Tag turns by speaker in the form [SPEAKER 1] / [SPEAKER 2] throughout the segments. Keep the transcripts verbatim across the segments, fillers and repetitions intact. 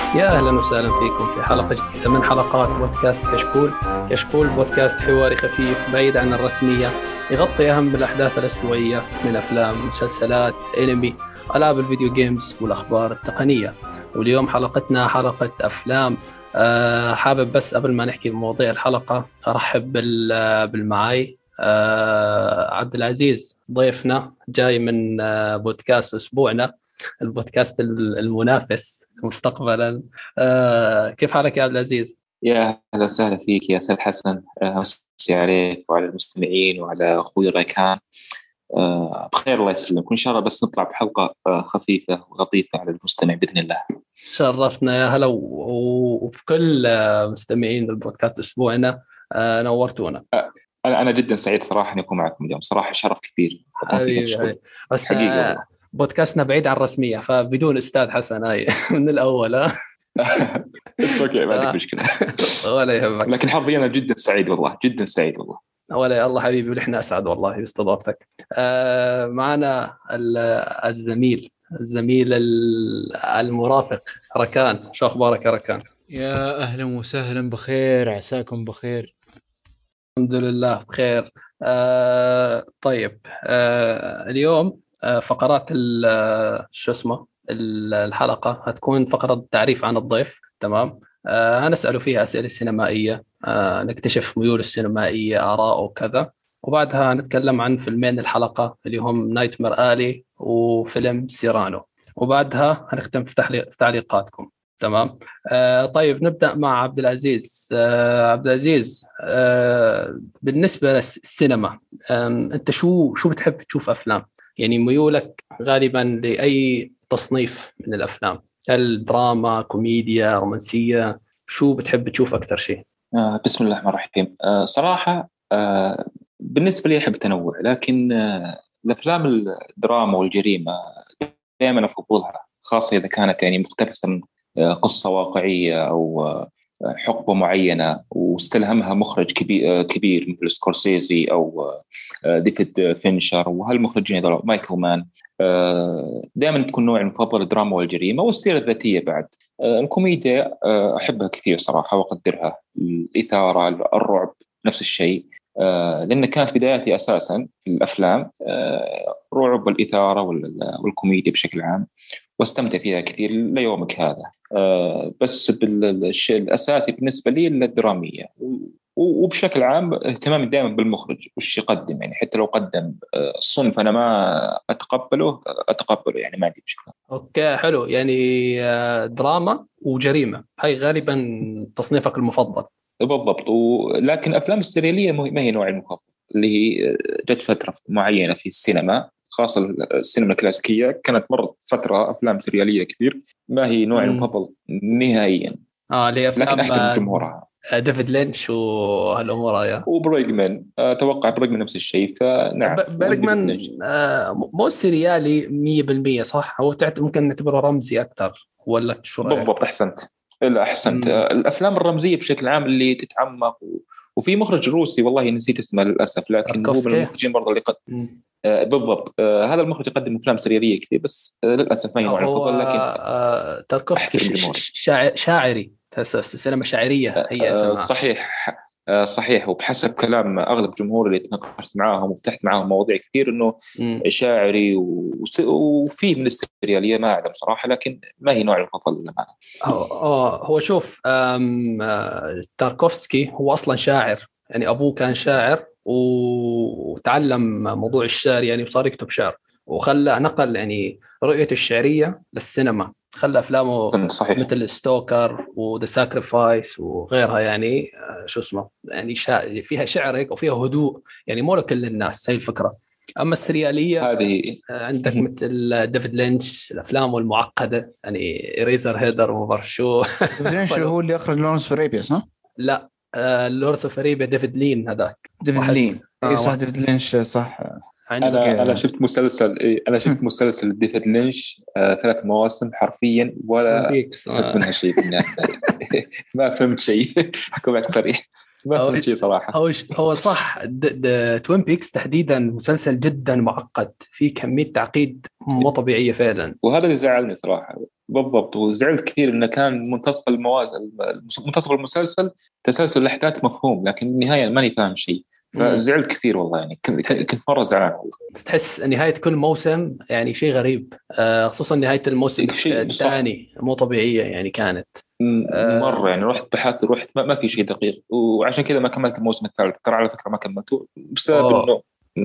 [SPEAKER 1] يا أهلا وسهلا فيكم في حلقة جديدة من حلقات بودكاست كشكول. كشكول بودكاست حواري خفيف بعيد عن الرسمية، يغطي أهم الأحداث الأسبوعية من أفلام، مسلسلات، أنمي، ألعاب الفيديو جيمز والأخبار التقنية. واليوم حلقتنا حلقة أفلام. أه حابب بس قبل ما نحكي بمواضيع الحلقة أرحب بال- بالمعاي أه عبد العزيز ضيفنا جاي من أه بودكاست أسبوعنا، البودكاست المنافس مستقبلا. آه كيف حالك يا عبد العزيز؟
[SPEAKER 2] يا أهلا وسهلا فيك يا أستاذ حسن. آه، أمسي عليك وعلى المستمعين وعلى أخوي ريكان. آه، بخير الله يسلمك، وإن شاء الله بس نطلع بحلقة آه، خفيفة ولطيفة على المستمع بإذن الله.
[SPEAKER 1] شرفتنا يا هلا، و- و- وفي كل آه، مستمعين البودكاست أسبوعنا. آه نورتونا.
[SPEAKER 2] آه، أنا أنا جدا سعيد صراحة أن أكون معكم اليوم، صراحة شرف كبير أكون في
[SPEAKER 1] حبيبي
[SPEAKER 2] كشكول.
[SPEAKER 1] حبيبي. بس
[SPEAKER 2] حقيقي
[SPEAKER 1] آه
[SPEAKER 2] والله.
[SPEAKER 1] بودكاستنا بعيد عن الرسمية، فبدون أستاذ حسن هاي من الأول. ها
[SPEAKER 2] بس أوكي، ما عندك
[SPEAKER 1] آه،
[SPEAKER 2] مشكلة.
[SPEAKER 1] ولا يهمك.
[SPEAKER 2] لكن حرفيا أنا جدا سعيد والله، جدا سعيد والله.
[SPEAKER 1] ولا الله حبيبي، ونحن أسعد والله باستضافتك. آه معنا ال- الزميل الزميل ال- المرافق ركان. شو أخبارك يا ركان؟
[SPEAKER 3] يا أهلا وسهلا، بخير، عساكم بخير.
[SPEAKER 1] الحمد لله بخير. آه طيب، آه اليوم آه فقرات ال- آه، شو اسمه ال- الحلقة هتكون فقرة تعريف عن الضيف. تمام. آه هنسأله فيها أسئلة سينمائية، آه نكتشف ميول السينمائية، آراءه وكذا. وبعدها نتكلم عن فيلمين الحلقة اللي هم نايت مير آلي وفيلم سيرانو. وبعدها هنختم في تعليق- في تعليقاتكم. تمام. آه طيب نبدأ مع عبد العزيز. آه عبد العزيز، آه بالنسبة للسينما، آم، أنت شو شو بتحب تشوف أفلام؟ يعني ميولك غالبا لأي تصنيف من الأفلام؟ هل دراما، كوميديا، رومانسية؟ شو بتحب تشوف أكثر شيء؟
[SPEAKER 2] آه، بسم الله الرحمن الرحيم. آه، صراحة آه، بالنسبة لي أحب التنوع، لكن آه، الأفلام الدراما والجريمة دائما أفضلها، خاصة إذا كانت يعني مقتبسة من آه، قصة واقعية أو آه، حقبة معينة واستلهمها مخرج كبير كبير مثل سكورسيزي أو آه، ديفيد فينشر وهالمخرجين هذول مايكل مان. دائما تكون نوعي المفضل الدراما والجريمة والسيرة الذاتية بعد. آه، الكوميديا آه، أحبها كثير صراحة وأقدرها، الإثارة، الرعب، نفس الشيء. آه، لأن كانت بداياتي أساسا في الأفلام آه، رعب والإثارة وال- والكوميديا بشكل عام، واستمتع فيها كثير ليومك هذا. آه، بس بالشيء الأساسي بالنسبة لي الدرامية، و- وبشكل عام اهتمامي دائما بالمخرج وش يقدم، يعني حتى لو قدم آه، الصنف أنا ما أتقبله أتقبله، يعني ما عندي مشكلة.
[SPEAKER 1] أوكي حلو. يعني آه دراما وجريمة هاي غالبا تصنيفك المفضل.
[SPEAKER 2] بالضبط. ولكن أفلام السريالية مه- ما هي نوعي المفضل، اللي هي آه، جت فترة معينة في السينما، خاصة السينما الكلاسيكية كانت مرت فترة أفلام سريالية كثير، ما هي نوعي
[SPEAKER 1] مم.
[SPEAKER 2] المفضل نهائيا.
[SPEAKER 1] آه اللي هي
[SPEAKER 2] لكن
[SPEAKER 1] أفلام
[SPEAKER 2] أحترم
[SPEAKER 1] آه
[SPEAKER 2] جمهورها.
[SPEAKER 1] ديفيد لينش وهالأمور هاي.
[SPEAKER 2] وبريغمان أتوقع بريغمان نفس الشيء، فنعم
[SPEAKER 1] ب-
[SPEAKER 2] وديفيد
[SPEAKER 1] بيرجمان
[SPEAKER 2] لينش.
[SPEAKER 1] آه، مو سريالي مية بالمية صح؟ هو تعت ممكن نعتبره رمزي أكثر، ولا شو رأيك؟
[SPEAKER 2] بالضبط، أحسنت. لا أحسنت.
[SPEAKER 1] مم.
[SPEAKER 2] آه، الأفلام الرمزية بشكل عام اللي تتعمق و... وفي مخرج روسي والله نسيت اسمه للأسف، لكن هو من
[SPEAKER 1] تاركوفسكي.
[SPEAKER 2] المخرجين برضه اللي قد
[SPEAKER 1] مم.
[SPEAKER 2] آه، بالضبط. آه، هذا المخرج يقدم أفلام سريالية كثير، بس آه، للأسف ما هي نوعي
[SPEAKER 1] هو
[SPEAKER 2] المفضل، لكن
[SPEAKER 1] آه، تاركوفسكي
[SPEAKER 2] أحترم
[SPEAKER 1] ش-
[SPEAKER 2] جمهوره.
[SPEAKER 1] ش- شاع- شاعري، تحس السينما شاعرية هي
[SPEAKER 2] آه،
[SPEAKER 1] اسمها.
[SPEAKER 2] صحيح. آه، صحيح. وبحسب كلام أغلب جمهور اللي تناقشت معاهم وفتحت معاهم مواضيع كثير إنه
[SPEAKER 1] مم.
[SPEAKER 2] شاعري وس- وفيه من السريالية، ما أعلم صراحة، لكن ما هي نوعي المفضل للأمانة.
[SPEAKER 1] هو هو هو شوف، آم، آه، تاركوفسكي هو أصلا شاعر، يعني أبوه كان شاعر و- وتعلم موضوع الشعر يعني، وصار يكتب شعر، وخلى نقل يعني رؤيته الشعرية للسينما، خلى أفلامه
[SPEAKER 2] صحيح.
[SPEAKER 1] مثل ستوكر وذا ساكريفايس وغيرها يعني آه، شو اسمه يعني شا... فيها شعر هيك وفيها هدوء، يعني مو لكل الناس هي الفكرة. أما السريالية
[SPEAKER 2] هذه
[SPEAKER 1] عندك مثل ديفيد لينش الافلام المعقده يعني ريزر هيدر وما بعرف شو.
[SPEAKER 4] ديفيد لينش هو اللي أخرج لورنس فوريبيا صح؟
[SPEAKER 1] لا، لورس اوف اريبيا ديفيد لين هذاك.
[SPEAKER 4] ديفيد
[SPEAKER 1] واحد
[SPEAKER 4] لين إيه
[SPEAKER 1] آه
[SPEAKER 4] صح،
[SPEAKER 1] واحد
[SPEAKER 4] ديفيد لينش صح.
[SPEAKER 1] عندك.
[SPEAKER 2] انا انا
[SPEAKER 4] حق.
[SPEAKER 2] شفت مسلسل إيه، انا شفت مسلسل ديفيد لينش آه ثلاث مواسم حرفيا
[SPEAKER 1] توين
[SPEAKER 2] ولا
[SPEAKER 1] بيكس
[SPEAKER 2] استفدت
[SPEAKER 1] آه.
[SPEAKER 2] منها شيء بالنهايه. ما فهمت شيء. حكم معك صريح، ما
[SPEAKER 1] هو
[SPEAKER 2] فهمت شيء صراحه.
[SPEAKER 1] هو هو صح. توين بيكس تحديدا مسلسل جدا معقد، فيه كميه تعقيد مو طبيعيه فعلا.
[SPEAKER 2] وهذا اللي زعلني صراحه. بالضبط. وزعلت كثير انه كان منتصف المواسم منتصف المسلسل تسلسل الاحداث مفهوم، لكن النهايه ماني فاهم شيء، فزعلت كثير والله. يعني كنت كنت مره زعلان والله.
[SPEAKER 1] تحس نهايه كل موسم يعني شيء غريب، آه خصوصا نهايه الموسم الثاني مو طبيعيه يعني كانت
[SPEAKER 2] مره. يعني رحت بحثت رحت ما, ما في شيء دقيق، وعشان كذا ما كملت الموسم الثالث. ترى على فكره ما كملته بسبب انه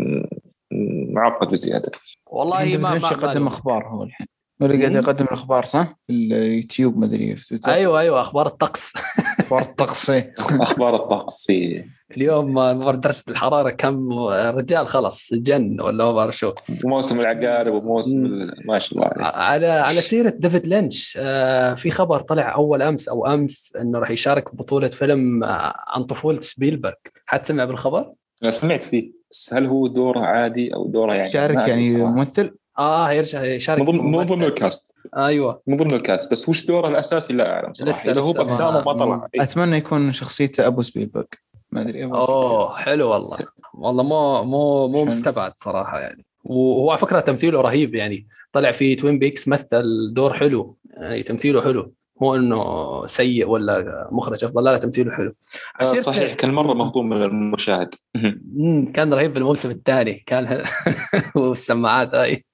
[SPEAKER 2] معقد بزياده.
[SPEAKER 1] والله. ما ما
[SPEAKER 4] يقدم اخبار هو الحين ولا قاعد يقدم الاخبار صح في اليوتيوب ما ادري.
[SPEAKER 1] ايوه ايوه اخبار الطقس.
[SPEAKER 4] اخبار الطقس
[SPEAKER 2] اخبار الطقس
[SPEAKER 1] اليوم ما درجه الحراره كم رجال خلص جن ولا ما بعرف شو.
[SPEAKER 2] موسم العقارب وموسم ما شاء الله عليه.
[SPEAKER 1] على على سيره ديفيد لينش، آه في خبر طلع اول امس او امس انه راح يشارك ببطوله فيلم آه عن طفوله سبيلبرغ. حد سمع بالخبر؟
[SPEAKER 2] سمعت فيه، بس هل هو دوره عادي او دوره يعني
[SPEAKER 4] شارك يعني ممثل؟
[SPEAKER 1] اه هيرجع يشارك
[SPEAKER 2] مو ضمن الكاست.
[SPEAKER 1] ايوه
[SPEAKER 2] مو ضمن الكاست، بس وش دوره الاساسي لا اعلم صراحه. اذا هو بثامه ما طلع.
[SPEAKER 4] اتمنى يكون شخصيته ابو سبيلبرغ، ما ادري.
[SPEAKER 1] اوه حلو والله. والله مو مو مو مستبعد صراحه يعني. وهو على فكره تمثيله رهيب يعني. طلع في توين بيكس مثل دور حلو يعني، تمثيله حلو، مو انه سيء ولا مخرج افضل، لا تمثيله حلو.
[SPEAKER 2] آه صحيح كل مره مهضوم من المشاهد.
[SPEAKER 1] كان رهيب بالموسم الثاني كان والسماعات هاي.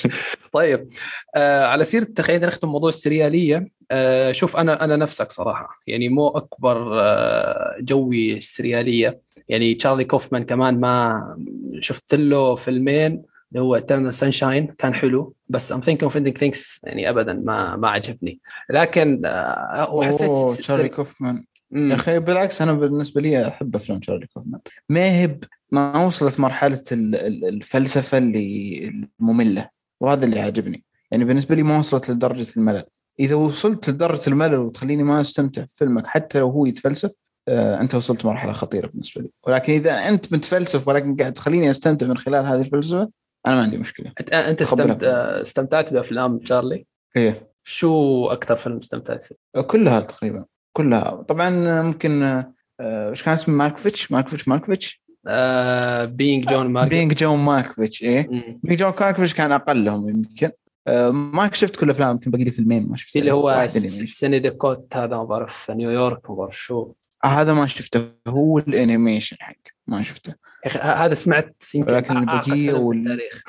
[SPEAKER 1] طيب آه على سيرة خلينا نختم موضوع السريالية. آه شوف أنا أنا نفسك صراحة يعني مو أكبر آه جوي السريالية يعني. تشارلي كوفمان كمان ما شفت له فيلمين اللي هو Eternal Sunshine كان حلو، بس I'm thinking of ending things يعني أبدا ما ما عجبني. لكن آه وحسيت
[SPEAKER 4] تشارلي كوفمان يا أخي بالعكس، أنا بالنسبة لي أحب أفلام تشارلي كوفمان. ما هب ما وصلت مرحلة الفلسفة اللي المملة، وهذا اللي عجبني يعني. بالنسبة لي ما وصلت لدرجة الملل. إذا وصلت لدرجة الملل وتخليني ما أستمتع في فيلمك حتى لو هو يتفلسف، آه أنت وصلت مرحلة خطيرة بالنسبة لي. ولكن إذا أنت متفلسف ولكن قاعد تخليني أستمتع من خلال هذه الفلسفة، أنا ما عندي مشكلة.
[SPEAKER 1] أنت استمت... استمتعت بأفلام تشارلي؟
[SPEAKER 4] إيه.
[SPEAKER 1] شو أكثر فيلم استمتعت فيه؟
[SPEAKER 4] كلها تقريبا كلها. طبعا ممكن آه إيش كان اسمه ماركوفيتش ماركوفيتش ماركوفيتش
[SPEAKER 1] آه بينج جون ماركوفيتش
[SPEAKER 4] بينج جون ماركوفيتش إيه بينج جون ماركوفيتش كان أقلهم يمكن. آه ما شفت كل أفلام، يمكن باقي لي فيلمين ما شفت.
[SPEAKER 1] اللي هو سينيديكوت هذا ما بعرف نيويورك ما بعرف شو.
[SPEAKER 4] آه هذا ما شفته، هو الانيميشن حق ما شفته.
[SPEAKER 1] هذا سمعت
[SPEAKER 4] لكن البقية والتاريخ.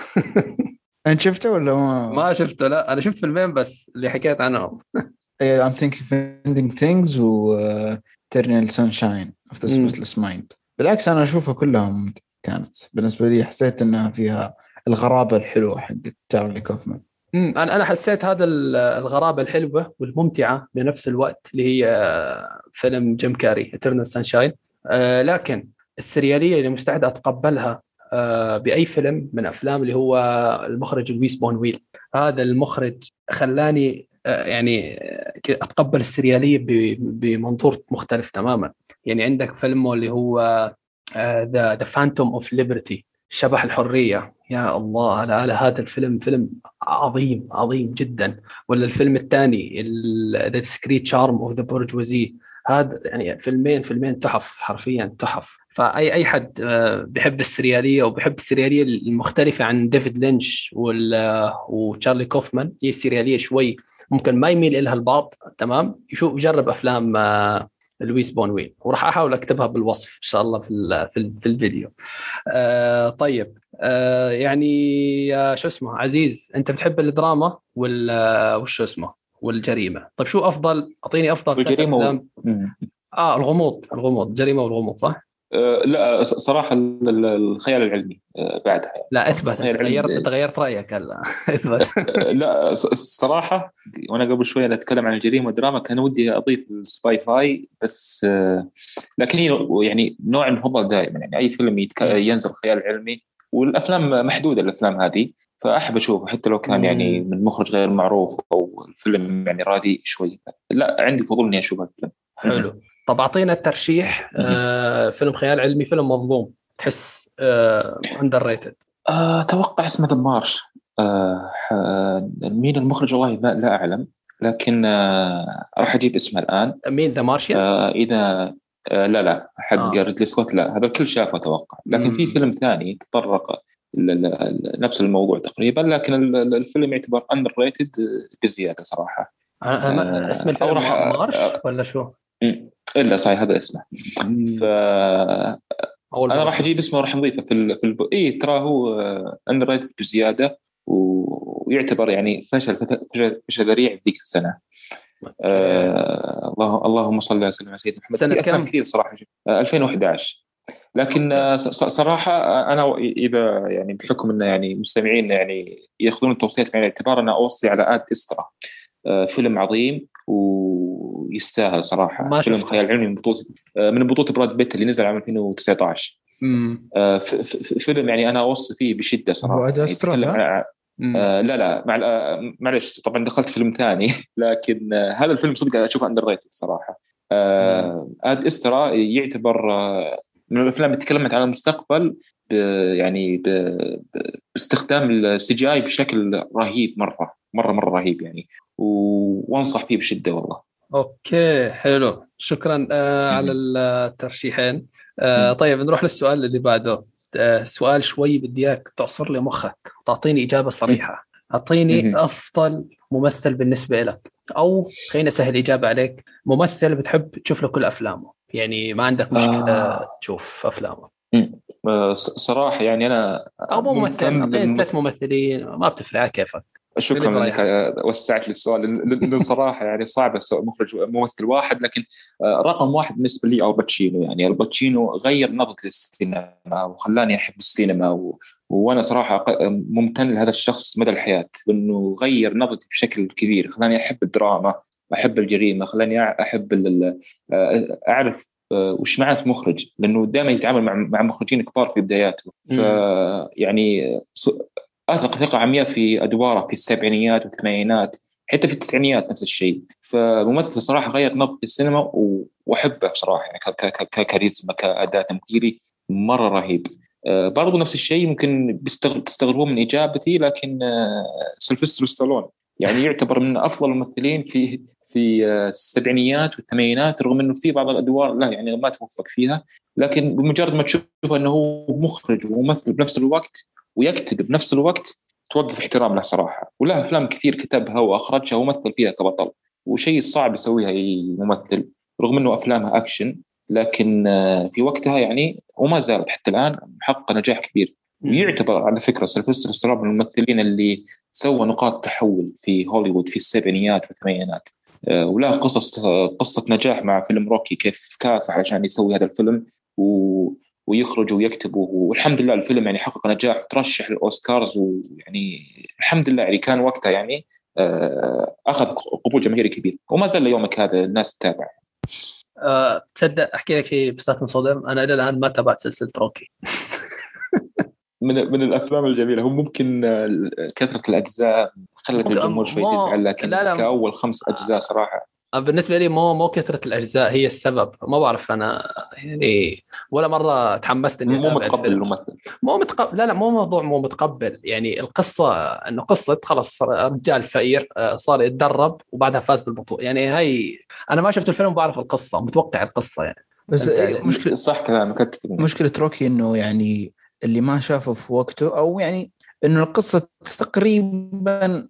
[SPEAKER 4] انت شفته ولا ما؟
[SPEAKER 1] ما شفته لا، انا شفت فيلمين بس اللي حكيت عنهم.
[SPEAKER 4] I'm thinking of ending things و Eternal Sunshine of the Spotless Mind. بالعكس انا اشوفها كلهم كانت بالنسبة لي حسيت انها فيها الغرابة الحلوة حق تشارلي كوفمان.
[SPEAKER 1] امم انا انا حسيت هذا الغرابة الحلوة والممتعة بنفس الوقت اللي هي فيلم جيم كاري Eternal Sunshine. آه لكن السريالية اللي مستعد اتقبلها آه بأي فيلم من أفلام اللي هو المخرج لويس بونويل. هذا المخرج خلاني آه يعني أتقبل السريالية بمنظور مختلف تماما. يعني عندك فيلمه اللي هو آه The, The Phantom of Liberty، شبح الحرية. يا الله على, على هذا الفيلم، فيلم عظيم عظيم جدا. ولا الفيلم الثاني The Discreet Charm of the Bourgeoisie. هذا يعني فيلمين فيلمين تحف حرفيا تحف. فأي أي حد بيحب السريالية وبيحب السريالية المختلفة عن ديفيد لينش وتشارلي كوفمان، هي السريالية شوي ممكن ما يميل إلها البعض تمام، يشوف يجرب أفلام لويس بونويل، وراح أحاول أكتبها بالوصف إن شاء الله في في الفيديو. آه طيب آه يعني شو اسمه عزيز، أنت بتحب الدراما ولا وش اسمه والجريمة؟ طيب شو أفضل؟ أعطيني أفضل
[SPEAKER 2] الجريمة و...
[SPEAKER 1] آه الغموض الغموض جريمة والغموض صح؟
[SPEAKER 2] أه لا صراحة الخيال العلمي أه بعدها يعني.
[SPEAKER 1] لا اثبت تغيرت تغيرت رأيك هلا. اثبت.
[SPEAKER 2] أه لا الصراحة وانا قبل شوية نتكلم عن الجريمة والدراما كان ودي اضيف السباي فاي بس أه لكن يعني نوع المفضل دائما يعني اي فيلم يتك... ينزل خيال علمي، والافلام محدودة الافلام هذه فاحب اشوفه حتى لو كان يعني من مخرج غير معروف او الفيلم يعني رادي شوي. لا عندي فضول اني اشوف الفيلم.
[SPEAKER 1] حلو. طب أعطينا الترشيح. آه فيلم خيال علمي، فيلم مظلوم تحس آه اندر ريتد.
[SPEAKER 2] أتوقع اسمه ذا مارش. آه مين المخرج والله لا أعلم، لكن آه راح أجيب اسمه الآن.
[SPEAKER 1] مين ذا مارشيان؟
[SPEAKER 2] آه إذا آه لا لا حق آه. ريدلي سكوت لا، هذا الكل شافه أتوقع. لكن مم. في فيلم ثاني تطرق نفس الموضوع تقريبا، لكن الفيلم يعتبر اندر ريتد بزيادة صراحة.
[SPEAKER 1] آه، اسم
[SPEAKER 2] او
[SPEAKER 1] الفيلم
[SPEAKER 2] راح
[SPEAKER 1] مارش ولا شو؟
[SPEAKER 2] الا صحيح هذا اسمه. ف
[SPEAKER 1] اول
[SPEAKER 2] انا
[SPEAKER 1] مره
[SPEAKER 2] راح
[SPEAKER 1] اسمع.
[SPEAKER 2] اجيب اسمه راح نضيفه في ال... في الب... اي ترى هو اندر ريتد بزياده، ويعتبر يعني فشل فشل, فشل ذريع ذيك السنه. آه... الله اللهم صل على سيدنا محمد.
[SPEAKER 1] سنه
[SPEAKER 2] في افلام
[SPEAKER 1] كم؟
[SPEAKER 2] كثير صراحه. آه... ألفين وأحد عشر. لكن آه... صراحه انا اذا يعني بحكم انه يعني مستمعين يعني ياخذون التوصيات بعين الاعتبار، انا اوصي على اد استرا. آه... فيلم عظيم ويستاهل صراحه.
[SPEAKER 1] ما
[SPEAKER 2] فيلم
[SPEAKER 1] شفته.
[SPEAKER 2] خيال علمي من بطوله آه... من بطوله براد بيت اللي نزل عام ألفين وتسعة عشر.
[SPEAKER 1] امم
[SPEAKER 2] آه فيلم يعني انا اوصي فيه بشده صراحه.
[SPEAKER 4] هو
[SPEAKER 2] يعني يتكلم عن آه لا لا مع آه معلش طبعا دخلت فيلم ثاني لكن آه هذا الفيلم صدق اشوفه اندر ريتد صراحه. آه اد استرا يعتبر آه من الافلام اللي تكلمت عن المستقبل يعني ب باستخدام السي جي اي بشكل رهيب مره مره مره رهيب يعني. وانصح فيه بشده والله.
[SPEAKER 1] اوكي حلو، شكرا آه على الترشيحين. آه طيب نروح للسؤال اللي بعده. آه سؤال شوي بدي اياك تعصر لي مخك وتعطيني اجابه صريحه. اعطيني افضل ممثل بالنسبه لك، او خلينا اسهل الاجابه عليك، ممثل بتحب تشوف له كل افلامه، يعني ما عندك مشكله
[SPEAKER 2] آه.
[SPEAKER 1] تشوف افلامه.
[SPEAKER 2] صراحه يعني انا
[SPEAKER 1] او مو ممثل،
[SPEAKER 2] ممتن
[SPEAKER 1] اعطيني ثلاث
[SPEAKER 2] للممثل.
[SPEAKER 1] ممثلين ما بتفرق على كيفك.
[SPEAKER 2] شكرا انك وسعت لي السؤال، لانه صراحه يعني صعب مخرج ممثل واحد، لكن رقم واحد بالنسبه لي الباتشينو. يعني الباتشينو غير نظرتي للسينما وخلاني احب السينما و... وانا صراحه ممتن لهذا الشخص مدى الحياه، لانه غير نظرتي بشكل كبير، خلاني احب الدراما، احب الجريمه، خلاني احب ال... اعرف وش معنى مخرج، لانه دائما يتعامل مع مع مخرجين كبار في بداياته. فيعني أثق ثقة عمياء في أدواره في السبعينيات والثمانينات، حتى في التسعينيات نفس الشيء. فممثل صراحة غير نظرتي السينما وأحبه بصراحة، يعني ككاريزما كأداء تمثيلي مرة رهيب. أه برضو نفس الشيء ممكن تستغربون من إجابتي، لكن أه سيلفستر ستالون يعني يعتبر من أفضل الممثلين في في السبعينيات والثمانينات، رغم أنه في بعض الأدوار لا يعني ما توفق فيها، لكن بمجرد ما تشوف أنه هو مخرج وممثل بنفس الوقت ويكتب بنفس الوقت توقف احترام له صراحة. وله أفلام كثير كتبها وأخرجها ومثل فيها كبطل، وشيء صعب يسويها أي ممثل، رغم أنه أفلامها أكشن، لكن في وقتها يعني وما زالت حتى الآن محقق نجاح كبير. ويعتبر على فكرة سيلفستر ستالون من الممثلين اللي سوى نقاط تحول في هوليوود في السبعينيات والثمانينات، وله قصص قصة نجاح مع فيلم روكي، كيف كافح عشان يسوي هذا الفيلم و ويخرج ويكتب، والحمد لله الفيلم يعني حقق نجاح وترشح للأوسكارز، ويعني الحمد لله يعني كان وقتها يعني أخذ قبول جماهيري كبير، وما زال ليومك هذا الناس تتابع.
[SPEAKER 1] أه تصدق أحكي لك شيء بس لا تنصدم، أنا إلى الآن ما تابعت سلسلة روكي.
[SPEAKER 2] من من الأفلام الجميلة. هم ممكن كثرة الأجزاء خلت الجمهور شوي تزعل، لكن لا لا كأول خمس أجزاء صراحة
[SPEAKER 1] بالنسبة لي مو مو كثرة الأجزاء هي السبب، ما بعرف أنا يعني ولا مرة تحمست إني
[SPEAKER 2] مو
[SPEAKER 1] أتابع
[SPEAKER 2] متقبل
[SPEAKER 1] الفيلم.
[SPEAKER 2] الممثل
[SPEAKER 1] مو متقبل، لا لا مو موضوع مو متقبل، يعني القصة إنه قصة خلاص رجال فقير صار يتدرب وبعدها فاز بالبطولة، يعني هاي أنا ما شفت الفيلم بعرف القصة، متوقع القصة يعني.
[SPEAKER 4] بس مشكلة
[SPEAKER 2] صح كلامك،
[SPEAKER 4] مشكلة روكي إنه يعني اللي ما شافه في وقته، أو يعني إنه القصة تقريبا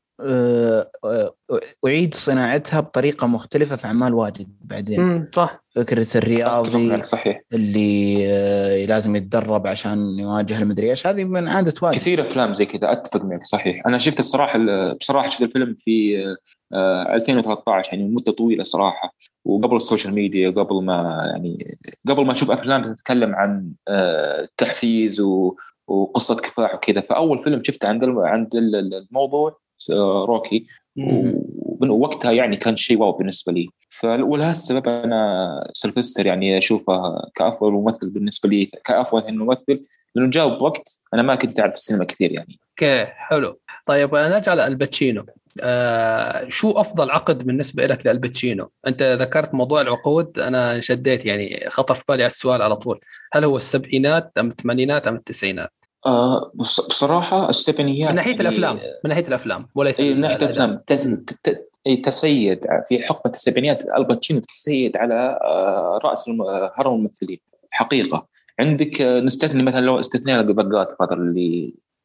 [SPEAKER 4] أعيد صناعتها بطريقة مختلفة في أعمال واجد بعدين.
[SPEAKER 1] صح.
[SPEAKER 4] فكرة الرياضي
[SPEAKER 2] صحيح.
[SPEAKER 4] اللي لازم يتدرب عشان يواجه المدري إيش، هذه من عادة واجد
[SPEAKER 2] كثير أفلام زي كذا. أتفق معك صحيح. أنا شفت الصراحة بصراحة شفت الفيلم في ألفين وثلاثة عشر، يعني مدة طويلة صراحة، وقبل السوشيال ميديا، قبل ما يعني قبل ما أشوف أفلام تتكلم عن التحفيز وقصة كفاح وكذا. فأول فيلم شفته عند عند الموضوع روكي، ومن وقتها يعني كان شيء واو بالنسبة لي. فلهالسبب أنا سيلفستر يعني أشوفه كأفضل ممثل بالنسبة لي، كأفضل ممثل، لأنه جاء بوقت أنا ما كنت أعرف السينما كثير يعني.
[SPEAKER 1] اوكي حلو. طيب نرجع للباتشينو. آه شو أفضل عقد بالنسبة لك للباتشينو؟ أنت ذكرت موضوع العقود، أنا شديت يعني خطر في بالي على السؤال على طول، هل هو السبعينات أم الثمانينات أم التسعينات؟
[SPEAKER 2] آه بصراحة السبعينيات
[SPEAKER 1] من ناحية
[SPEAKER 2] يعني
[SPEAKER 1] الأفلام، من ناحية الأفلام وليس
[SPEAKER 2] إيه من ناحية الأفلام. تس... تسيد في حقبة السبعينيات. الباتشينو تسيد على رأس هرم الممثلين حقيقة. عندك نستثني مثلا لو استثنينا ذا جاد فاذر اللي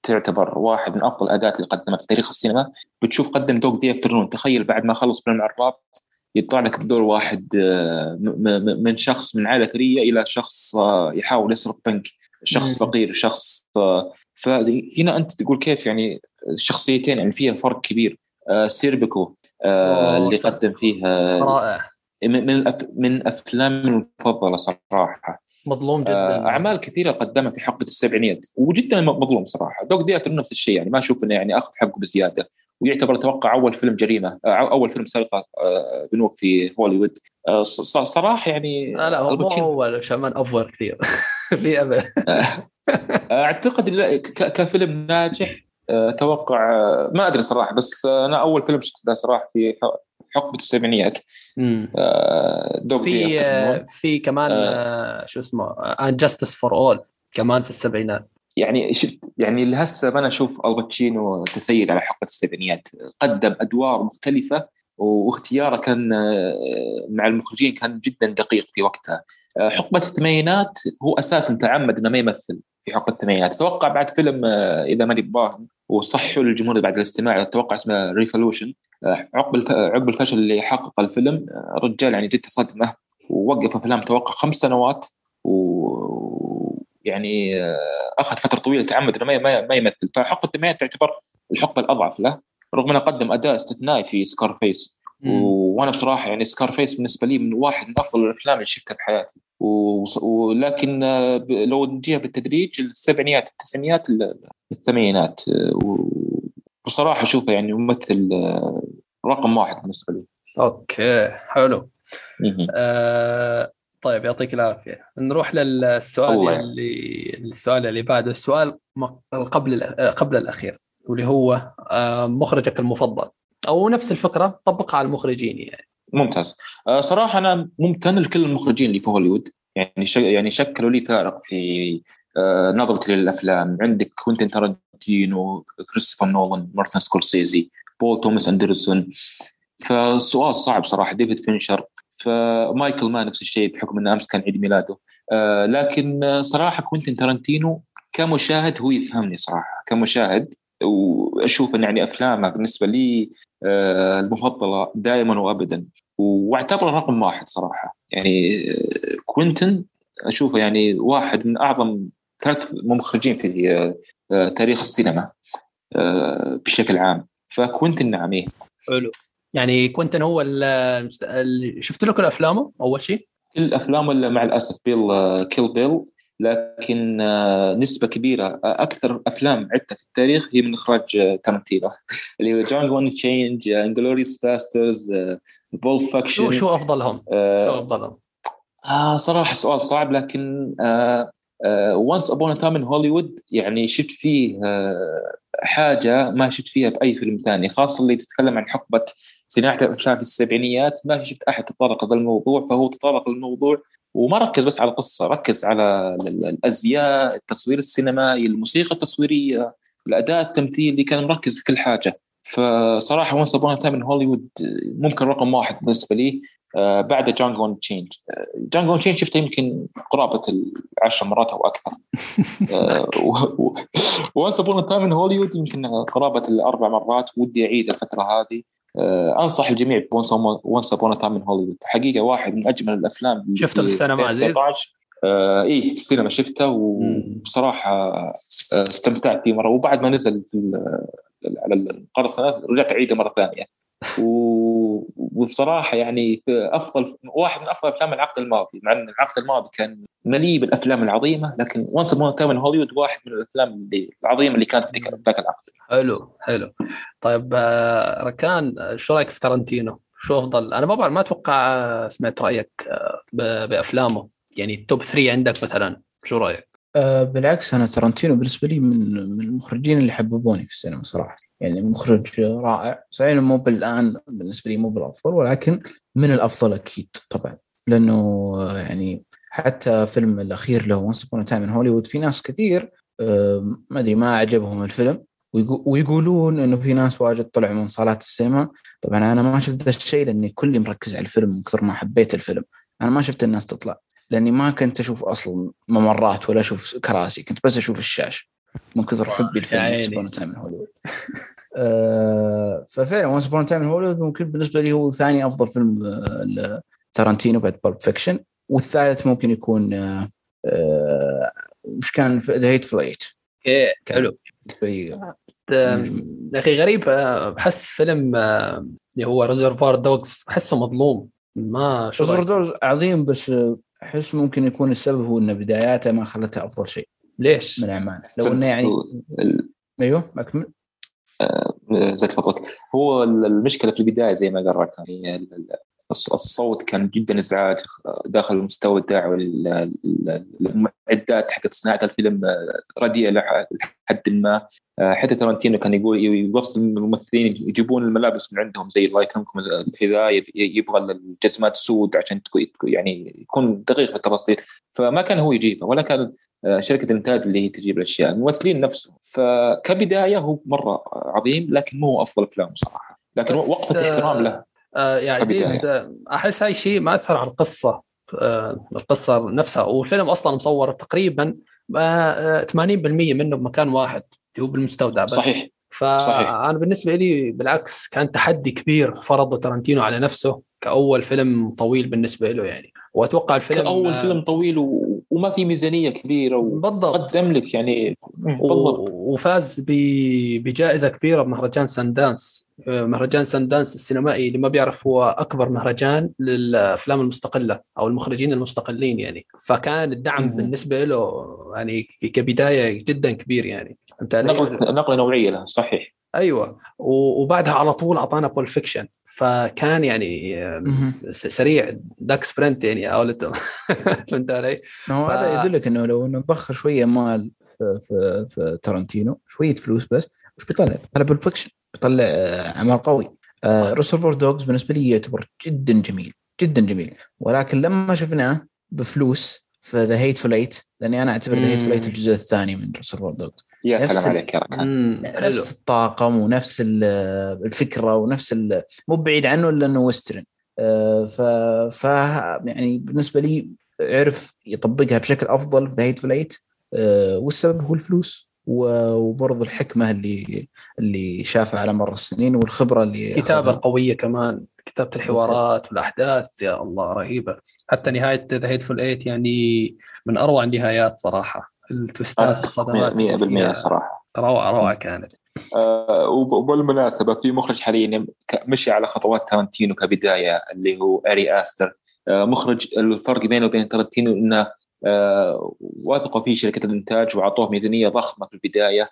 [SPEAKER 2] تعتبر واحد من أفضل الأداءات اللي قدمها في تاريخ السينما، بتشوف قدم دوغ دي أفترنون. تخيل بعد ما خلص فيلم العراب يطلع لك بدور واحد من شخص من عائلة ثرية إلى شخص يحاول يسرق بنك، شخص فقير، شخص. فهنا أنت تقول كيف يعني الشخصيتين يعني فيها فرق كبير. سيربيكو اللي قدم فيها
[SPEAKER 1] رائع،
[SPEAKER 2] من من أفلام المفضلة صراحة.
[SPEAKER 1] مظلوم جدا.
[SPEAKER 2] أعمال كثيرة قدمها في حقبة السبعينيات وجدا مظلوم صراحة. دوغ دياتر نفس الشيء، يعني ما أشوف إنه يعني أخذ حقه بزيادة، ويعتبر أتوقع أول فيلم جريمة، أول فيلم سرقة بنوك في هوليوود صراحة يعني.
[SPEAKER 1] لا لا، هو مو أول، شمان أفضل كثير في أبد.
[SPEAKER 2] أعتقد كفيلم ناجح أتوقع، ما أدري صراحة، بس أنا أول فيلم شفته صراحة في حقبة السبعينيات. دوغ
[SPEAKER 1] في
[SPEAKER 2] دياتر
[SPEAKER 1] في كمان آه شو اسمه Justice for All كمان في السبعينات.
[SPEAKER 2] يعني شفت يعني لهسه أنا أشوف الباتشينو تسيد على حقبة السبعينيات، قدم أدوار مختلفة واختياره كان مع المخرجين كان جدا دقيق في وقتها. حقبة الثمانينات هو أساسا تعمد إنه ما يمثل في حقبة الثمانينات. أتوقع بعد فيلم إذا ماني باهم وصحوا للجمهور بعد الاستماع، أتوقع اسمه ريفولوشن، عقب عقب الفشل اللي حقق الفيلم رجال يعني جت صدمة ووقف أفلام توقع خمس سنوات، ويعني أخذ فترة طويلة تعمد إنه ما ما يمثل. فحقبة الثمانينات تعتبر الحقبة الأضعف له، رغم أنه قدم أداء استثنائي في سكارفيس. وانا بصراحه يعني سكارفيس بالنسبه لي من واحد من افضل الافلام اللي شفتها في حياتي. ولكن لو نجيها بالتدريج السبعينيات التسعينيات الثمانينات، وبصراحه اشوفه يعني ممثل رقم واحد بالنسبه لي.
[SPEAKER 1] اوكي حلو. آه طيب يعطيك العافيه. نروح للسؤال اللي السؤال اللي بعده، السؤال قبل قبل الاخير، واللي هو مخرجك المفضل، أو نفس الفكرة طبقها على المخرجين يعني.
[SPEAKER 2] ممتاز. أه صراحة أنا ممتن لكل المخرجين اللي في هوليوود، يعني ش... يعني شكلوا لي فارق في أه نظرتي للأفلام. عندك كوينتين تارانتينو، كريستوفر نولان، مارتن سكورسيزي، بول توماس أندرسون. فالسؤال صعب صراحة. ديفيد فينشر، فمايكل مان نفس الشيء بحكم أن أمس كان عيد ميلاده. أه لكن صراحة كوينتين تارانتينو كمشاهد هو يفهمني صراحة كمشاهد، وأشوف أن يعني أفلامه بالنسبة لي المفضلة دائما وأبدا، واعتبره رقم واحد صراحة. يعني كوينتين أشوفه يعني واحد من أعظم ثلاث مخرجين في تاريخ السينما بشكل عام. فكوينتين نعم.
[SPEAKER 1] حلو. يعني كوينتين هو اللي شفت له كل أفلامه أول شيء؟
[SPEAKER 2] كل أفلامه إلا مع الأسف بيل كيل بيل، لكن نسبة كبيرة أكثر أفلام عدتها في التاريخ هي من إخراج تارانتينو، اللي هو جانجو أنشيند، إنغلوريوس باسترز، بول فاكشن.
[SPEAKER 1] شو شو أفضلهم؟
[SPEAKER 2] آه
[SPEAKER 1] شو أفضلهم؟
[SPEAKER 2] آه صراحة سؤال صعب، لكن آه آه Once Upon a Time in Hollywood يعني شفت فيه آه حاجة ما شفت فيها بأي فيلم ثاني، خاصة اللي تتكلم عن حقبة صناعة الأفلام في السبعينيات. ما شفت أحد تطرق هذا الموضوع، فهو تطرق للموضوع وما ركز بس على القصة، ركز على الأزياء، التصوير السينمائي، الموسيقى التصويرية، الأداء التمثيلي، كان مركز في كل حاجة. فصراحة Once Upon a Time in Hollywood ممكن رقم واحد بالنسبة لي آه بعد جانجو أنشيند. جانجو أنشيند شفته يمكن قرابة العشر مرات أو أكثر. Once Upon a Time in Hollywood يمكن قرابة الأربع مرات. ودي أعيد الفترة هذه. آه أنصح الجميع Once Upon a Time in Hollywood، حقيقة واحد من أجمل الأفلام.
[SPEAKER 1] شفته في السينما عزيز؟
[SPEAKER 2] آه إيه في السينما شفته، وبصراحة آه استمتعت فيه مرة، وبعد ما نزل في على القرصنة رجعت أعيده مرة ثانية. وبصراحة يعني أفضل واحد من أفضل أفلام العقد الماضي، مع أن العقد الماضي كان مليء بالأفلام العظيمة، لكن Once Upon a Time in Hollywood واحد من الأفلام اللي العظيمة اللي كانت في ذاك العقد.
[SPEAKER 1] حلو حلو. طيب ركان، شو رأيك في تارانتينو؟ شو أفضل؟ أنا ما بعرف، ما أتوقع سمعت رأيك بأفلامه، يعني التوب ثري عندك مثلا، شو رأيك؟
[SPEAKER 4] أه بالعكس، أنا تارانتينو بالنسبة لي من من المخرجين اللي حببوني في السينما صراحة. يعني مخرج رائع، صحيح مو بالآن بالنسبة لي مو بالأفضل، ولكن من الأفضل أكيد طبعا. لأنه يعني حتى فيلم الأخير له Once Upon a Time in Hollywood في ناس كثير أه ما أدري ما عجبهم الفيلم، ويقولون إنه في ناس واجد طلعوا من صالات السينما. طبعا أنا ما شفت ذا الشيء لأني كلي مركز على الفيلم من كثر ما حبيت الفيلم. أنا ما شفت الناس تطلع لأني ما كنت أشوف أصلا ممرات ولا أشوف كراسي، كنت بس أشوف الشاشة. من كثر حبي الفيلم
[SPEAKER 1] عيني.
[SPEAKER 4] وانس أبون تايم إن هوليوود. آه ففعلا وانس أبون تايم إن هوليوود ممكن بالنسبة لي هو ثاني أفضل فيلم آه تارانتينو بعد بالب فيكشن، والثالث ممكن يكون آه آه وش كان ذا هيتفول إيت.
[SPEAKER 1] اوكي حلو.
[SPEAKER 4] نجم.
[SPEAKER 1] يا اخي غريب، آه، بحس فيلم آه، اللي هو ريزرفوار دوغز بحسه مظلوم. ما شو
[SPEAKER 4] ريزرفوار
[SPEAKER 1] رأيك؟
[SPEAKER 4] دوغز عظيم، بس آه، أحس ممكن يكون السبب هو إن بداياته ما خلتها أفضل شيء
[SPEAKER 1] ليش؟
[SPEAKER 4] من أعمال. لو إنه يعني
[SPEAKER 2] ال...
[SPEAKER 4] أيوه أكمل.
[SPEAKER 2] آه، زي تفضلك. هو المشكله في البدايه زي ما قررت يعني الصوت كان جدا ازعاج داخل المستوى الداعي، والمعدات حقت صناعه الفيلم رديئه لحد ما. حتى تارانتينو كان يقول يوصل الممثلين يجيبون الملابس من عندهم زي الله يكرمكم الحذاء، يبغى الجزمات سود عشان يعني يكون دقيق في التفاصيل، فما كان هو يجيبه ولا كان شركه الانتاج اللي هي تجيب الاشياء، الممثلين نفسهم. فكبدايه هو مره عظيم، لكن مو افضل افلام صراحه، لكن وقفه احترام له.
[SPEAKER 1] آه يا عزيز، آه احس هاي شيء ما اثر على القصه، آه القصه نفسها، والفيلم اصلا مصور تقريبا آه ثمانين بالمئة منه بمكان واحد هو بالمستودع بس.
[SPEAKER 2] صحيح.
[SPEAKER 1] فانا بالنسبه لي بالعكس كان تحدي كبير فرضه تارانتينو على نفسه كاول فيلم طويل بالنسبه له يعني. واتوقع الفيلم
[SPEAKER 2] كأول
[SPEAKER 1] آه
[SPEAKER 2] فيلم طويل و... وما في ميزانيه كبيره وقدم لك يعني بالضبط.
[SPEAKER 1] وفاز ب... بجائزه كبيره بمهرجان ساندانس. مهرجان ساندانس السينمائي اللي ما بيعرف هو أكبر مهرجان للأفلام المستقلة أو المخرجين المستقلين يعني. فكان الدعم م- بالنسبة له يعني كبداية جدا كبير يعني.
[SPEAKER 2] نقلة نقلة نوعية له. صحيح.
[SPEAKER 1] أيوة. وبعدها على طول أعطانا بول فيكشن، فكان يعني سريع داك سبرنت يعني أولته. فهمت علي؟
[SPEAKER 4] ما هو ف... هذا يدلك إنه لو نضخر شوية مال في, في, في تارانتينو شوية فلوس بس وش بيطلع؟ على بول فيكشن بيطلع عمل قوي. ريزرفوار دوغز بالنسبة لي يعتبر جدا جميل جدا جميل، ولكن لما شفناه بفلوس في ذا هيتفول إيت، لأني أنا أعتبر ذا هيتفول إيت الجزء الثاني من ريزرفوار دوغز.
[SPEAKER 2] يا سلام عليك يا ركان.
[SPEAKER 4] نفس الطاقم ونفس الفكرة ونفس مو بعيد عنه إلا إنه ويسترن. ف... ف يعني بالنسبة لي عرف يطبقها بشكل أفضل في ذا هيتفول إيت، والسبب هو الفلوس وبرضو الحكمة اللي اللي شافها على مر السنين والخبرة اللي
[SPEAKER 1] كتابة قوية كمان، كتابة الحوارات والأحداث يا الله رهيبة. حتى نهاية ذا هيتفول إيت يعني من أروع النهايات صراحة، التويستات الصدمات
[SPEAKER 2] مية بالمية صراحة
[SPEAKER 1] روعة روعة كانت.
[SPEAKER 2] أه وبالمناسبة في مخرج حاليا مشي على خطوات تارانتينو كبداية اللي هو أري آستر، أه مخرج الفرق بينه وبين تارانتينو إنه أه واثقوا فيه شركة الإنتاج وعطوه ميزانية ضخمة في البداية.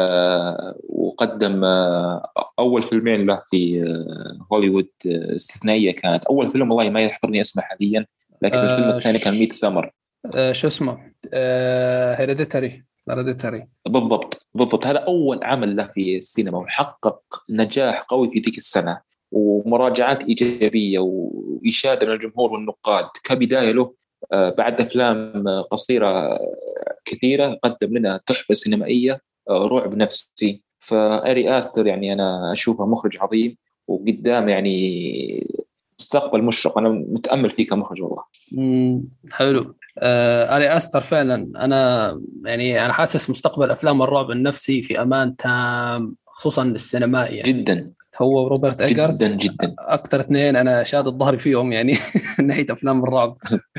[SPEAKER 2] أه وقدم أه أول فيلمين له في أه هوليوود أه استثنائية، كانت أول فيلم والله ما يحضرني اسمه حاليا، لكن أه الفيلم الثاني كان ميت سمر.
[SPEAKER 1] أه شو اسمه؟ هيريديتاري. هيريديتاري
[SPEAKER 2] بالضبط بالضبط. هذا أول عمل له في السينما وحقق نجاح قوي في ذيك السنة ومراجعات إيجابية وإشادة من الجمهور والنقاد كبداية له. بعد أفلام قصيرة كثيرة قدم لنا تحفة سينمائية رعب نفسي. فأري آستر يعني أنا أشوفه مخرج عظيم وقدام يعني مستقبل مشرق، أنا متأمل فيه كمخرج والله.
[SPEAKER 1] امم حلو. آه، أري أستر فعلا أنا يعني أنا حاسس مستقبل أفلام الرعب النفسي في أمان تام، خصوصا السينمائي يعني.
[SPEAKER 2] جدا.
[SPEAKER 1] هو وروبرت إيجرز
[SPEAKER 2] جدا جدا
[SPEAKER 1] أكثر اثنين أنا شاد الظهر فيهم يعني من ناحية أفلام الرعب.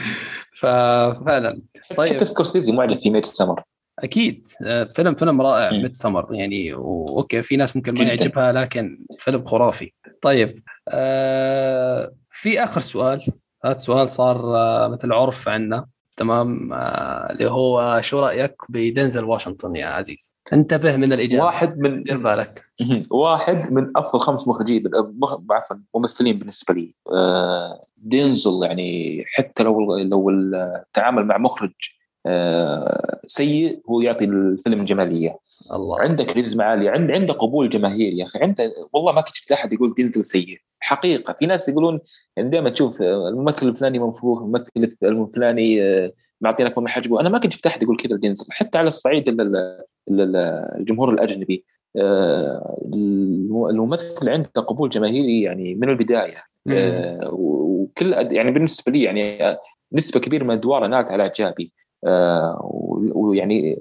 [SPEAKER 1] ففعلا
[SPEAKER 2] طيب. حتى سكورسيزي معجب في ميت سمر.
[SPEAKER 1] أكيد فيلم فيلم رائع ميت سمر يعني. وأوكي في ناس ممكن ما يعجبها لكن فيلم خرافي. طيب آه في آخر سؤال، هذا سؤال صار آه مثل عرف عنا تمام، آه اللي هو شو رأيك بدينزل واشنطن يا عزيز؟ انتبه من الإجابة.
[SPEAKER 2] واحد من
[SPEAKER 1] دير بالك.
[SPEAKER 2] واحد من أفضل خمس مخرجين عفوا ممثلين بالنسبة لي. آه دينزل يعني حتى لو لو التعامل مع مخرج آه سيء هو يعطي الفيلم جمالية.
[SPEAKER 1] الله.
[SPEAKER 2] عنده كاريزما عالية، عنده عنده قبول جماهيري يا أخي. عنده والله ما كنت شفت أحد يقول دينزل سيء حقيقة. في ناس يقولون يعني دائما تشوف الممثل الفلاني منفوخ، الممثل الفلاني آه معطينا كم حجبه. أنا ما كنت شفت أحد يقول كذا دينزل حتى على الصعيد الجمهور الأجنبي. آه الممثل عنده قبول جماهيري يعني من البداية. آه وكل يعني بالنسبة لي يعني نسبة كبيرة من أدواره نالت على إعجابي. آه ويعني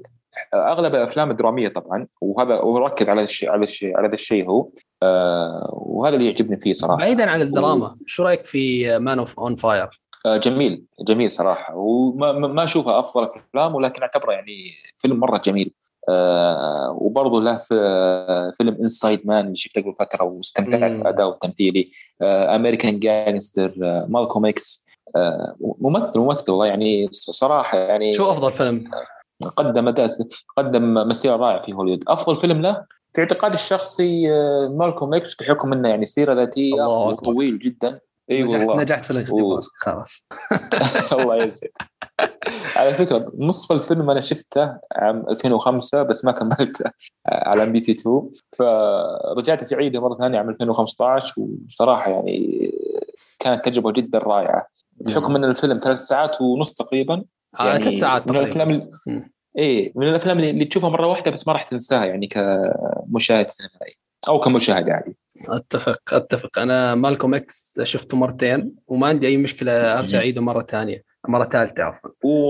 [SPEAKER 2] اغلب الافلام الدراميه طبعا، وهذا وركز على الشيء على الشيء على هذا الشيء هو آه وهذا اللي يعجبني فيه صراحه.
[SPEAKER 1] بعيدا عن الدراما و... شو رايك في مان اوف اون فاير؟
[SPEAKER 2] آه جميل جميل صراحه، وما ما اشوفه افضل افلام ولكن اعتبره يعني فيلم مره جميل. آه وبرضه له في فيلم انسايد مان اللي شفته قبل فتره واستمتعت في اداؤه التمثيلي. آه امريكان جانجستر، آه مالكوم اكس، آه ممثل ممثل والله يعني صراحه يعني.
[SPEAKER 1] شو افضل فيلم
[SPEAKER 2] قدم أداء قدم مسيرة رائعة في هوليوود. أفضل فيلم له في اعتقادي الشخصي مالكوم إكس، بحكم إنه يعني سيرة ذاتية وطويل جدا.
[SPEAKER 1] أي نجحت والله نجحت في الاختبار و... خلاص.
[SPEAKER 2] الله يجزيك. على فكرة نصف الفيلم أنا شفته عام ألفين وخمسة بس ما كملته على ام بي سي اثنين، فرجعت أعيده مرة ثانية عام ألفين وخمسة عشر، وصراحة يعني كانت تجربة جدا رائعة بحكم أن الفيلم ثلاث ساعات ونص تقريبا.
[SPEAKER 1] يعني ثلاث ساعات
[SPEAKER 2] من الأفلام ايه من الافلام اللي تشوفها مره واحده بس ما راح تنساها يعني كمشاهد سينمائي او كمشاهد عادي.
[SPEAKER 1] اتفق اتفق انا مالكوم اكس شفته مرتين وما عندي اي مشكله ارجع اعيده مره ثانيه مره ثالثه عفوا،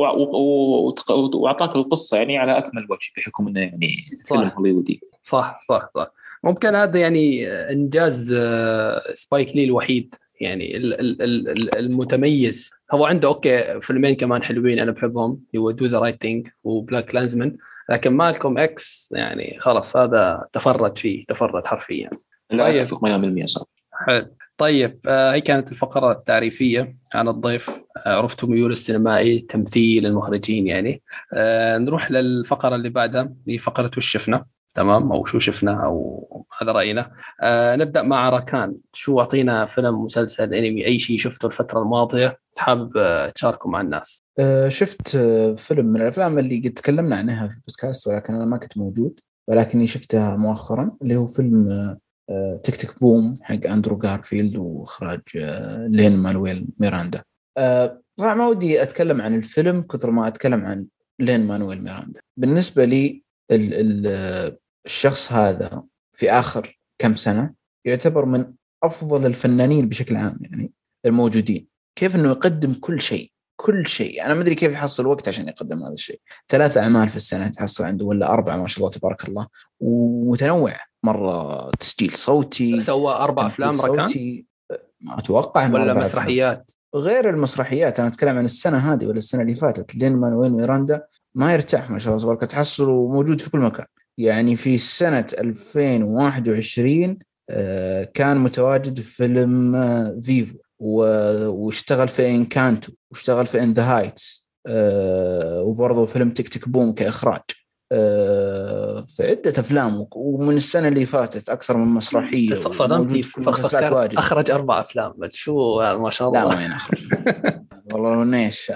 [SPEAKER 2] واعطاك القصه يعني على اكمل وجه بحكم انه يعني فيلم هوليوودي.
[SPEAKER 1] صح صح صح ممكن هذا يعني انجاز سبايك لي الوحيد يعني المتميز. هو عنده اوكي فيلمين كمان حلوين انا بحبهم، هو دو ذا رايت ثينج وبلاك لانزمان، لكن مالكوم اكس يعني خلاص هذا تفرد فيه تفرد حرفيا.
[SPEAKER 2] لا طيب. اتفق مية بالمية صح.
[SPEAKER 1] حلو طيب آه هي كانت الفقرة التعريفية عن الضيف. آه عرفتوا ميول السينمائي، تمثيل، المخرجين يعني. آه نروح للفقرة اللي بعدها، هي فقرة وش شفنا، تمام أو شو شفنا أو هذا رأينا. آه نبدأ مع راكان، شو أعطينا فيلم مسلسل أنمي أي شيء شفته الفترة الماضية حابب آه تشاركه مع الناس.
[SPEAKER 4] آه شفت آه فيلم من الأفلام اللي قد تكلمنا عنها في البودكاست ولكن أنا ما كنت موجود، ولكني شفتها مؤخرا، اللي هو فيلم آه تيك تيك بوم حق أندرو غارفيلد وإخراج آه لين مانويل ميراندا. آه طبعا ما ودي أتكلم عن الفيلم كثر ما أتكلم عن لين مانويل ميراندا. بالنسبة لي ال ال الشخص هذا في آخر كم سنة يعتبر من أفضل الفنانين بشكل عام يعني الموجودين. كيف إنه يقدم كل شيء كل شيء أنا ما أدري كيف يحصل وقت عشان يقدم هذا الشيء. ثلاث أعمال في السنة تحصل عنده ولا أربعة ما شاء الله تبارك الله، ومتنوع مرة، تسجيل صوتي،
[SPEAKER 1] سوى أربع أفلام ركان
[SPEAKER 4] ما أتوقع
[SPEAKER 1] ولا مسرحيات
[SPEAKER 4] أفلام. غير المسرحيات أنا أتكلم عن السنة هذه ولا السنة اللي فاتت. لين مانويل ميراندا ما يرتاح ما شاء الله تبارك، تحصله موجود في كل مكان. يعني في سنة ألفين وواحد وعشرين كان متواجد في فيلم فيفو، واشتغل في إنكانتو، واشتغل في إن ذا هايتس، وبرضه فيلم تيك تيك بوم كإخراج، في عدة أفلام. ومن السنة اللي فاتت أكثر من مسرحية،
[SPEAKER 1] صدمتني في أخرج أربع أفلام بس شو ما شاء الله.
[SPEAKER 4] لا ما ينخرج والله نيش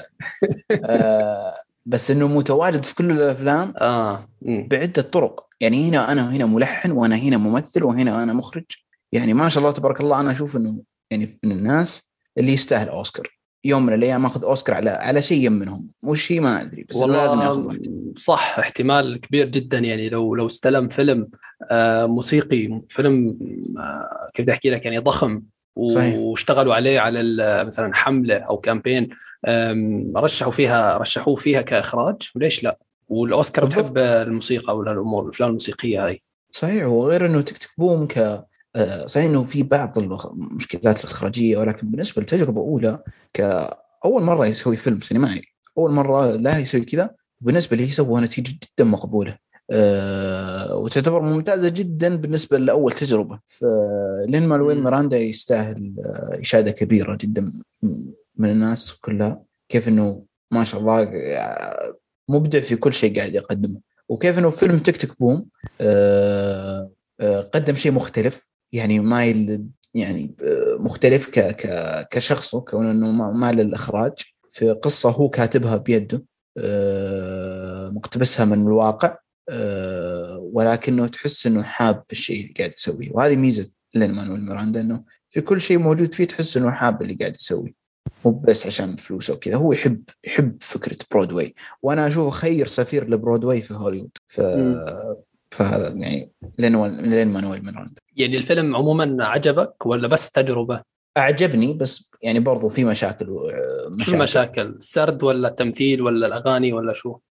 [SPEAKER 4] بس إنه متواجد في كل الأفلام
[SPEAKER 1] آه.
[SPEAKER 4] بعدة طرق. يعني هنا أنا هنا ملحن، وأنا هنا ممثل، وهنا أنا مخرج. يعني ما شاء الله تبارك الله. أنا أشوف إنه يعني من الناس اللي يستاهل أوسكار يوم من الأيام، أخذ أوسكار على على شيء منهم، مش شيء ما أدري بس لازم يأخذ واحد.
[SPEAKER 1] صح احتمال كبير جدا يعني لو لو استلم فيلم آه موسيقي، فيلم آه كيف أحكي لك يعني ضخم، واشتغلوا عليه على مثلا حملة أو كامبين رشحوا فيها رشحوه فيها كإخراج، وليش لا؟ والأوسكار تحب الموسيقى ولا الأمور الأفلام الموسيقية هاي.
[SPEAKER 4] صحيح. وغير إنه تيك تيك بوم ك صحيح إنه في بعض المشكلات الإخراجية، ولكن بالنسبة لتجربة أولى كأول مرة يسوي فيلم سينمائي، أول مرة لا يسوي كذا، بالنسبة لي يسوي نتيجة جدا مقبولة أه وتعتبر ممتازة جدا بالنسبة لأول تجربة. فلين مانويل ميراندا يستاهل إشادة كبيرة جدا من الناس كلها. كيف إنه ما شاء الله مبدع في كل شيء قاعد يقدمه، وكيف إنه فيلم تيك تيك بوم أه أه قدم شيء مختلف، يعني ما يل يعني مختلف ك ك كشخصه، كون إنه ما, ما للإخراج في قصة هو كاتبها بيده أه مقتبسها من الواقع، أه ولكنه تحس إنه حاب الشيء اللي قاعد يسويه. وهذه ميزة لين مانويل ميراندا، إنه في كل شيء موجود فيه تحس إنه حاب اللي قاعد يسويه، مو بس عشان فلوسه وكذا. هو يحب يحب فكرة برودواي، وأنا أشوفه خير سفير لبرودواي في هوليوود. ف فهذا يعني لين لين مانويل ميراندا.
[SPEAKER 1] يعني الفيلم عموما عجبك ولا بس تجربة؟
[SPEAKER 4] أعجبني بس يعني برضو في مشاكل.
[SPEAKER 1] مشاكل شو المشاكل؟ السرد ولا التمثيل ولا الأغاني ولا شو؟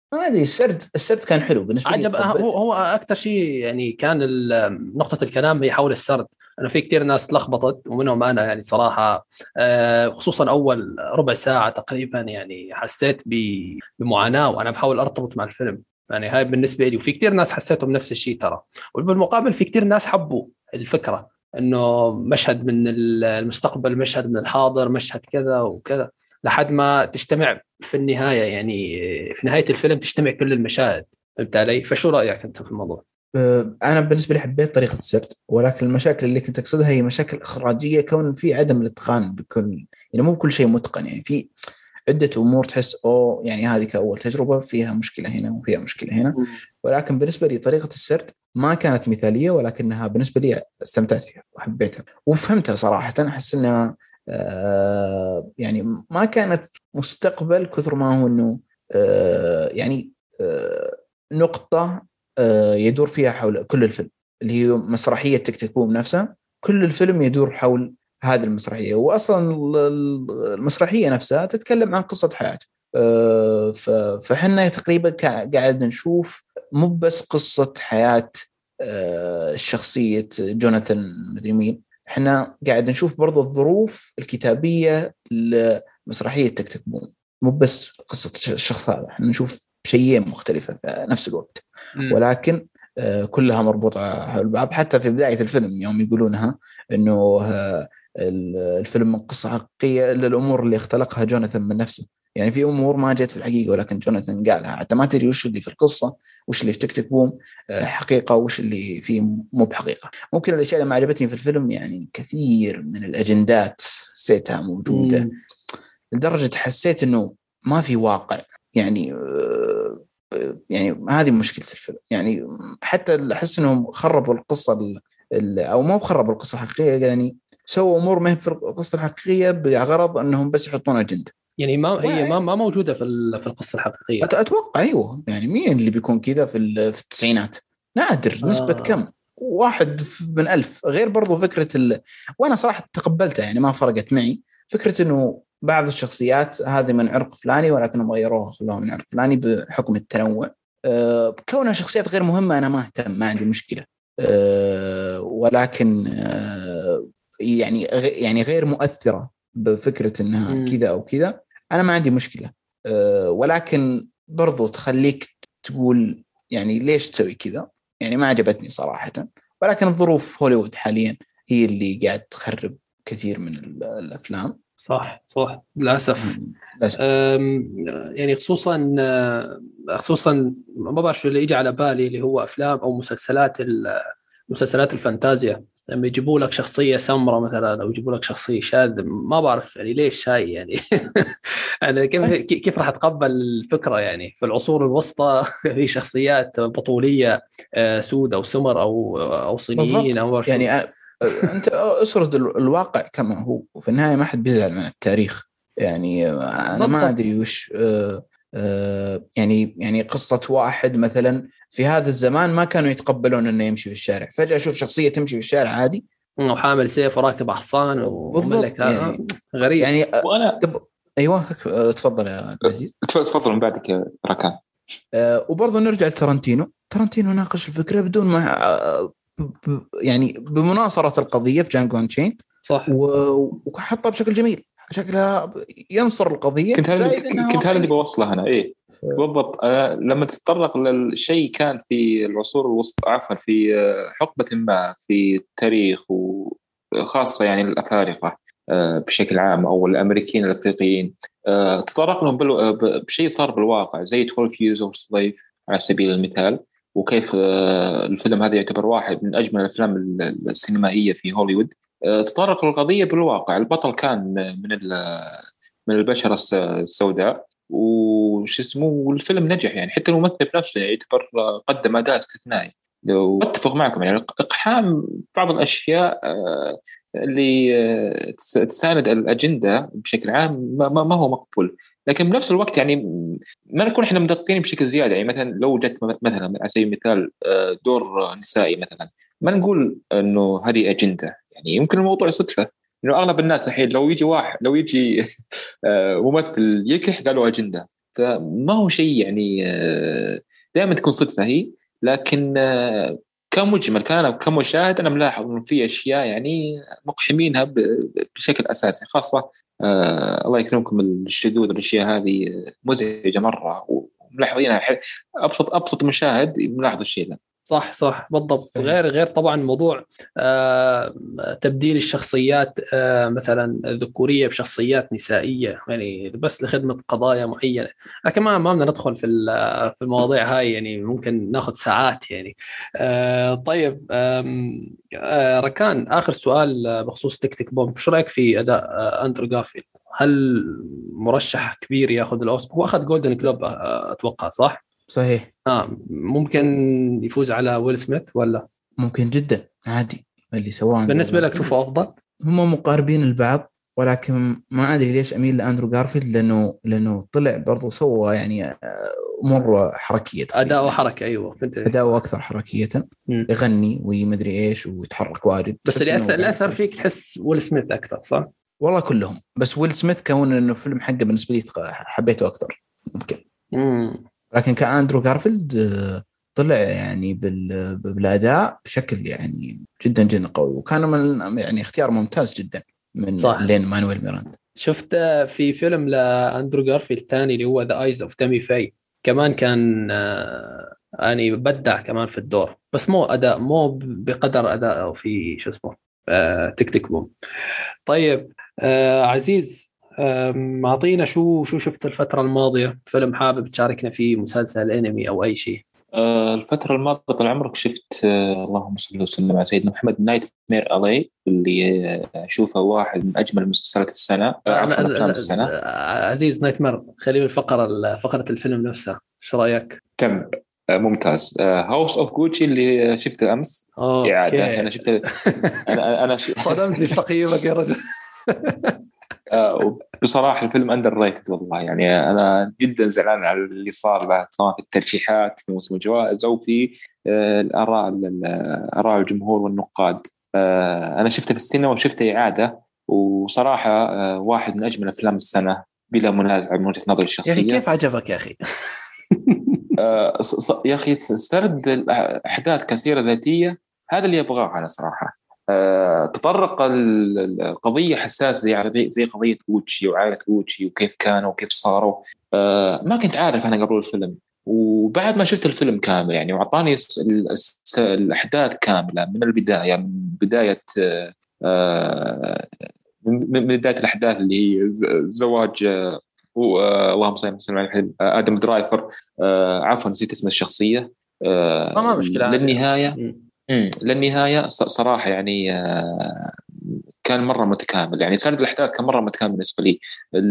[SPEAKER 4] ما ادري السرد السرد كان حلو بالنسبه لي.
[SPEAKER 1] عجب هو هو اكثر شيء يعني كان نقطه الكلام هي حول السرد. انا في كثير ناس تلخبطت ومنهم انا يعني صراحه، خصوصا اول ربع ساعه تقريبا يعني حسيت بمعاناه وانا بحاول ارتبط مع الفيلم. يعني هاي بالنسبه لي، وفي كثير ناس حسيتهم نفس الشيء ترى. وبالمقابل في كثير ناس حبوا الفكره انه مشهد من المستقبل، مشهد من الحاضر، مشهد كذا وكذا، لحد ما تجتمع في النهايه. يعني في نهايه الفيلم تجتمع كل المشاهد. فهمت علي؟ فشو رايك انت في الموضوع؟
[SPEAKER 4] انا بالنسبه لي حبيت طريقه السرد، ولكن المشاكل اللي كنت اقصدها هي مشاكل اخراجيه، كون في عدم الاتقان بكل، يعني مو بكل شيء متقن. يعني في عده امور تحس او يعني هذه كاول تجربه فيها مشكله هنا وفيها مشكله هنا. ولكن بالنسبه لي طريقه السرد ما كانت مثاليه، ولكنها بالنسبه لي استمتعت فيها وحبيتها وفهمتها صراحه. احس انها آه يعني ما كانت مستقبل كثر ما هو انه آه يعني آه نقطه آه يدور فيها حول كل الفيلم، اللي هي مسرحيه تيك تيك بوم نفسها. كل الفيلم يدور حول هذه المسرحيه، واصلا المسرحيه نفسها تتكلم عن قصه حياه. آه فحنا تقريبا قاعد نشوف مو بس قصه حياه آه شخصيه جوناثان مدري مين، احنا قاعد نشوف برضو الظروف الكتابية لمسرحية تيك تيك بوم. مو بس قصة الشخص هذا، احنا نشوف شيئين مختلفة في نفس الوقت، ولكن آه كلها مربوطة حول بعض. حتى في بداية الفيلم يوم يقولونها انه آه الفيلم من قصة حقيقية إلا الأمور اللي اختلقها جوناثان من نفسه. يعني في أمور ما جت في الحقيقة ولكن جوناثان قالها، حتى ما تدري وش اللي في القصة، وش اللي في تيك تيك بوم حقيقة وش اللي فيه مو بحقيقة. ممكن الأشياء اللي ما عجبتني في الفيلم يعني كثير من الأجندات حسيتها موجودة مم. لدرجة حسيت إنه ما في واقع. يعني يعني هذه مشكلة الفيلم. يعني حتى أحس إنهم خربوا القصة أو ما خربوا القصة الحقيقية، يعني سووا أمور ما هي في القصة الحقيقية بغرض أنهم بس يحطون أجندة.
[SPEAKER 1] يعني ما هي ما ما موجودة في في القصة الحقيقية.
[SPEAKER 4] أتوقع أيوه. يعني مين اللي بيكون كذا في في التسعينات؟ نادر. آه. نسبة كم؟ واحد من ألف. غير برضو فكرة ال... وأنا صراحة تقبلتها، يعني ما فرقت معي فكرة إنه بعض الشخصيات هذه من عرق فلاني ولكنهم غيروها خلوها من عرق فلاني بحكم التنوع. أه كونها شخصيات غير مهمة أنا ما أهتم، ما عندي مشكلة. أه ولكن أه يعني يعني غير مؤثرة بفكرة إنها كذا أو كذا أنا ما عندي مشكلة. أه ولكن برضو تخليك تقول يعني ليش تسوي كذا. يعني ما عجبتني صراحة. ولكن الظروف هوليوود حاليا هي اللي قاعد تخرب كثير من الأفلام.
[SPEAKER 1] صح صح للأسف. يعني خصوصا خصوصا ما بعرف شو اللي يجي على بالي، اللي هو أفلام أو مسلسلات مسلسلات الفانتازيا لما يجيبوا لك شخصية سمراء مثلا أو يجيبوا لك شخصية شاذ، ما بعرف يعني ليش هاي يعني أنا كيف كيف راح أتقبل الفكرة؟ يعني في العصور الوسطى في شخصيات بطولية سود أو سمر أو أو صينيين أو
[SPEAKER 4] يعني أنا أنت أسرد الواقع كما هو، وفي النهاية ما حد بيزعل من التاريخ. يعني أنا بالضبط. ما أدري وش أه أه يعني يعني قصة واحد مثلا في هذا الزمان ما كانوا يتقبلون إنه يمشي في الشارع، فجأة أشوف شخصية تمشي في الشارع عادي
[SPEAKER 1] وحامل سيف وراكب حصان وملك.
[SPEAKER 4] يعني
[SPEAKER 1] غريب.
[SPEAKER 4] يعني
[SPEAKER 2] وأنا
[SPEAKER 4] تب... أيوه تفضل يا عزيز.
[SPEAKER 2] تفضل من بعدك يا ركان.
[SPEAKER 4] أه وبرضه نرجع لترنتينو. ترنتينو ناقش الفكرة بدون ما أه ب... يعني بمناصرة القضية في جانجو أنشيند.
[SPEAKER 1] صح.
[SPEAKER 4] وحطها بشكل جميل، شكلها ينصر القضية.
[SPEAKER 2] كنت هذا كنت هذا اللي بوصله هنا. إيه بالضبط. أنا لما تتطرق للشيء كان في العصور الوسطى، عفوا في حقبة ما في التاريخ، وخاصة يعني الأفارقة بشكل عام أو الأمريكيين الأفريقيين، تطرق لهم بشيء صار بالواقع زي twelve years of slave على سبيل المثال. وكيف الفيلم هذا يعتبر واحد من أجمل الأفلام السينمائية في هوليوود. تطرق للقضية بالواقع. البطل كان من من البشرة السوداء وش اسمه، والفيلم نجح. يعني حتى الممثل بنفسه يعتبر قدم أداء استثنائي. لو أتفق معكم يعني إقحام بعض الأشياء اللي تساند الأجندة بشكل عام ما, ما هو مقبول. لكن بنفس الوقت يعني ما نكون إحنا مدققين بشكل زيادة. يعني مثلا لو جت مثلا على سبيل المثال دور نسائي مثلا، ما نقول إنه هذه أجندة. يعني يمكن الموضوع صدفة، إنه أغلب الناس الحين لو يجي واحد لو يجي ممثل يكح قالوا أجندة. فما هو شيء يعني دائما تكون صدفة هي، لكن كمجمل كان أنا كمشاهد أنا ملاحظ إنه في أشياء يعني مقحمينها بشكل أساسي، خاصة آه الله يكرمكم الشذوذ والأشياء هذه مزعجة مرة وملاحظينها. أبسط أبسط مشاهد ملاحظ الشيء ذا.
[SPEAKER 1] صح صح بالضبط. غير غير طبعا موضوع آه تبديل الشخصيات آه مثلا الذكورية بشخصيات نسائية يعني بس لخدمة قضايا معينة، لكن ما ما بدنا ندخل في في المواضيع هاي يعني ممكن ناخذ ساعات يعني. آه طيب آه ركان، آخر سؤال بخصوص تيك تيك بوم، شو رأيك في أداء آه أندرو غارفيلد؟ هل مرشح كبير ياخذ الأوسكار؟ هو أخذ جولدن جلوب أتوقع صح؟
[SPEAKER 4] صحيح.
[SPEAKER 1] آه ممكن يفوز على ويل سميث ولا؟
[SPEAKER 4] ممكن جدا عادي اللي سواه.
[SPEAKER 1] بالنسبة لك شوفه أفضل؟
[SPEAKER 4] هم مقاربين البعض، ولكن ما أدري ليش أميل لأندرو غارفيلد، لأنه لأنه طلع برضو سوى يعني أمور حركية،
[SPEAKER 1] أداء وحركة. أيوة
[SPEAKER 4] أداء أكثر حركية،
[SPEAKER 1] م.
[SPEAKER 4] يغني ويمدري إيش ويتحرك واجد.
[SPEAKER 1] بس اللي أثر, اللي أثر فيك تحس ويل سميث أكثر صح؟
[SPEAKER 4] والله كلهم، بس ويل سميث كون إنه فيلم حقه بالنسبة لي حبيته أكثر ممكن.
[SPEAKER 1] م.
[SPEAKER 4] لكن كأندرو غارفيلد طلع يعني بالأداء بشكل يعني جدا جدا قوي، وكان من يعني اختيار ممتاز جدا من صح. لين مانويل ميراند.
[SPEAKER 1] شفت في فيلم لأندرو غارفيلد الثاني اللي هو The Eyes of Tammy Faye، كمان كان يعني بدع كمان في الدور، بس مو أداء مو بقدر أداءه في شو اسمه تيك تيك بوم. طيب عزيز معطينا شو شو شفت الفترة الماضية، فيلم حابب تشاركنا فيه، مسلسل انمي أو أي شيء؟
[SPEAKER 2] الفترة الماضية طال عمرك شفت آه اللهم صل وسلم على سيدنا محمد نايت مير ألي، اللي أشوفه واحد من أجمل مسلسلات السنة، عفوا أفلام السنة.
[SPEAKER 1] عزيز نايت مير خلينا الفقرة فقرة الفيلم نفسها، شو رأيك؟
[SPEAKER 2] تم آه ممتاز. هاوس أوف جوتشي اللي شفته أمس إعادة، أنا شفته أنا أنا ش...
[SPEAKER 1] صدمتني في تقييمك يا رجل.
[SPEAKER 2] آه بصراحة الفيلم أندر ريتد والله، يعني أنا جدا زعلان على اللي صار له، سواء في الترشيحات في موسم الجوائز أو في آه الآراء آراء الجمهور والنقاد. آه أنا شفته في السينما وشفته إعادة، وصراحة آه واحد من أجمل أفلام السنة بلا منازع من وجهة نظري الشخصية.
[SPEAKER 1] يعني كيف عجبك يا أخي؟
[SPEAKER 2] آه يا أخي سرد الأحداث كسيرة ذاتية، هذا اللي أبغاه أنا صراحة. أه تطرق القضية حساسة يعني زي قضية غوتشي وعائلة غوتشي وكيف كانوا وكيف صاروا. أه ما كنت عارف أنا قبل الفيلم، وبعد ما شفت الفيلم كامل يعني وعطاني الأحداث كاملة من البداية، من بداية أه من بداية الأحداث اللي هي زواج أه اللهم صل وسلم على آدم درايفر، أه عفوا نسيت اسم الشخصية، أه
[SPEAKER 1] ما مشكلة
[SPEAKER 2] للنهاية. امم للنهاية صراحة يعني كان مرة متكامل، يعني سرد الأحداث كان مرة متكامل بالنسبة لي.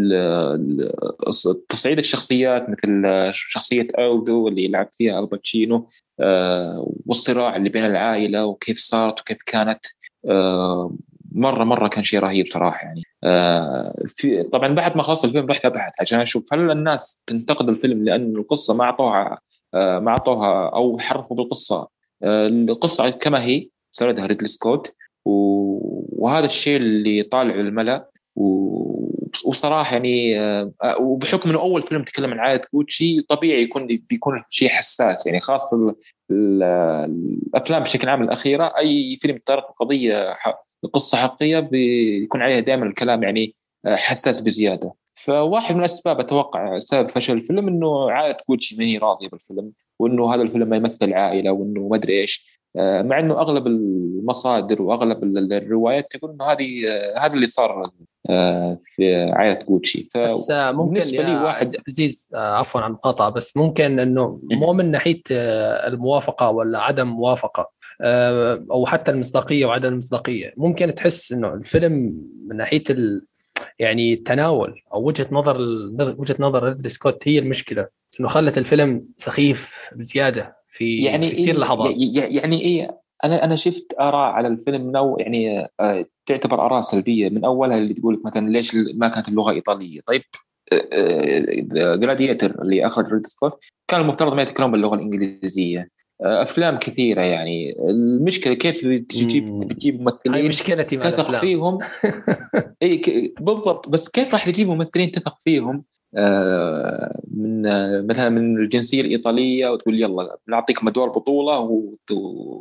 [SPEAKER 2] تصعيد الشخصيات مثل شخصية ألدو اللي يلعب فيها الباتشينو، والصراع اللي بين العائلة وكيف صارت وكيف كانت، مرة مرة كان شيء رهيب صراحة يعني. في طبعا بعد ما خلص الفيلم رحت أبحث عشان أشوف هل الناس تنتقد الفيلم لأن القصة ما أعطوها ما أعطوها أو حرفوا بالقصة. القصة كما هي سردها ريدلي سكوت، وهذا الشيء اللي طالع للملأ. وصراحة يعني وبحكم أنه أول فيلم تكلم عن عائلة غوتشي طبيعي يكون بيكون شيء حساس، يعني خاصة الأفلام بشكل عام الأخيرة أي فيلم يتطرق قضية قصة حقيقية بيكون عليها دائما الكلام يعني حساس بزيادة. فواحد من الأسباب أتوقع سبب فشل الفيلم إنه عائلة غوتشي ما هي راضية بالفيلم، وإنه هذا الفيلم ما يمثل عائلة، وإنه ما أدري إيش، مع إنه أغلب المصادر وأغلب الروايات تقول إنه هذه هذا اللي صار في عائلة غوتشي.
[SPEAKER 1] بس ممكن لي واحد عزيز عفوا عن القطع، بس ممكن إنه مو من ناحية الموافقة ولا عدم موافقة أو حتى المصداقية وعدم المصداقية، ممكن تحس إنه الفيلم من ناحية ال يعني التناول أو وجهة نظر وجهة نظر ريدلي سكوت هي المشكلة، إنه خلت الفيلم سخيف بزيادة في,
[SPEAKER 2] يعني
[SPEAKER 1] في كثير
[SPEAKER 2] إيه
[SPEAKER 1] لحظات.
[SPEAKER 2] يعني إيه أنا أنا شفت آراء على الفيلم من أول يعني آه تعتبر آراء سلبية من أولها، اللي تقول مثلا ليش ما كانت اللغة إيطالية. طيب جلاديتر آه اللي أخرج ريدلي سكوت كان المفترض ما يتكلم باللغة الإنجليزية. آه أفلام كثيرة يعني المشكلة كيف تجيب تجيب ممثلين تثق فيهم. اي بالضبط، بس كيف راح تجيب ممثلين تثق فيهم آه، من آه، مثلا من الجنسيه الايطاليه وتقول يلا بنعطيكم ادوار بطوله وت-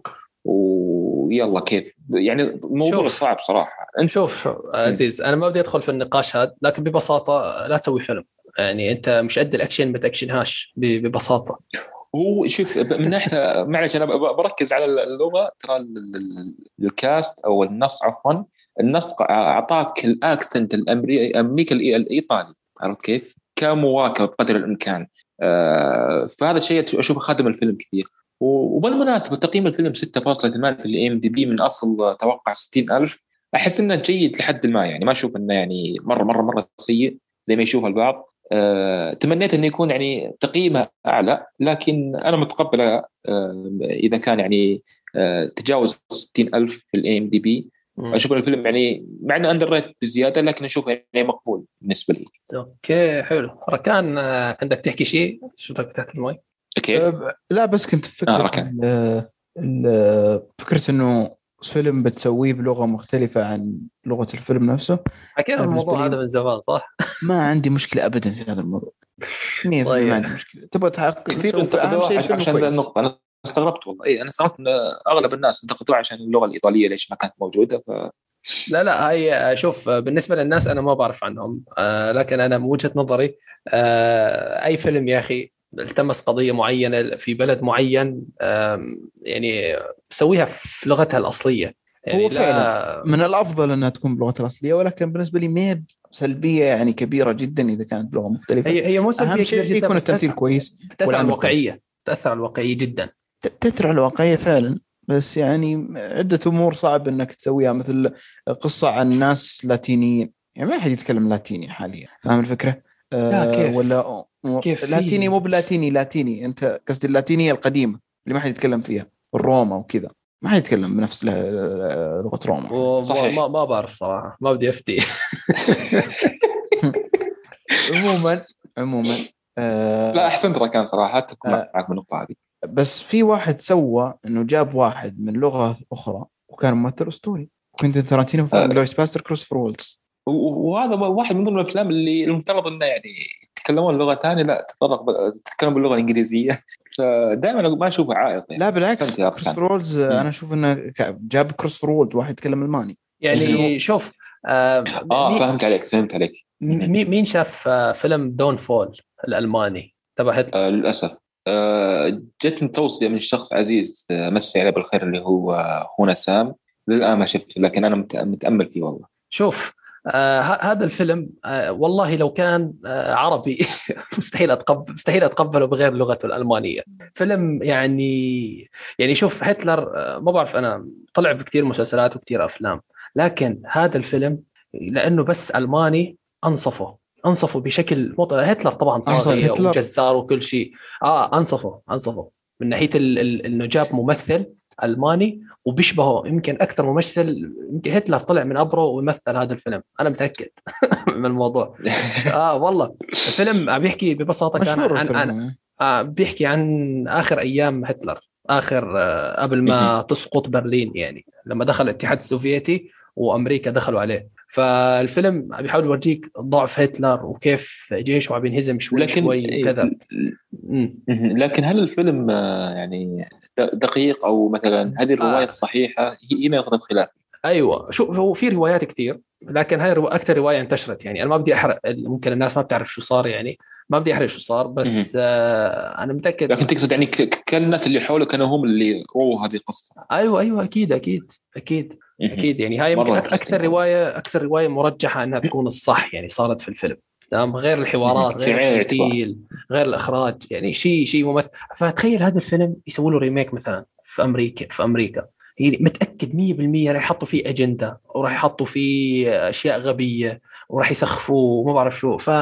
[SPEAKER 2] ويلا كيف يعني الموضوع
[SPEAKER 1] شوف
[SPEAKER 2] صعب صراحه. انت
[SPEAKER 1] شوف
[SPEAKER 2] مم.
[SPEAKER 1] عزيز، انا ما بدي ادخل في النقاش هذا، لكن ببساطه لا تسوي فيلم. يعني انت مش قد الاكشن، ما تاكشنهاش ب- ببساطه.
[SPEAKER 2] هو شوف من ناحيه معلش انا ب- بركز على اللغه، ترى ال- ال- الكاست او النص عفوا، النص اعطاك الاكسنت الامريكي الامريكي الايطالي، عرفت كيف؟ كان مواكب قدر الامكان. آه، فهذا الشيء اشوفه خادم الفيلم كثير. وبالمناسبه تقييم الفيلم ستة فاصلة ثمانية في الام دي بي من اصل توقع ستين ألف، احس انه جيد لحد ما، يعني ما اشوف انه يعني مره مره مره سيء زي ما يشوف البعض. أه تمنيت انه يكون يعني تقييمه اعلى، لكن انا متقبله أه اذا كان يعني أه تجاوز ستين ألف في الاي ام دي بي.
[SPEAKER 1] مم.
[SPEAKER 2] اشوف الفيلم يعني مع انه اندر ريت بزياده، لكن اشوفه يعني مقبول بالنسبه لي.
[SPEAKER 1] اوكي حلو. ركان، آه، عندك تحكي شيء؟ شفتك تحت المي.
[SPEAKER 2] كيف؟
[SPEAKER 4] أه، لا بس كنت في
[SPEAKER 2] اه
[SPEAKER 4] فكرة
[SPEAKER 2] ركان.
[SPEAKER 4] ال- ال- فكرة انه فيلم بتسويه بلغة مختلفة عن لغة الفيلم نفسه.
[SPEAKER 1] حكينا
[SPEAKER 4] انا بالنسبة
[SPEAKER 1] الموضوع هذا
[SPEAKER 4] لي
[SPEAKER 1] من زمان صح؟
[SPEAKER 4] ما عندي مشكلة ابدا في هذا الموضوع، مية بالمية ما
[SPEAKER 1] طيب.
[SPEAKER 4] عندي مشكلة. تبغى تحقق
[SPEAKER 2] كثير
[SPEAKER 4] سوي في اهم
[SPEAKER 2] انتقدوه
[SPEAKER 4] شيء
[SPEAKER 2] عش-
[SPEAKER 4] الفيلم
[SPEAKER 2] عشان ذا
[SPEAKER 4] كويس.
[SPEAKER 2] النقطه. انا استغربت والله، اي انا استغربت ان اغلب الناس انتقدوه عشان اللغه الايطاليه ليش ما كانت موجوده. ف
[SPEAKER 1] لا لا، هي شوف، بالنسبة للناس أنا ما بعرف عنهم، آه لكن أنا من وجهة نظري، آه أي فيلم يا أخي التمس قضية معينة في بلد معين، آه يعني سويها في لغتها الأصلية. يعني
[SPEAKER 4] هو فعلا
[SPEAKER 1] لا.
[SPEAKER 4] من الافضل انها تكون بلغتها الاصلية، ولكن بالنسبة لي ما هي سلبية يعني كبيرة جدا اذا كانت بلغة مختلفة.
[SPEAKER 1] هي هي مو
[SPEAKER 4] اهم
[SPEAKER 1] سلبية كبيرة
[SPEAKER 4] شيء
[SPEAKER 1] جدا،
[SPEAKER 4] يكون
[SPEAKER 1] بس
[SPEAKER 4] التمثيل
[SPEAKER 1] تأثر
[SPEAKER 4] كويس
[SPEAKER 1] تأثر على
[SPEAKER 4] والعمل كويس.
[SPEAKER 1] الواقعية، تأثر على الواقعية جدا.
[SPEAKER 4] تأثر على الواقعية فعلا، بس يعني عدة أمور صعب أنك تسويها، مثل قصة عن ناس لاتينيين، يعني ما حد يتكلم لاتيني حاليا، فاهم الفكرة؟
[SPEAKER 1] لا
[SPEAKER 4] أه
[SPEAKER 1] كيف؟
[SPEAKER 4] ولا أمور
[SPEAKER 1] كيف
[SPEAKER 4] لاتيني،
[SPEAKER 1] في؟
[SPEAKER 4] مو بلاتيني لاتيني، أنت قصدي اللاتينية القديمة اللي ما حد يتكلم فيها، روما وكذا، ما حد يتكلم بنفس له- لغة روما حاليا.
[SPEAKER 1] وما
[SPEAKER 2] صحيح.
[SPEAKER 1] ما ما بعرف صراحة، ما بدي أفتي.
[SPEAKER 4] عموما عموما
[SPEAKER 2] لا
[SPEAKER 4] أه
[SPEAKER 2] احسنت ركان صراحه، اتفق
[SPEAKER 4] أه
[SPEAKER 2] معك بالنقطه هذه.
[SPEAKER 4] بس في واحد سوى انه جاب واحد من لغة اخرى وكان ممثل اسطوري، كوينتين تارانتينو في
[SPEAKER 2] آه،
[SPEAKER 4] انجلوريس باستر كروسفور وولز.
[SPEAKER 2] و- وهذا واحد من ضمن الافلام اللي المفترض انه يعني يتكلمون لغه ثانيه، لا تتطرق ب- تتكلم باللغه الانجليزيه. فدائما ما اشوفه عائق يعني.
[SPEAKER 4] لا
[SPEAKER 2] احسنت
[SPEAKER 4] بالعكس،
[SPEAKER 2] يا ركان.
[SPEAKER 4] كروسفور وولز انا
[SPEAKER 2] مم.
[SPEAKER 4] اشوف انه ك- جاب كروسفور وولز واحد يتكلم الماني، بس انه
[SPEAKER 1] يعني شوف، آه
[SPEAKER 2] اه
[SPEAKER 1] مين
[SPEAKER 2] فهمت عليك فهمت عليك. مم.
[SPEAKER 1] مين مين شاف آه، فيلم دون فول الألماني تبع هتلر؟
[SPEAKER 2] آه للاسف. آه جتني توصيه من شخص عزيز، آه مسي عليه بالخير، اللي هو اخونا سام. للان ما شفته، لكن انا مت- متامل فيه والله.
[SPEAKER 1] شوف، آه ه- هذا الفيلم، آه والله لو كان آه عربي مستحيل اتقبل مستحيل اتقبله بغير لغته الالمانيه. فيلم يعني، يعني شوف هتلر، آه ما بعرف، انا طلع بكثير مسلسلات وكثير افلام، لكن هذا الفيلم لانه بس الماني انصفه، انصفه بشكل مط... هتلر طبعا
[SPEAKER 4] انصف
[SPEAKER 1] طاغيه
[SPEAKER 4] هتلر.
[SPEAKER 1] وجزار وكل شيء. اه انصفه انصفه من ناحيه ال... ال... انه جاب ممثل الماني وبيشبهه يمكن اكثر ممثل. يمكن هتلر طلع من ابره ويمثل هذا الفيلم، انا متاكد من الموضوع. اه والله. الفيلم عم بيحكي ببساطه كان
[SPEAKER 4] مشهور
[SPEAKER 1] عن
[SPEAKER 4] الفيلم
[SPEAKER 1] عن
[SPEAKER 4] هو.
[SPEAKER 1] آه بيحكي عن اخر ايام هتلر، اخر آه قبل ما تسقط برلين، يعني لما دخل الاتحاد السوفيتي وامريكا دخلوا عليه. فالفيلم عم بيحاول يورجيك ضعف هتلر وكيف جيشه عم ينهزم شوي
[SPEAKER 2] لكن
[SPEAKER 1] شوي وكذا. مم.
[SPEAKER 2] لكن هل الفيلم آه، يعني دقيق، او مثلا هذه الروايه
[SPEAKER 1] آه
[SPEAKER 2] الصحيحه؟ هي هنا نقطه خلاف.
[SPEAKER 1] ايوه، شوف هو في روايات كثير، لكن هاي روا... اكثر روايه انتشرت. يعني انا ما بدي احرق، ممكن الناس ما بتعرف شو صار، يعني ما بدي احرق شو صار، بس آه انا متاكد.
[SPEAKER 2] لكن تقصد يعني ك- ك- كل الناس اللي حوله كانوا هم اللي رووا هذه القصه.
[SPEAKER 1] ايوه ايوه اكيد اكيد اكيد
[SPEAKER 2] مهم.
[SPEAKER 1] اكيد. يعني هاي يمكن
[SPEAKER 2] مره
[SPEAKER 1] أك- اكثر
[SPEAKER 2] انترستنج والله.
[SPEAKER 1] روايه اكثر روايه مرجحه انها تكون الصح، يعني صارت في الفيلم. تمام، غير
[SPEAKER 2] مهم.
[SPEAKER 1] الحوارات،
[SPEAKER 2] في
[SPEAKER 1] غير
[SPEAKER 2] عين الاعتبار.
[SPEAKER 1] التمثيل، غير الاخراج، يعني شيء شيء ممثل. فتخيل هذا الفيلم يسوي له ريميك مثلا في امريكا في امريكا يعني متاكد مية بالمية راح يحطوا فيه اجنده، وراح يحطوا فيه اشياء غبيه، وراح يسخفوه وما بعرف شو. ف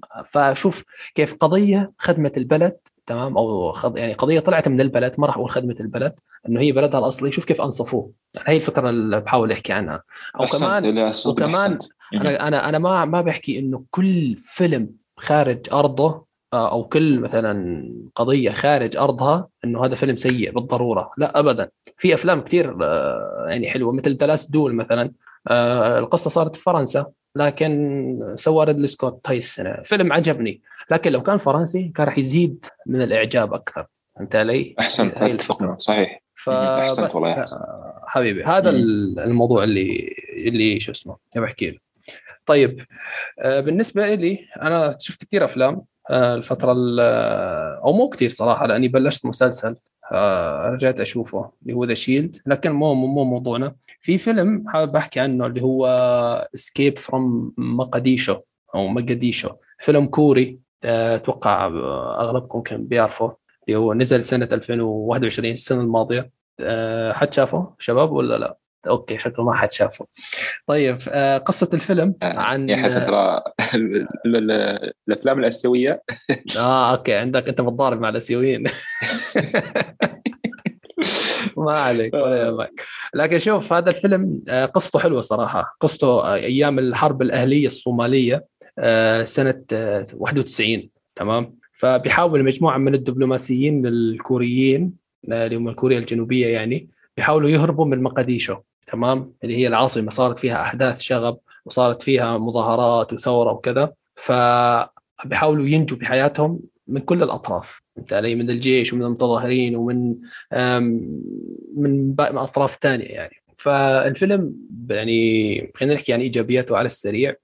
[SPEAKER 1] فشوف كيف قضيه خدمه البلد، تمام، او خض... يعني قضيه طلعت من البلد، ما راح اقول خدمه البلد، انه هي بلدها الاصلي. شوف كيف انصفوه، يعني هي الفكره اللي بحاول احكي عنها. او
[SPEAKER 2] احسنت،
[SPEAKER 1] كمان
[SPEAKER 2] لا صدق
[SPEAKER 1] وكمان
[SPEAKER 2] احسنت. مهم.
[SPEAKER 1] انا انا انا ما ما بحكي انه كل فيلم خارج ارضه، آه، او كل مثلا قضيه خارج ارضها انه هذا فيلم سيء بالضروره، لا ابدا. في افلام كثير آه، يعني حلوه، مثل ثلاث دول مثلا. آه، القصه صارت في فرنسا، لكن سوى ريدلي سكوت هاي السنة فيلم عجبني، لكن لو كان فرنسي كان راح يزيد من الإعجاب أكثر. أنت علي؟
[SPEAKER 2] أحسنت،
[SPEAKER 1] هاي
[SPEAKER 2] أتفق
[SPEAKER 1] الفكرة.
[SPEAKER 2] معك صحيح. أحسنت والله
[SPEAKER 1] فبس
[SPEAKER 2] يا حسن.
[SPEAKER 1] حبيبي هذا
[SPEAKER 2] مم.
[SPEAKER 1] الموضوع اللي اللي شو اسمه بحكي له. طيب بالنسبة لي أنا شفت كثير أفلام الفترة أو مو كثير صراحة، لأني بلشت مسلسل رجعت أشوفه اللي هو ذا شيلد، لكن مو مو موضوعنا. في فيلم حابب أحكي عنه اللي هو Escape from Mogadishu أو مقديشو، فيلم كوري أتوقع أغلبكم كان بيعرفه، اللي هو نزل سنة ألفين وواحد وعشرين السنة الماضية. حد شافه شباب ولا لا؟ أوكي شكله ما حد شافه. طيب قصة الفيلم عن
[SPEAKER 2] يا حسن ترى الأفلام الآسيوية
[SPEAKER 1] آه أوكي عندك أنت متضارب مع الآسيويين. ما عليك ولا يهمك. لكن شوف هذا الفيلم قصته حلوة صراحة، قصته أيام الحرب الأهلية الصومالية سنة واحد وتسعين. تمام. فبيحاول مجموعة من الدبلوماسيين الكوريين اللي هم كوريا الجنوبية يعني بيحاولوا يهربوا من مقديشو، تمام، اللي هي العاصمة صارت فيها أحداث شغب وصارت فيها مظاهرات وثورة وكذا. فبيحاولوا ينجوا بحياتهم من كل الأطراف، علي، من الجيش ومن المتظاهرين ومن من أطراف تانية يعني. فالفيلم يعني خلينا نحكي عن إيجابياته على السريع.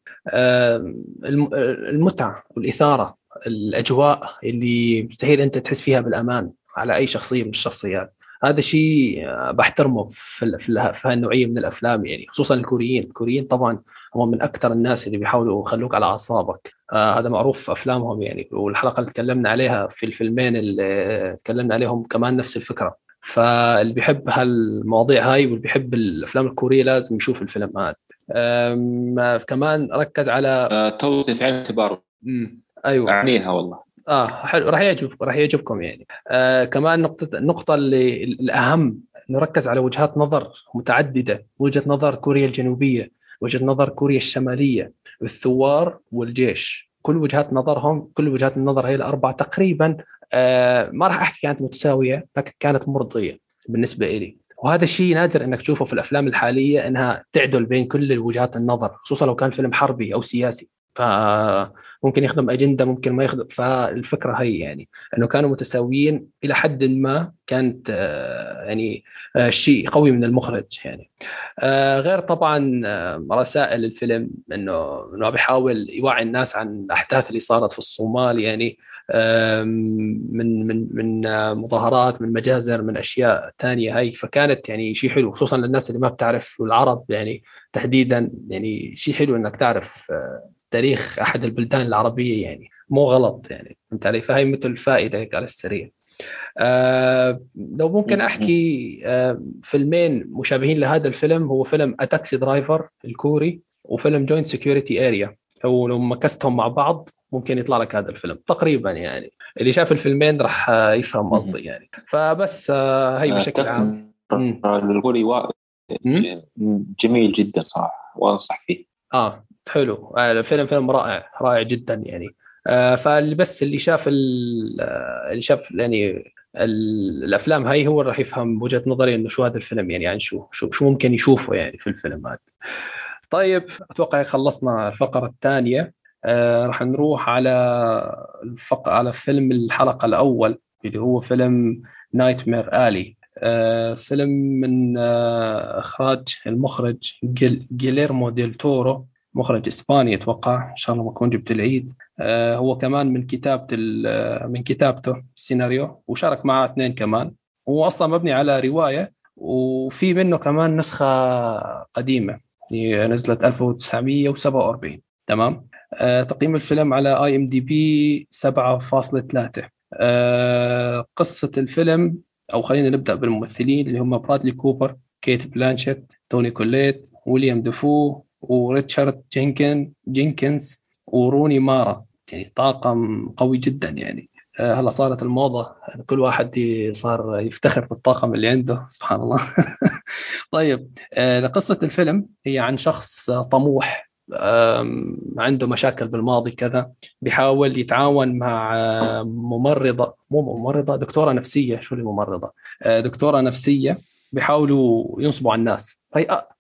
[SPEAKER 1] المتعة والإثارة، الأجواء اللي مستحيل أنت تحس فيها بالأمان على أي شخصية من الشخصيات، هذا شيء بحترمه في في هالنوعية من الأفلام يعني، خصوصا الكوريين. الكوريين طبعا هم من أكثر الناس اللي بيحاولوا يخلوك على أعصابك. آه هذا معروف في أفلامهم يعني، والحلقة اللي تكلمنا عليها في الفيلمين اللي تكلمنا عليهم كمان نفس الفكرة. فاللي بيحب هالمواضيع هاي واللي بيحب الأفلام الكورية لازم يشوف الفيلم هذا. كمان ركز على
[SPEAKER 2] توصيف عين اعتباره.
[SPEAKER 1] أيوة
[SPEAKER 2] أعنيها والله.
[SPEAKER 1] اه حلو، راح يعجبكم راح يعجبكم يعني. آه كمان نقطة النقطة اللي الأهم نركز على وجهات نظر متعددة، وجهة نظر كوريا الجنوبية، وجهة نظر كوريا الشمالية، الثوار والجيش، كل وجهات نظرهم، كل وجهات النظر هي الأربعة تقريبا. آه ما راح أحكي كانت متساوية لكن كانت مرضية بالنسبة إلي، وهذا الشيء نادر انك تشوفه في الافلام الحاليه، انها تعدل بين كل وجهات النظر، خصوصا لو كان فيلم حربي او سياسي. فممكن يخدم اجنده ممكن ما يخدم. فالفكره هي يعني انه كانوا متساويين الى حد ما، كانت يعني شيء قوي من المخرج يعني. غير طبعا رسائل الفيلم انه انه بيحاول يوعي الناس عن الاحداث اللي صارت في الصومال يعني، من من من مظاهرات، من مجازر، من اشياء ثانيه هاي. فكانت يعني شيء حلو خصوصا للناس اللي ما بتعرف، والعرب يعني تحديدا، يعني شيء حلو انك تعرف تاريخ احد البلدان العربيه يعني، مو غلط يعني، فهمت علي؟ فهي مثل فائده هيك على السريع. آه لو ممكن احكي آه فيلمين مشابهين لهذا الفيلم، هو فيلم اتاكسي درايفر الكوري وفيلم جوينت سكيورتي اريا، او لو مكستهم مع بعض ممكن يطلع لك هذا الفيلم تقريبا يعني. اللي شاف الفيلمين راح يفهم قصدي يعني. فبس آه هي بشكل عام
[SPEAKER 2] الكوري جميل جدا صراحه وانصح فيه.
[SPEAKER 1] اه حلو الفيلم، فيلم رائع رائع جدا يعني. آه فاللي بس اللي شاف اللي شاف يعني الافلام هاي هو راح يفهم وجهة نظري انه شو هذا الفيلم يعني، عن شو شو شو ممكن يشوفه يعني في الفيلم هذا. طيب اتوقع خلصنا الفقرة الثانية. آه راح نروح على الفق على فيلم الحلقة الاول اللي هو فيلم نايتمير آلي. آه فيلم من آه اخراج المخرج جيل جيليرمو ديل تورو، مخرج اسباني اتوقع، ان شاء الله ما اكون جبت العيد. آه هو كمان من كتابة من كتابته السيناريو، وشارك معه اثنين كمان. هو اصلا مبني على رواية، وفي منه كمان نسخة قديمة نزلت ألف وتسعمية وسبعة وأربعين. تمام. آه تقييم الفيلم على اي ام دي بي سبعة فاصلة ثلاثة. آه قصة الفيلم، او خلينا نبدأ بالممثلين اللي هم برادلي كوبر، كيت بلانشيت، توني كوليت، ويليام ديفو، وريتشارد جينكن جينكنز، وروني مارا. يعني طاقم قوي جدا يعني. هلا صارت الموضة كل واحد صار يفتخر بالطاقم اللي عنده، سبحان الله. طيب قصة الفيلم هي عن شخص طموح عنده مشاكل بالماضي كذا، بيحاول يتعاون مع ممرضة، مو ممرضة، دكتورة نفسية. شو اللي ممرضة؟ دكتورة نفسية، بيحاولوا ينصبوا على الناس. هي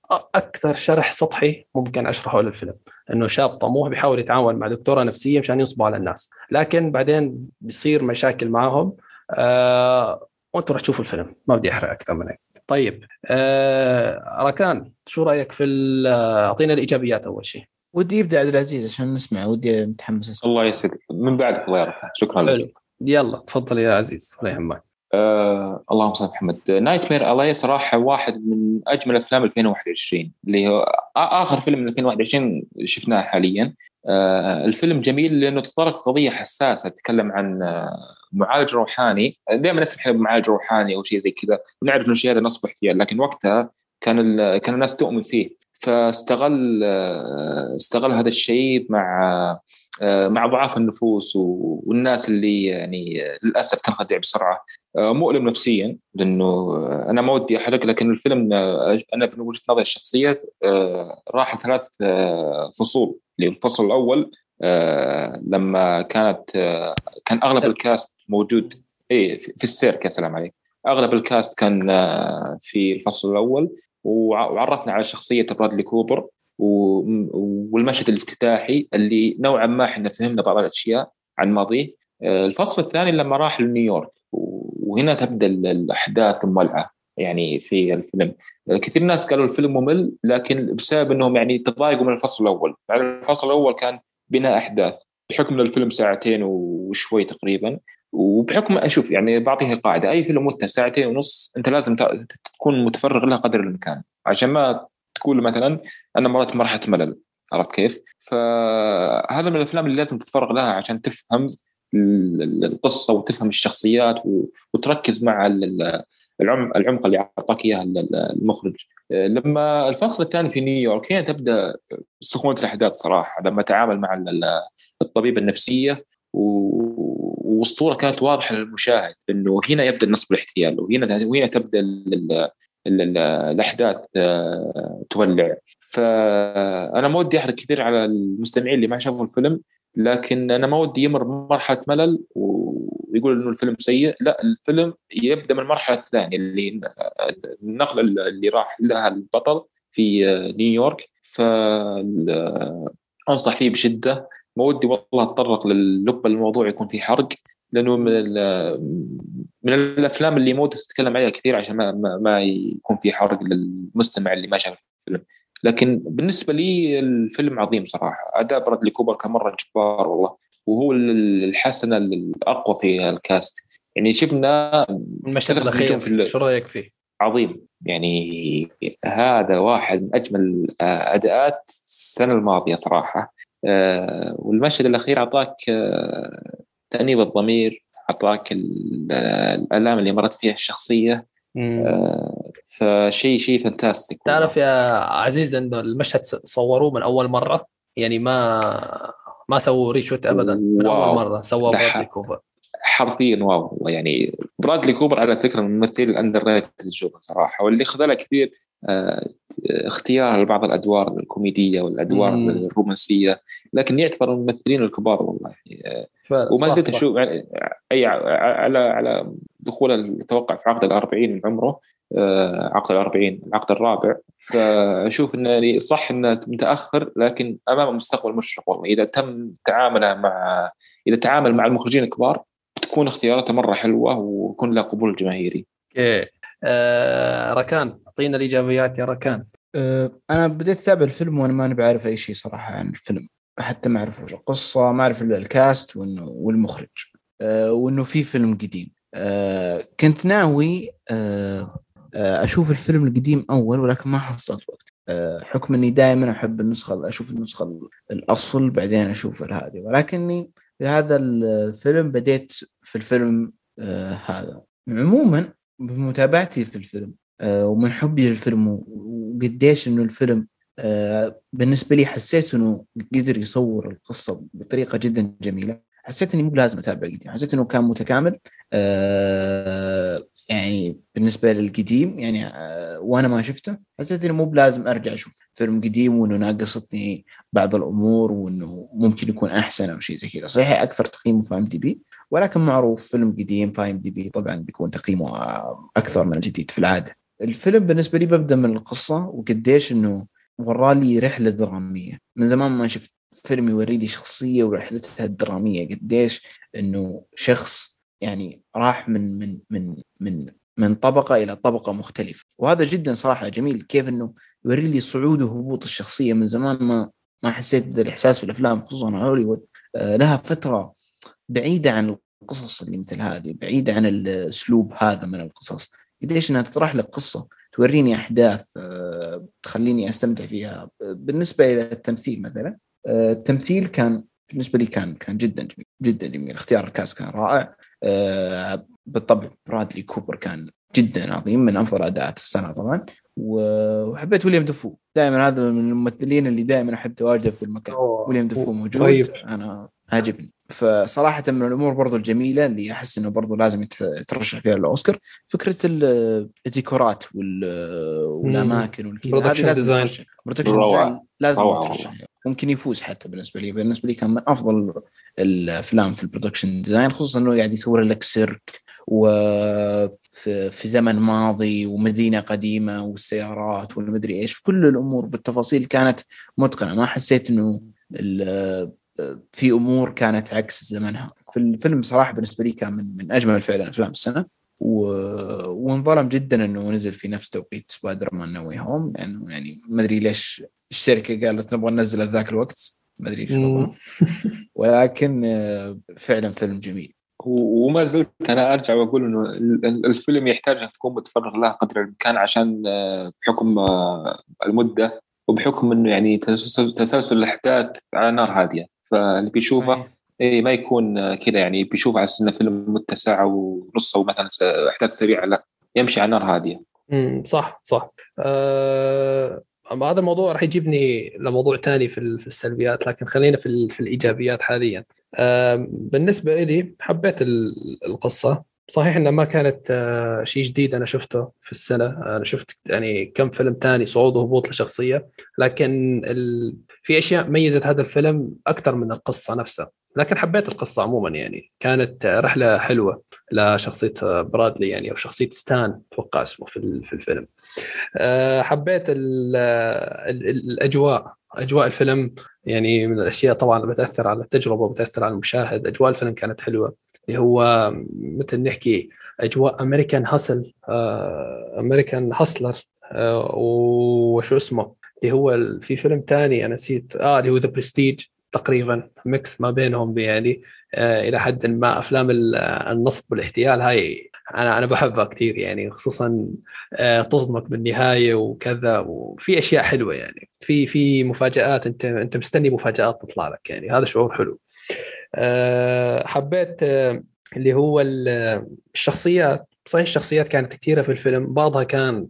[SPEAKER 1] اكثر شرح سطحي ممكن اشرحه للفيلم، انه شاب طموح بيحاول يتعامل مع دكتوره نفسيه مشان ينصبوا على الناس، لكن بعدين بيصير مشاكل معهم. آه وانتم راح تشوفوا الفيلم، ما بدي احرق اكثر من هيك. طيب آه ركان، شو رايك في ال- اعطينا الايجابيات اول شيء.
[SPEAKER 4] ودي يبدا عبد العزيز عشان نسمع، ودي متحمس اسمع.
[SPEAKER 2] الله يسعدك، من بعدك الله يرحمه، شكرا لك.
[SPEAKER 1] حلو، يلا تفضل يا عزيز ولا يهمك.
[SPEAKER 2] آه، اللهم صل على محمد. نايت مير الاي صراحه واحد من اجمل افلام ألفين وواحد وعشرين، اللي هو آ- اخر فيلم من ألفين وواحد وعشرين شفناه حاليا. آه الفيلم جميل لانه تطرق قضيه حساسه، تتكلم عن آه معالج روحاني. دائما نسمع معالج روحاني او شيء زي كذا ونعرف انه الشيء هذا نصب احتيال، لكن وقتها كان ال- كان الناس تؤمن فيه، فاستغل آه استغل هذا الشيء مع مع ضعاف النفوس والناس اللي يعني للأسف تنخدع بسرعة. مؤلم نفسيا، لأنه أنا ما ودي أحرق، لكن الفيلم أنا من وجهة نظري الشخصية راح ثلاث فصول. الفصل الأول لما كانت كان أغلب الكاست موجود إيه في السيرك، يا سلام عليك، أغلب الكاست كان في الفصل الأول، وعرفنا على شخصية برادلي كوبر والمشهد الافتتاحي اللي نوعا ما احنا فهمنا بعض الاشياء عن ماضيه. الفصل الثاني لما راح لنيويورك، وهنا تبدا الاحداث المولعه يعني في الفيلم. كثير ناس قالوا الفيلم ممل، لكن بسبب انهم يعني تضايقوا من الفصل الاول. الفصل الاول كان بناء احداث، بحكم ان الفيلم ساعتين وشوي تقريبا، وبحكم اشوف يعني بعطيه قاعده، اي فيلم مثل ساعتين ونص انت لازم تكون متفرغ لها قدر الامكان، عشان ما تقول مثلا انا مرت مرحله ملل. عرفت كيف؟ فهذا من الافلام اللي لازم تتفرغ لها عشان تفهم القصه وتفهم الشخصيات وتركز مع العمق العمق اللي اعطاك اياه المخرج. لما الفصل الثاني في نيويورك هنا تبدا سخونه الاحداث صراحه، لما تعامل مع الطبيبه النفسيه، والصوره كانت واضحه للمشاهد انه هنا يبدا النصب الاحتيال، وهنا وهنا تبدا الأحداث تولع. فأنا ما ودي أحرق كثير على المستمعين اللي ما شافوا الفيلم، لكن أنا ما ودي يمر مرحلة ملل ويقول إنه الفيلم سيء. لا، الفيلم يبدأ من المرحلة الثانية اللي النقلة اللي راح لها البطل في نيويورك، فأنصح فيه بشدة. ما ودي والله أتطرق للب الموضوع يكون فيه حرق، لأنه من من الافلام اللي مو تتكلم عليها كثير عشان ما, ما, ما يكون في حرق للمستمع اللي ما شاف الفيلم. لكن بالنسبه لي الفيلم عظيم صراحه. اداء برادلي كوبر كان مره جبار والله، وهو الحسنه الاقوى في الكاست. يعني شفنا
[SPEAKER 1] المشهد الاخير في شو رايك فيه؟
[SPEAKER 2] عظيم يعني، هذا واحد من اجمل اداءات السنه الماضيه صراحه. والمشهد الاخير اعطاك تأنيب الضمير، أعطاك الآلام اللي مرت فيها الشخصية. آه فشيء شيء فانتاستيك.
[SPEAKER 1] تعرف يا عزيز إنه المشهد صوروه من أول مرة، يعني ما ما سووا ريشوت أبدا، من
[SPEAKER 2] واو.
[SPEAKER 1] أول مرة سوى برادلي كوبر
[SPEAKER 2] حرفيا واو. يعني برادلي كوبر على فكرة من الممثلين الأندر ريتد صراحة، واللي خذله كثير آه اختيار لبعض الأدوار الكوميدية والأدوار مم. الرومانسية، لكن يعتبر من الممثلين الكبار والله. وما زلت أشوف يعني أي على على دخول التوقع في عقد الأربعين من عمره، عقد الأربعين العقد الرابع، فأشوف إنه صح إنه متأخر لكن أمام مستقبل مشرق والله. إذا تم تعامله مع إذا تعامل مع المخرجين الكبار تكون اختياراته مرة حلوة ويكون له قبول جماهيري.
[SPEAKER 1] إيه آه ركان، أعطينا الإيجابيات يا ركان.
[SPEAKER 4] أه أنا بديت أتابع الفيلم وأنا ما بعرف أي شيء صراحة عن الفيلم، حتى ما أعرف القصة، ما أعرف الكاست وإنه والمخرج، أه وإنه في فيلم قديم. أه كنت ناوي أه أشوف الفيلم القديم أول، ولكن ما حصلت وقت، أه حكم إني دائما أحب النسخة أشوف النسخة الأصل بعدين أشوف هذه. ولكني في هذا الفيلم بديت في الفيلم أه هذا. عموما بمتابعتي في الفيلم أه ومن حبي للفيلم وقديش إنه الفيلم أه بالنسبة لي حسيت إنه قدر يصور القصة بطريقة جدا جميلة. حسيت إني مو لازم أتابع القديم، حسيت إنه كان متكامل أه يعني بالنسبة للقديم يعني أه وأنا ما شفته حسيت إنه مو بلازم أرجع أشوف فيلم قديم وإنه ناقصتني بعض الأمور وإنه ممكن يكون أحسن أو شيء زي كذا. صحيح أكثر تقييمه في إم دي بي، ولكن معروف فيلم قديم في إم دي بي طبعا بيكون تقييمه أكثر من الجديد في العادة. الفيلم بالنسبة لي ببدأ من القصة وقديش إنه ورالي رحلة درامية. من زمان ما شفت فيلم يوري لي شخصية ورحلتها الدرامية، قديش إنه شخص يعني راح من من من من من طبقة إلى طبقة مختلفة. وهذا جدا صراحة جميل، كيف إنه يوري لي صعود وهبوط الشخصية. من زمان ما ما حسيت ذا الإحساس في الأفلام، خصوصا هوليوود آه لها فترة بعيدة عن القصص اللي مثل هذه، بعيدة عن الأسلوب هذا من القصص. قديش إنها تطرح لك قصة، توريني أحداث آه تخليني أستمتع فيها. بالنسبة إلى التمثيل مثلا، آه التمثيل كان بالنسبة لي كان كان جدا جميل، جدا جميل. اختيار الكاست كان رائع. آه بالطبع برادلي كوبر كان جدا عظيم، من أفضل أداءات السنة طبعا. وحبيت ويليام دفو، دائما هذا من الممثلين اللي دائما أحب تواجده في المكان. ويليام دفو موجود،
[SPEAKER 1] طيب.
[SPEAKER 4] أنا عاجبني. فصراحة من الأمور برضو الجميلة اللي أحس إنه برضو لازم يترشح فيها الأوسكار، فكرة الديكورات والأماكن والكذا، هذه لازم ترشح. برودكشن ديزاين لازم يترشح، ممكن يفوز حتى. بالنسبة لي بالنسبة لي كان من أفضل الأفلام في البرودكشن ديزاين، خصوصا إنه يعني يصور لك سيرك وفي في زمن ماضي ومدينة قديمة والسيارات والمدري إيش، كل الأمور بالتفاصيل كانت متقنة. ما حسيت إنه في أمور كانت عكس زمنها. في الفيلم صراحة بالنسبة لي كان من, من أجمل فعلا أفلام السنة. و... وانظلم جدا أنه نزل في نفس توقيت سبايدر مان نو واي هوم، يعني يعني ما أدري ليش الشركة قالت نبغى ننزل ذاك الوقت، ما أدري إيش ولكن فعلا فيلم جميل.
[SPEAKER 2] وما زلت أنا أرجع وأقول إنه الفيلم يحتاج أن تكون متفرغ له قدر الإمكان، عشان بحكم المدة وبحكم إنه يعني تسلسل الأحداث على نار هادية، فاللي بيشوفه إيه ما يكون كذا يعني بيشوف على سنة فيلم مدة ساعة ونص أو مثلا أحداث سريعة، لا يمشي على نار هادية.
[SPEAKER 1] امم صح صح. أه... هذا الموضوع راح يجيبني لموضوع تاني في في السلبيات، لكن خلينا في في الإيجابيات حاليا. أه... بالنسبة لي حبيت القصة. صحيح إنها ما كانت أه... شيء جديد أنا شفته في السنة. أنا شفت يعني كم فيلم تاني صعود وهبوط لشخصية، لكن ال... في أشياء ميزت هذا الفيلم أكثر من القصة نفسها. لكن حبيت القصة عموما، يعني كانت رحلة حلوة لشخصية برادلي يعني، أو شخصية ستان توقع اسمه في في الفيلم. حبيت ال ال الأجواء أجواء الفيلم، يعني من الأشياء طبعا اللي بتأثر على التجربة وبتأثر على المشاهد. أجواء الفيلم كانت حلوة، اللي هو مثل نحكي أجواء أمريكان هاسل، أمريكان هاسلر، وشو اسمه اللي هو في فيلم تاني أنا نسيت آه اللي هو ذا برستيج، تقريبا ميكس ما بينهم يعني. آه إلى حد ما أفلام النصب والاحتيال هاي أنا أنا بحبها كتير يعني، خصوصا آه تصدمك بالنهاية وكذا، وفي أشياء حلوة يعني، في في مفاجآت، أنت أنت مستني مفاجآت تطلع لك يعني، هذا شعور حلو. آه حبيت آه اللي هو الشخصيات. صحيح الشخصيات كانت كثيرة في الفيلم، بعضها كان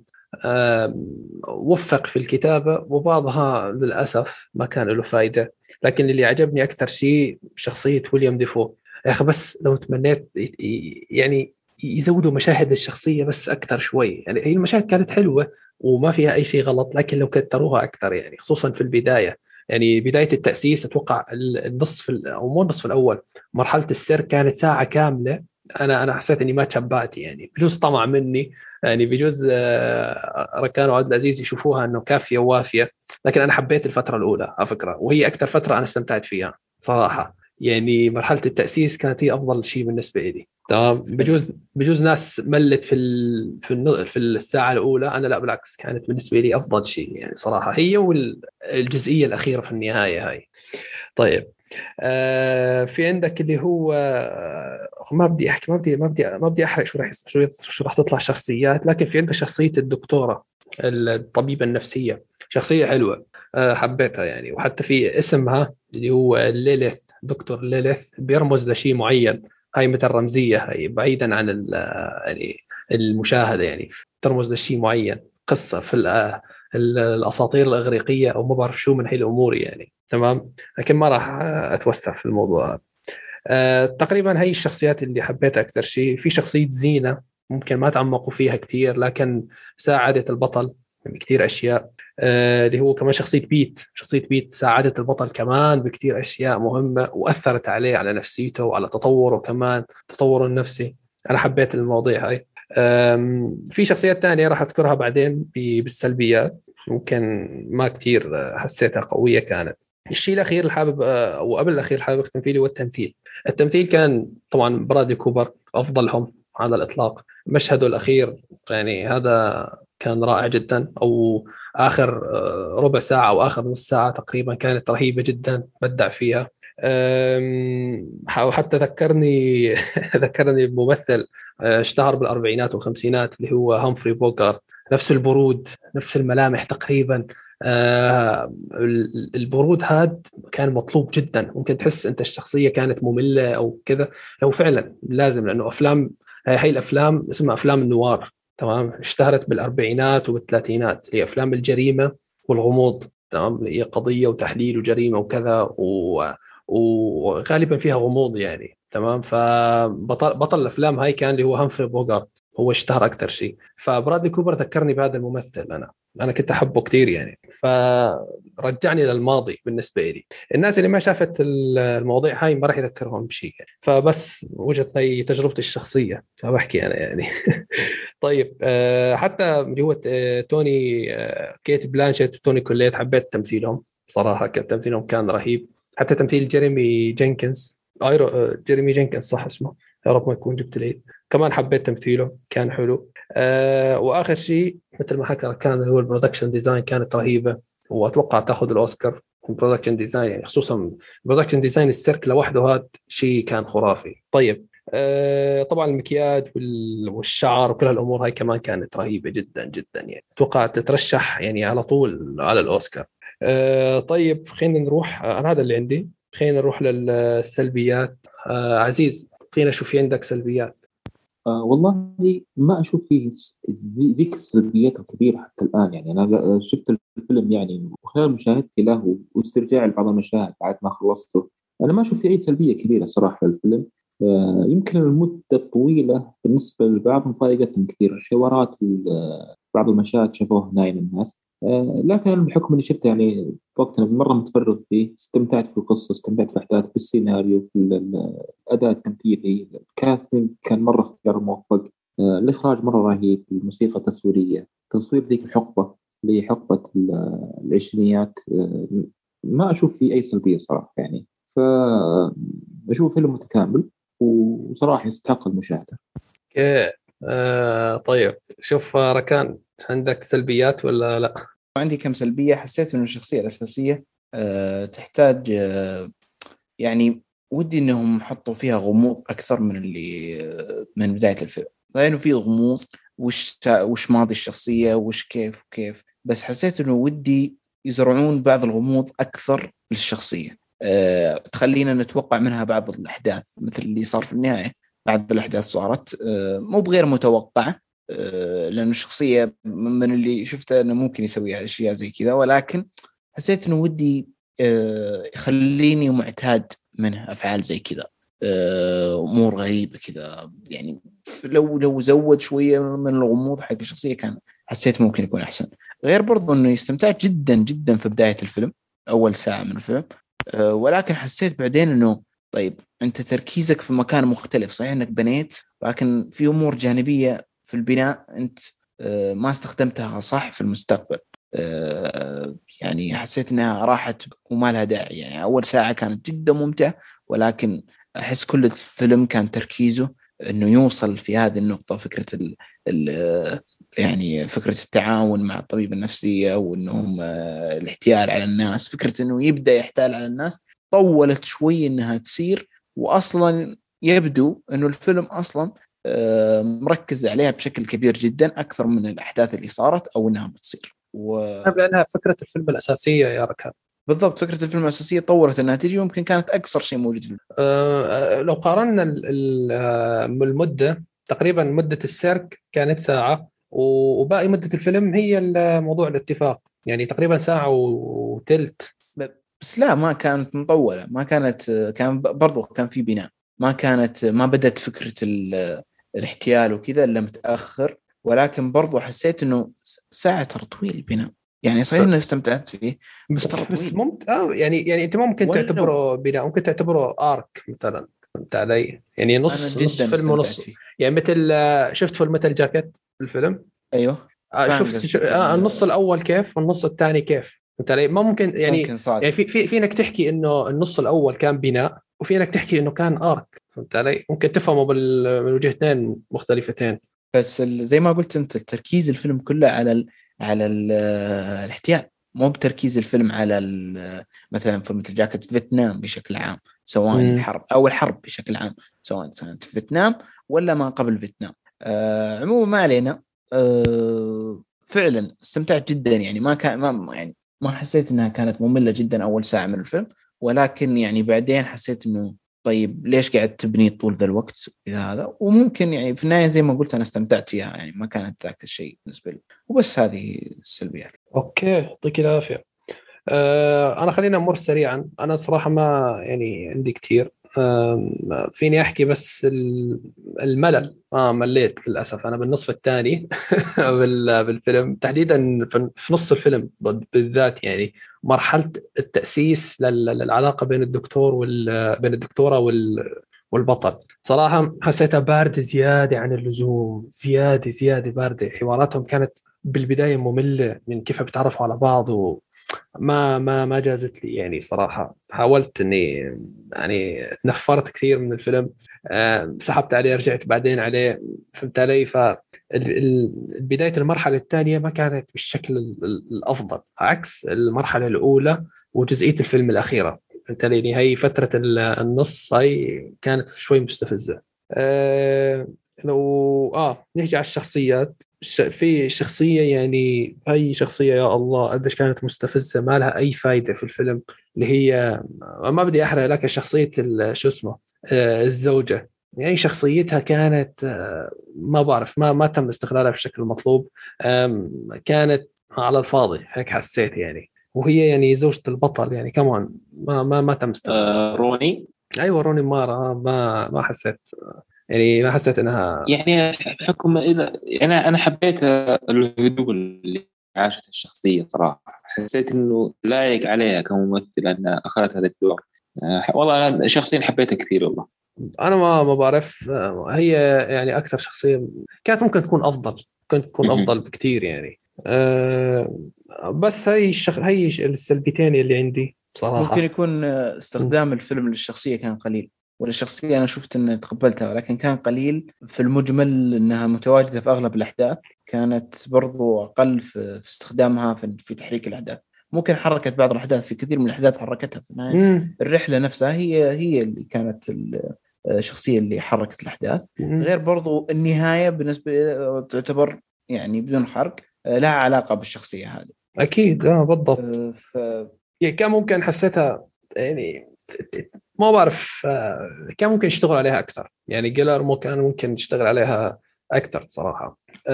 [SPEAKER 1] وفق في الكتابة وبعضها للأسف ما كان له فايدة. لكن اللي عجبني أكثر شيء شخصية ويليام ديفو. يا أخي بس لو تمنيت يعني يزودوا مشاهد الشخصية بس أكثر شوي، يعني هي المشاهد كانت حلوة وما فيها أي شيء غلط، لكن لو كتروها أكثر يعني، خصوصا في البداية. يعني بداية التأسيس أتوقع النصف أو مو النصف الأول، مرحلة السير كانت ساعة كاملة. أنا أنا حسيت إني ما تشبعت يعني، بجوز طمع مني يعني، بجوز ركان وعبد العزيز يشوفوها انه كافيه ووافيه، لكن انا حبيت الفتره الاولى على فكره، وهي اكثر فتره انا استمتعت فيها صراحه. يعني مرحله التاسيس كانت هي افضل شيء بالنسبه لي. تمام. بجوز بجوز ناس ملت في ال... في الن... في الساعه الاولى، انا لا بالعكس كانت بالنسبه لي افضل شيء يعني صراحه، هي والجزئيه الاخيره في النهايه هاي. طيب آه في عندك اللي هو آه ما بدي احكي ما بدي ما بدي ما بدي احرق شو راح شو, شو راح تطلع شخصيات، لكن في عندك شخصيه الدكتوره الطبيبه النفسيه، شخصيه حلوه آه حبيتها يعني. وحتى في اسمها اللي هو ليليث، دكتور ليليث، بيرمز لشيء معين. هاي مثل رمزيه، هاي بعيدا عن يعني المشاهده يعني، ترمز لشيء معين، قصه في الاساطير الاغريقيه او ما بعرف شو من هي الامور يعني. تمام. لكن ما راح اتوسع في الموضوع. أه تقريبا هي الشخصيات اللي حبيتها اكثر شيء. في شخصيه زينه ممكن ما تعمقوا فيها كثير، لكن ساعدت البطل بكثير اشياء. أه اللي هو كمان شخصيه بيت، شخصيه بيت ساعدت البطل كمان بكثير اشياء مهمه، واثرت عليه على نفسيته وعلى تطوره كمان، تطوره النفسي. انا حبيت المواضيع هاي. في شخصيات تانية راح أذكرها بعدين بالسلبيات، ممكن ما كتير حسيتها قوية كانت. الشيء الأخير اللي حابب أو قبل الأخير حابب أختم فيه هو التمثيل. التمثيل كان طبعا برادلي كوبر أفضلهم على الإطلاق. مشهده الأخير يعني هذا كان رائع جدا، أو آخر ربع ساعة أو آخر نص ساعة تقريبا كانت رهيبة جدا، بدع فيها. وحتى ذكرني ذكرني بممثل اشتهر بالأربعينات والخمسينات اللي هو هامفري بوغارت. نفس البرود، نفس الملامح تقريبا. آه البرود هاد كان مطلوب جدا. ممكن تحس أنت الشخصية كانت مملة أو كذا، هو فعلا لازم، لأنه أفلام هاي الأفلام اسمها أفلام النوار، تمام، اشتهرت بالأربعينات وبالثلاثينات، هي أفلام الجريمة والغموض، تمام، هي قضية وتحليل وجريمة وكذا، و وغالبا فيها غموض يعني، تمام. فبطل بطل الافلام هاي كان اللي هو هامفري بوغارت، هو اشتهر اكثر شيء. فبرادلي كوبر ذكرني بهذا الممثل، انا انا كنت احبه كثير يعني، فرجعني للماضي بالنسبه لي. الناس اللي ما شافت المواضيع هاي ما راح يذكرهم بشيء يعني. فبس وجهة هي تجربتي الشخصيه فبحكي انا يعني. طيب حتى اللي هو توني كيت بلانشيت وتوني كوليت حبيت تمثيلهم صراحه، كان تمثيلهم كان رهيب. حتى تمثيل جيريمي جينكنز، ايرو جيريمي جينكنز صح اسمه، يا رب ما يكون جبت العيد، كمان حبيت تمثيله كان حلو. أه واخر شيء مثل ما حكى كان هو البرودكشن ديزاين كانت رهيبه، واتوقع تاخذ الاوسكار البرودكشن ديزاين يعني، خصوصا البرودكشن ديزاين السيرك لوحده هذا شيء كان خرافي. طيب أه طبعا المكياج والشعر وكل الامور هاي كمان كانت رهيبه جدا جدا يعني، اتوقع تترشح يعني على طول على الاوسكار. أه طيب خلينا نروح، انا هذا اللي عندي، خلينا نروح للسلبيات. أه عزيز خلينا نشوف في عندك سلبيات.
[SPEAKER 2] آه والله ما أشوف فيه ذيك السلبيات الكبيرة حتى الآن. يعني أنا شفت الفيلم يعني وخلال مشاهدتي له واسترجاعي لبعض المشاهد بعد ما خلصته، أنا ما أشوف فيه أي سلبية كبيرة صراحة للفيلم. آه يمكن المدة الطويلة بالنسبة للبعض مضايقتهم كثير، الحوارات، بعض المشاهد شافوها نايم الناس. آه لكن أنا بحكم إني شفت يعني وقت مرة متفرغ فيه، استمتعت في القصة، استمتعت في الأحداث، في السيناريو، في الأداء التمثيلي، الكاستنج كان مرة اختيار موفق. آه الإخراج مرة رهيب، الموسيقى التصويرية، تصوير ذيك الحقبة اللي حقبة العشرينيات. آه ما أشوف فيه أي سلبية صراحة يعني، فأشوف فيلم متكامل وصراحة يستحق المشاهدة.
[SPEAKER 1] اوكي آه طيب شوف ركان، عندك سلبيات ولا لا؟
[SPEAKER 4] عندي كم سلبية. حسيت إنه الشخصية الأساسية أه تحتاج أه يعني ودي إنهم حطوا فيها غموض أكثر من اللي أه من بداية الفيلم، لأنه فيه غموض وش وش ماضي الشخصية وش كيف وكيف، بس حسيت إنه ودي يزرعون بعض الغموض أكثر للشخصية، أه تخلينا نتوقع منها بعض الأحداث، مثل اللي صار في النهاية. بعض الأحداث صارت أه مو بغير متوقعة، لأنه الشخصية من اللي شفته أنه ممكن يسوي أشياء زي كذا، ولكن حسيت أنه ودي يخليني معتاد منه أفعال زي كذا، أمور غريبة كذا يعني. لو لو زود شوية من الغموض حق الشخصية كان حسيت ممكن يكون أحسن. غير برضو أنه استمتعت جدا جدا في بداية الفيلم، أول ساعة من الفيلم، ولكن حسيت بعدين أنه طيب أنت تركيزك في مكان مختلف، صحيح أنك بنيت، لكن في أمور جانبية في البناء أنت ما استخدمتها صح في المستقبل. يعني حسيت أنها راحت وما لها داعي. يعني أول ساعة كانت جدا ممتع، ولكن أحس كل الفيلم كان تركيزه أنه يوصل في هذه النقطة، فكرة ال ال يعني فكرة التعاون مع الطبيب النفسية، وأنهم الاحتيال على الناس، فكرة أنه يبدأ يحتال على الناس طولت شوي أنها تصير، وأصلا يبدو أنه الفيلم أصلا مركز عليها بشكل كبير جدا أكثر من الأحداث اللي صارت أو أنها بتصير و...
[SPEAKER 1] لأنها فكرة الفيلم الأساسية يا ركان.
[SPEAKER 4] بالضبط، فكرة الفيلم الأساسية طورت أنها تجي، ويمكن كانت أقصر شيء موجود في
[SPEAKER 1] أه لو قارنا المدة، تقريبا مدة السيرك كانت ساعة، وباقي مدة الفيلم هي موضوع الاتفاق، يعني تقريبا ساعة وثلث.
[SPEAKER 4] بس لا، ما كانت مطولة، ما كانت، كان برضو كان في بناء، ما كانت ما بدت فكرة الاحتيال وكذا إلا متأخر، ولكن برضو حسيت إنه ساعة ترى طويل البناء. يعني صحيح إني استمتعت فيه، بس ترى
[SPEAKER 1] بس
[SPEAKER 4] طويل.
[SPEAKER 1] ممكن آه يعني يعني أنت ممكن تعتبره بناء، ممكن تعتبره آرك مثلا، فهمت علي؟ يعني نص
[SPEAKER 4] انا
[SPEAKER 1] نص
[SPEAKER 4] جدا
[SPEAKER 1] فيلم
[SPEAKER 4] استمتعت
[SPEAKER 1] ونص.
[SPEAKER 4] فيه.
[SPEAKER 1] يعني مثل آه، شفت فيلم متل جاكيت الفيلم.
[SPEAKER 4] ايوه
[SPEAKER 1] آه،
[SPEAKER 4] فاهم
[SPEAKER 1] شفت ش-
[SPEAKER 4] قصدك
[SPEAKER 1] آه، النص
[SPEAKER 4] ال-
[SPEAKER 1] الاول كيف والنص الثاني كيف، فهمت علي؟ ما ممكن يعني،
[SPEAKER 4] ممكن صعب.
[SPEAKER 1] يعني في في في انك تحكي انه النص الاول كان بناء، وفي انك تحكي انه كان ارك، فهمت علي؟ ممكن تفهمه بال- من وجهتين مختلفتين.
[SPEAKER 4] بس ال- زي ما قلت انت، التركيز الفيلم كله على ال على ال الاحتيال، مو بتركيز الفيلم على ال- مثلا في مثل جاكيت فيتنام بشكل عام، سواء
[SPEAKER 1] امم
[SPEAKER 4] الحرب او الحرب بشكل عام، سواء كانت في فيتنام ولا ما قبل فيتنام. آه عموما ما علينا. آه فعلا استمتعت جدا، يعني ما كان ما يعني ما حسيت انها كانت مملة جدا اول ساعة من الفيلم، ولكن يعني بعدين حسيت انه طيب ليش قاعد تبني طول ذا الوقت إذا هذا. وممكن يعني في النهاية زي ما قلت أنا استمتعت فيها، يعني ما كانت ذاك الشيء بالنسبة لي. وبس هذه السلبيات.
[SPEAKER 1] اوكي، يعطيك العافيه. آه، انا خلينا امر سريعا. انا صراحه ما يعني عندي كثير، آم، فيني احكي بس ال- الملل. اه مليت للاسف انا بالنصف الثاني بال- بالفيلم تحديدا، في في نص الفيلم بالذات. يعني مرحله التاسيس لل- للعلاقه بين الدكتور وال بين الدكتوره وال والبطل، صراحه حسيتها بارده زياده عن اللزوم، زياده زياده بارده. حواراتهم كانت بالبدايه ممله من كيف بيتعرفوا على بعض، ما ما ما جازت لي يعني. صراحة حاولت اني يعني تنفرت كثير من الفيلم، آه، سحبت عليه، رجعت بعدين عليه، فهمت علي؟ فبداية المرحلة الثانية ما كانت بالشكل ال- ال- الأفضل، عكس المرحلة الأولى وجزئية الفيلم الأخيرة، فهمت علي؟ يعني هي فترة ال- النص هاي كانت شوي مستفزة. آه لو اه نحكي على الشخصيات، ش- في شخصية، يعني هاي شخصية يا الله قديش كانت مستفزة، ما لها أي فايدة في الفيلم، اللي هي ما بدي أحرق لك شخصية ال- شو اسمه، آه، الزوجة. يعني شخصيتها كانت آه، ما بعرف، ما ما تم استغلالها بالشكل المطلوب. آم، كانت على الفاضي هيك حسيت يعني. وهي يعني زوجة البطل، يعني كمان ما ما ما تم استغلالها
[SPEAKER 2] آه
[SPEAKER 1] صراحة.
[SPEAKER 2] روني.
[SPEAKER 1] أيوة روني مارا، ما ما حسيت، يعني ما حسيت إنها.
[SPEAKER 2] يعني بحكم إذا يعني أنا حبيت الهدوء اللي عاشت الشخصية صراحة، حسيت إنه لايق عليها كممثل أنها أخذت هذا الدور. آه، والله أنا شخصيا حبيتها كثير والله.
[SPEAKER 1] انا ما ما بعرف، آه، هي يعني اكثر شخصيه كانت ممكن تكون افضل، كنت تكون
[SPEAKER 2] مهم.
[SPEAKER 1] افضل بكثير يعني. أه بس هي الشخ... هي السلبيتين اللي عندي
[SPEAKER 4] ممكن
[SPEAKER 1] صراحه.
[SPEAKER 4] يكون آه،
[SPEAKER 1] م.
[SPEAKER 4] استخدام الفيلم للشخصية كان قليل، ولا الشخصية أنا شفت أن تقبلتها، ولكن كان قليل في المجمل، أنها متواجدة في أغلب الأحداث، كانت برضو أقل في, في استخدامها في, في تحريك الأحداث. ممكن حركت بعض الأحداث، في كثير من الأحداث حركتها في النهاية.
[SPEAKER 1] م.
[SPEAKER 4] الرحلة نفسها هي هي اللي كانت ال- الشخصية اللي حركت الأحداث.
[SPEAKER 1] م.
[SPEAKER 4] غير برضو النهاية بالنسبة تعتبر يعني بدون حرق آه، لها علاقة بالشخصية هذه.
[SPEAKER 1] اكيد اه بالضبط.
[SPEAKER 4] آه، ف
[SPEAKER 1] يعني كان ممكن حسيتها يعني، ما بعرف، آه، كان ممكن يشتغل عليها اكثر. يعني جيلرمو كان ممكن يشتغل عليها اكثر صراحه.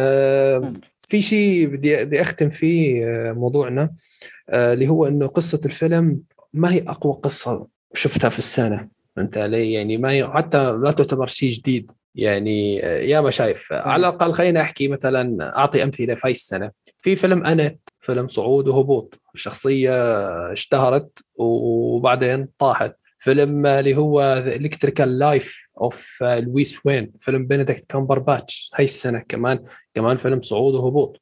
[SPEAKER 1] أه
[SPEAKER 4] ممكن.
[SPEAKER 1] في شيء بدي بدي اختم فيه آه، موضوعنا، آه، اللي هو انه قصه الفيلم ما هي اقوى قصه شفتها في السنه، فهمت علي؟ يعني ما هي حتى لا تعتبر شيء جديد. يعني آه، يا ما شايف، على
[SPEAKER 4] فاهم.
[SPEAKER 1] الاقل خلينا احكي مثلا، اعطي امثله في هاي السنه. في فيلم انت، فيلم صعود وهبوط، شخصيه اشتهرت وبعدين طاحت. فيلم اللي هو الكتريكال لايف اوف لويس وين، فيلم بنديكت كامبرباتش هاي السنه كمان، كمان فيلم صعود وهبوط.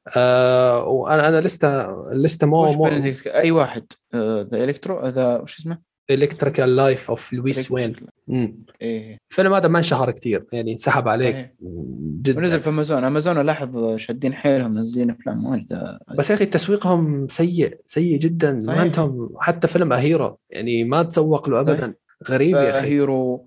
[SPEAKER 1] آه وانا انا لسه لسه مو
[SPEAKER 4] وش
[SPEAKER 1] مو
[SPEAKER 4] بنديكت اي واحد؟ ذا الكترو ذا وش اسمه؟
[SPEAKER 1] الكتريكال لايف اوف لويس وين.
[SPEAKER 4] الكتريك.
[SPEAKER 1] مم.
[SPEAKER 4] ايه
[SPEAKER 1] الفيلم هذا ما انشهر كثير، يعني انسحب عليه
[SPEAKER 4] صحيح. ونزل
[SPEAKER 1] جدا.
[SPEAKER 4] في امازون. امازون الاحظ شادين حيلهم منزلين افلام واجد.
[SPEAKER 1] بس يا اخي تسويقهم سيء سيء جدا، ما
[SPEAKER 4] صحيح.
[SPEAKER 1] عندهم حتى فيلم اهيرو يعني ما تسوق له
[SPEAKER 4] صحيح.
[SPEAKER 1] ابدا. غريب يا اخي.
[SPEAKER 4] هيرو.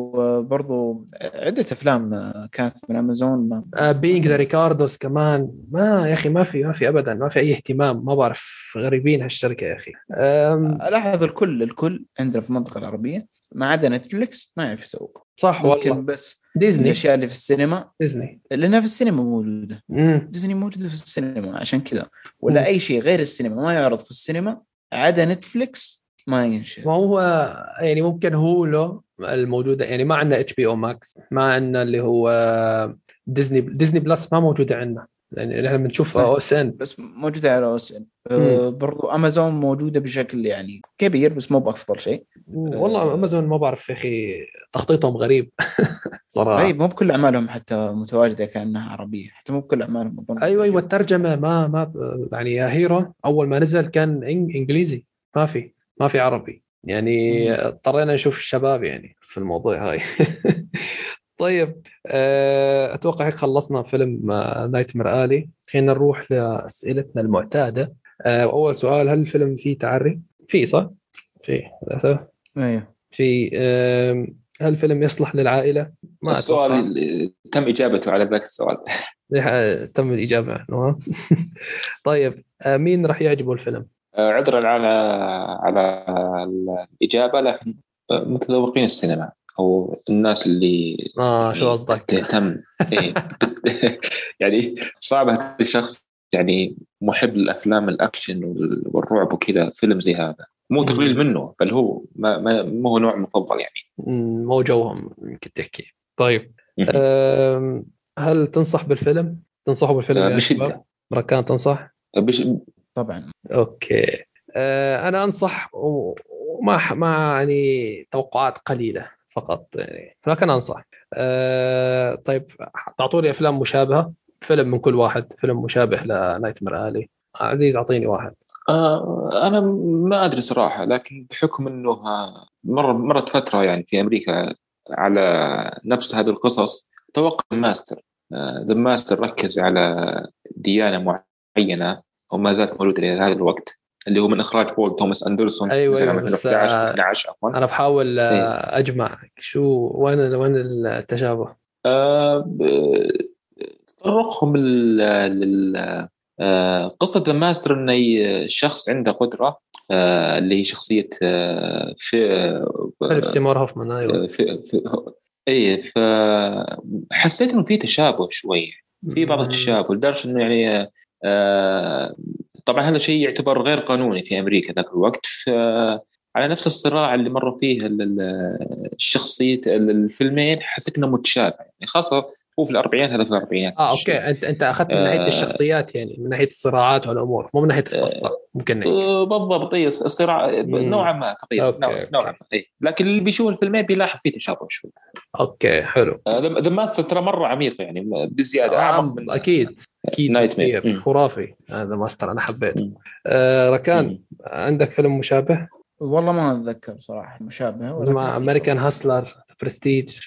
[SPEAKER 4] وبرضو عدة افلام كانت من امازون ما, ما
[SPEAKER 1] بينج ذا
[SPEAKER 4] تنزل.
[SPEAKER 1] ريكاردوس كمان، ما يا اخي ما في ما في ابدا، ما في اي اهتمام. ما بعرف، غريبين هالشركه يا اخي. أم،
[SPEAKER 4] الاحظ الكل الكل عندنا في المنطقة العربية ما عدا نتفليكس ما يعرف يسوق.
[SPEAKER 1] صح والله.
[SPEAKER 4] ممكن بس
[SPEAKER 1] ديزني
[SPEAKER 4] الاشياء اللي في السينما،
[SPEAKER 1] ديزني.
[SPEAKER 4] لانها في السينما موجودة.
[SPEAKER 1] امم
[SPEAKER 4] ديزني موجودة في السينما عشان كذا. ولا أي شيء غير السينما ما يعرض في السينما عدا نتفليكس ما
[SPEAKER 1] ما
[SPEAKER 4] ينشر.
[SPEAKER 1] هو يعني ممكن هولو الموجودة، يعني ما عندنا اتش بي او ماكس، ما عندنا اللي هو ديزني ديزني بلس ما موجودة عندنا. يعني احنا بنشوف
[SPEAKER 4] صح.
[SPEAKER 1] او اس ان
[SPEAKER 4] بس موجودة على أوسن. أه برضو أمازون موجودة بشكل يعني كبير بس مو بأفضل شيء.
[SPEAKER 1] والله
[SPEAKER 4] أه
[SPEAKER 1] امازون ما بعرف يا اخي، تخطيطهم غريب صراحه.
[SPEAKER 4] غريب، مو بكل أعمالهم حتى متواجدة كأنها عربية، حتى مو بكل أعمالهم أظن
[SPEAKER 1] ايوه ايوه،
[SPEAKER 4] مترجمة.
[SPEAKER 1] الترجمه ما ما يعني يا هيرو اول ما نزل كان إن- انجليزي، ما في ما في عربي يعني.
[SPEAKER 4] مم.
[SPEAKER 1] اضطرينا نشوف الشباب يعني في الموضوع هاي. طيب آه، اتوقع هيك خلصنا فيلم نايت مير آلي. خلينا نروح لاسئلتنا المعتاده. آه، اول سؤال، هل الفيلم فيه تعري؟ فيه صح؟ فيه للاسف.
[SPEAKER 4] أيوه.
[SPEAKER 1] في آم، هل الفيلم يصلح للعائله؟ ما
[SPEAKER 2] السؤال
[SPEAKER 1] اتوقع.
[SPEAKER 2] اللي تم اجابته على ذاك السؤال.
[SPEAKER 1] آه، تم الاجابه عنه ها؟ طيب آه، مين راح يعجبه الفيلم؟
[SPEAKER 2] آه، عذرا على على الإجابة، لكن متذوقين السينما أو الناس اللي
[SPEAKER 1] اه شو
[SPEAKER 2] يعني
[SPEAKER 1] قصدك؟
[SPEAKER 2] تهتم. إيه بت... يعني صعب هذا الشخص يعني محب للأفلام الأكشن وال- والرعب وكذا، فيلم زي هذا مو تقليل
[SPEAKER 1] مم.
[SPEAKER 2] منه، بل هو ما ما مو هو نوع مفضل يعني.
[SPEAKER 1] مم، مو جوهم يمكن تحكي. طيب
[SPEAKER 2] مهم.
[SPEAKER 1] آم، هل تنصح بالفيلم؟ تنصحوا بالفيلم
[SPEAKER 2] آه،
[SPEAKER 1] يا شباب؟
[SPEAKER 2] بشدة.
[SPEAKER 1] ركان تنصح؟
[SPEAKER 2] بش...
[SPEAKER 4] طبعا.
[SPEAKER 1] اوكي. آه، انا انصح و- وما ما يعني توقعات قليله فقط يعني، لكن انصح. آه، طيب تعطوني افلام مشابهه، فيلم من كل واحد، فيلم مشابه لنايت مير آلي. عزيز اعطيني واحد.
[SPEAKER 2] آه، أنا ما أدري صراحة، لكن بحكم أنه آه، مر مرت فترة يعني في أمريكا على نفس هذه القصص، أتوقع الماستر. ذا ماستر ركز على ديانة معينة وما زالت موجودة إلى هذا الوقت، اللي هو من إخراج بول توماس أندرسون،
[SPEAKER 1] ايوه
[SPEAKER 2] نزل عام
[SPEAKER 1] ايوه، بس
[SPEAKER 2] ألفين وأحد عشر
[SPEAKER 1] آه،
[SPEAKER 2] اثنا عشر عفوا.
[SPEAKER 1] انا بحاول
[SPEAKER 2] إيه.
[SPEAKER 1] آه، اجمع شو وين وين التشابه.
[SPEAKER 2] آه، ب- تطرقهم لل لل- آه، قصة ذا ماستر أن الشخص عنده قدرة، آه، اللي هي شخصية آه، في
[SPEAKER 1] فيليب سيمور هوفمان ايوه.
[SPEAKER 2] في, في اي فحسيت انه في تشابه شوي، في بعض
[SPEAKER 1] مم.
[SPEAKER 2] التشابه لدرجه انه يعني آه طبعا هذا شيء يعتبر غير قانوني في امريكا ذاك الوقت. ف على نفس الصراع اللي مروا فيه ال- ال- الشخصية الفيلمين، حسيت انه متشابه يعني، خاصة هو في الاربعينات هذا في الاربعينات
[SPEAKER 1] اه اوكي،
[SPEAKER 2] الشيء.
[SPEAKER 1] انت انت اخذت من ناحيه
[SPEAKER 2] آه
[SPEAKER 1] الشخصيات يعني، من ناحيه الصراعات والامور، مو من ناحيه القصه
[SPEAKER 2] آه
[SPEAKER 1] ممكن نحكي.
[SPEAKER 2] بالضبط. اي الصراع
[SPEAKER 1] امم
[SPEAKER 2] نوعا ما تقريبا،
[SPEAKER 1] اوكي
[SPEAKER 2] نوع- نوعا
[SPEAKER 1] اوكي
[SPEAKER 2] ما اي، لكن اللي بيشوف الفيلمين بيلاحظ فيه تشابه شوي.
[SPEAKER 1] اوكي حلو.
[SPEAKER 2] ذا ماستر ترى مره عميق يعني، بزياده اعمق
[SPEAKER 1] آه
[SPEAKER 2] من
[SPEAKER 1] اكيد اكيد
[SPEAKER 2] نايت مير.
[SPEAKER 1] بكثير، خرافي هذا ماستر، انا حبيته.
[SPEAKER 2] مم.
[SPEAKER 1] آه ركان،
[SPEAKER 2] مم.
[SPEAKER 1] عندك فيلم مشابه
[SPEAKER 4] والله ما أتذكر صراحة مشابهة، ولكن
[SPEAKER 1] مع
[SPEAKER 4] أكيد
[SPEAKER 1] امريكان
[SPEAKER 4] طبعا.
[SPEAKER 1] هاسلر، برستيج؟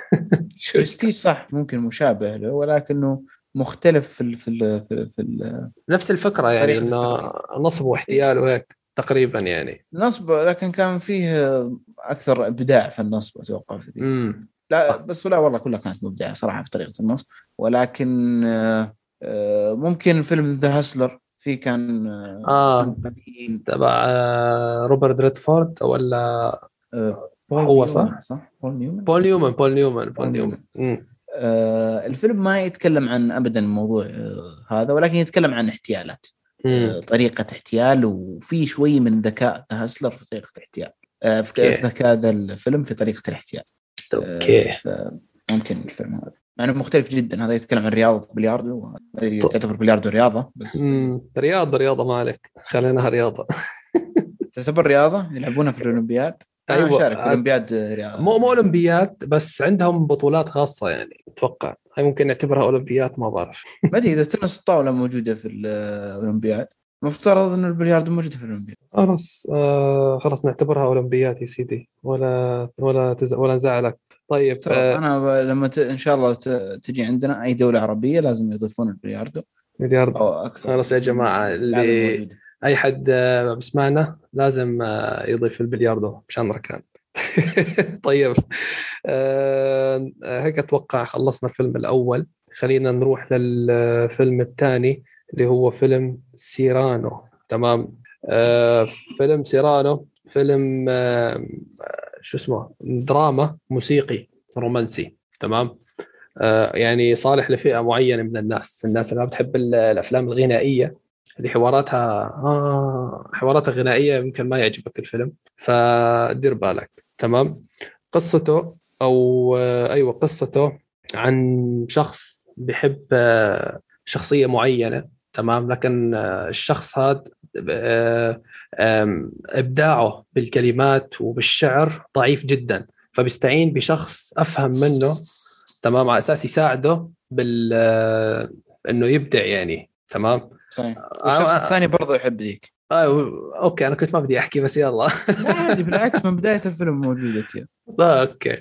[SPEAKER 1] شو
[SPEAKER 4] برستيج صح ممكن مشابه له، ولكنه مختلف في ال في ال في, ال في ال
[SPEAKER 1] نفس الفكره يعني،
[SPEAKER 4] طريقة
[SPEAKER 1] انه
[SPEAKER 4] التقديم.
[SPEAKER 1] نصب
[SPEAKER 4] إيه،
[SPEAKER 1] واحتيال وهيك تقريبا يعني.
[SPEAKER 4] نصب، لكن كان فيه أكثر إبداع في النصب أتوقع في ذيك.
[SPEAKER 1] امم
[SPEAKER 4] لا
[SPEAKER 1] صح.
[SPEAKER 4] بس لا والله كلها كانت مبدعة صراحة في طريقة النصب. ولكن آه، آه، ممكن فيلم ذا هاسلر، في كان آه،
[SPEAKER 1] اه
[SPEAKER 4] فيلم قديم.
[SPEAKER 1] تبع آه، روبرت ريدفورد ولا؟
[SPEAKER 4] آه، بول
[SPEAKER 1] هو صح؟
[SPEAKER 4] نيومان، صح بول نيومان
[SPEAKER 1] بول
[SPEAKER 4] صح.
[SPEAKER 1] نيومان بول نيومان بول
[SPEAKER 4] بول
[SPEAKER 1] نيومان
[SPEAKER 4] نيومان.
[SPEAKER 1] مم.
[SPEAKER 4] آه، الفيلم ما يتكلم عن ابدا موضوع آه، هذا، ولكن يتكلم عن احتيالات.
[SPEAKER 1] مم.
[SPEAKER 4] آه، طريقة احتيال، وفي شوي من ذكاء ذا هاسلر في طريقة الاحتيال. آه، في في
[SPEAKER 1] اوكي
[SPEAKER 4] ذكاء ذا الفيلم في طريقة الاحتيال. آه،
[SPEAKER 1] اوكي.
[SPEAKER 4] فممكن الفيلم هذا يعني مختلف جدا. هذا يتكلم عن رياضة بلياردو، وهذا
[SPEAKER 1] ط-
[SPEAKER 4] تعتبر بلياردو رياضة بس.
[SPEAKER 1] مم. رياضة رياضة ما عليك، خليناها رياضة.
[SPEAKER 4] تعتبر رياضة يلعبونها في الأولمبياد. أنا
[SPEAKER 1] ايوه
[SPEAKER 4] أشارك في
[SPEAKER 1] عاد-
[SPEAKER 4] الأولمبياد رياضة.
[SPEAKER 1] مو مو اولمبيات، بس عندهم بطولات خاصة يعني، اتوقع هاي ممكن نعتبرها اولمبيات، ما بعرف.
[SPEAKER 4] ما أدري إذا تنس الطاولة موجودة في الأولمبياد. مفترض إن البلياردو موجودة في الأولمبياد.
[SPEAKER 1] خلاص آه خلاص نعتبرها اولمبيات يا سيدي، ولا ولا تز... ولا نزعلك. طيب
[SPEAKER 4] افترض
[SPEAKER 1] آه
[SPEAKER 4] انا ب... لما ت... ان شاء الله ت... تجي عندنا اي دوله عربيه لازم يضيفون البلياردو
[SPEAKER 1] مليار.
[SPEAKER 4] او اكثر
[SPEAKER 1] خلاص يا
[SPEAKER 4] من
[SPEAKER 1] جماعة،
[SPEAKER 4] الالعاب
[SPEAKER 1] اللي
[SPEAKER 4] الموجوده.
[SPEAKER 1] أي حد آه، بسمعنا لازم آه، يضيف البلياردو مشان ركان. طيب آه، هيك أتوقع خلصنا الفيلم الأول. خلينا نروح للفيلم الثاني اللي هو فيلم سيرانو. تمام. آه، فيلم سيرانو فيلم آه، شو اسمه، دراما موسيقي رومانسي. تمام. آه، يعني صالح لفئة معينة من الناس، الناس اللي ما بتحب ال- الأفلام الغنائية اللي حواراتها آه حواراتها غنائية، يمكن ما يعجبك الفيلم، فدير بالك. تمام. قصته أو آه أيوة قصته عن شخص بحب آه شخصية معينة، تمام، لكن الشخص هذا إبداعه بالكلمات وبالشعر ضعيف جدا، فبيستعين بشخص أفهم منه، تمام، على أساس يساعده بال إنه يبدع يعني. تمام.
[SPEAKER 4] صحيح. والشخص الثاني برضه يحب ذيك.
[SPEAKER 1] آه، أوكي، أنا كنت ما بدي أحكي بس يلا.
[SPEAKER 4] لا عادي، بالعكس من بداية الفيلم موجودة كذا.
[SPEAKER 1] لا أوكي.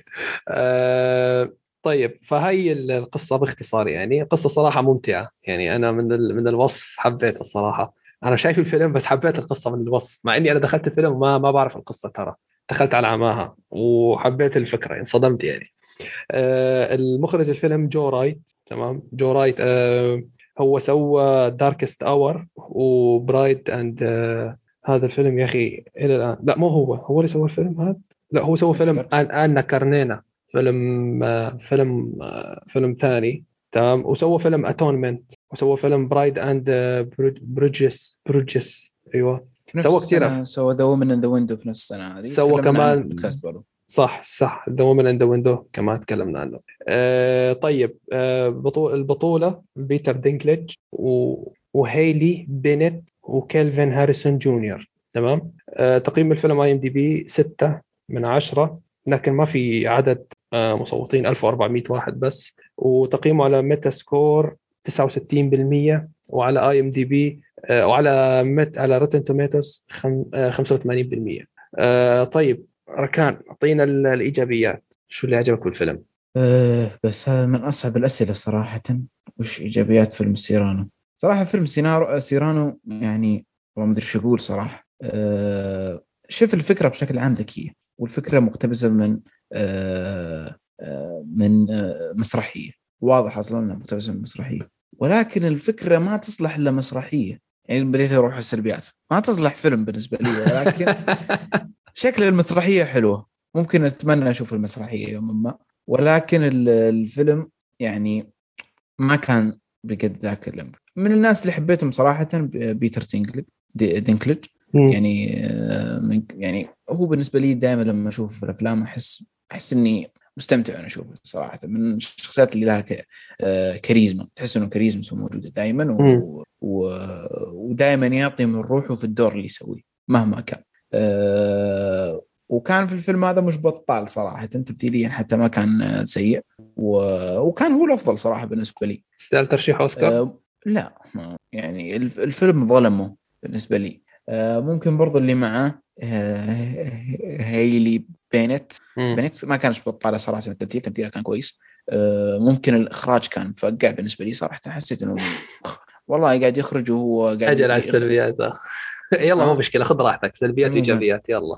[SPEAKER 1] آه طيب، فهي القصة باختصار يعني. قصة صراحة ممتعة يعني، أنا من من الوصف حبيت الصراحة. أنا شايف الفيلم بس حبيت القصة من الوصف، مع إني أنا دخلت الفيلم ما ما بعرف القصة، ترى دخلت على عماها وحبيت الفكرة، انصدمت يعني. آه المخرج الفيلم جو رايت، تمام، جو رايت. آه هو سوى داركست اور وبرايد اند آه هذا الفيلم يا اخي الى الان، لا مو هو هو اللي سوى الفيلم هذا، لا هو سوى فيلم آن آنا كارنينا، فيلم آه فيلم آه فيلم ثاني، تمام، وسوى فيلم اتونمنت، وسوى فيلم برايد اند بريدجس بريدجس ايوه،
[SPEAKER 4] في نفس
[SPEAKER 1] سوى كثير أف...
[SPEAKER 4] السنة سوى ذا وومن إن ذا ويندو في نفس السنة هذه،
[SPEAKER 1] سوى
[SPEAKER 4] تكلمنا عنه في
[SPEAKER 1] كمان،
[SPEAKER 4] البودكاست برضه.
[SPEAKER 1] صح صح، ذا وومن اند ذا ويندو كمان تكلمنا عنه. آه طيب، آه بطولة البطولة بيتر دينكليج و... وهيلي بينت وكيلفين هاريسون جونيور، تمام. آه تقييم الفيلم اي ام دي بي ستة من عشرة، لكن ما في عدد آه مصوتين، ألف وأربعمائة واحد بس. وتقييمه على ميتا سكور تسعة وستين بالمية، وعلى اي ام دي بي آه وعلى مت على روتن توميتوز خم... آه خمسة وثمانين بالمية. آه طيب ركان، أعطينا الإيجابيات، شو اللي عجبك بالفيلم؟
[SPEAKER 4] أه بس هذا من أصعب الأسئلة صراحة. وش إيجابيات فيلم سيرانو؟ صراحة فيلم سينارو سيرانو يعني ما أدري شو أقول صراحة. أه شوف الفكرة بشكل عام ذكية، والفكرة مقتبسة من أه أه من أه مسرحية، واضح أصلاً أنها مقتبسة من مسرحية، ولكن الفكرة ما تصلح إلا مسرحية. يعني بديت أروح السلبيات، ما تصلح فيلم بالنسبة لي، ولكن شكل المسرحية حلوة، ممكن أتمنى أشوف المسرحية يوما ما. ولكن الفيلم يعني ما كان بقد ذاك الأمر. من الناس اللي حبيتهم صراحة بيتر دينكليج دينكليج يعني من يعني هو بالنسبة لي دائما لما أشوف الأفلام أحس أحس إني مستمتع وأنا أشوفه صراحة. من الشخصيات اللي لها كاريزما، تحس إنه كاريزما موجودة دائما، و... و... ودائما يعطي من روحه في الدور اللي يسويه مهما كان. أه... وكان في الفيلم هذا مش بطال صراحة، تمثيليا حتى ما كان سيء، و... وكان هو الأفضل صراحة بالنسبة لي.
[SPEAKER 1] استاهل ترشيح أوسكار؟
[SPEAKER 4] أه لا يعني الفيلم ظلمه بالنسبة لي. أه ممكن برضو اللي معه أه هيلي بينت بينت ما كانش بطالة صراحة، التمثيل تمثيلها كان كويس. أه ممكن الإخراج كان مفقع بالنسبة لي صراحة، حسيت إنه والله قاعد يخرج وهو قاعد
[SPEAKER 1] أجل على السلبيات. يلا مو مشكلة، خذ راحتك، سلبيات وإيجابيات يلا.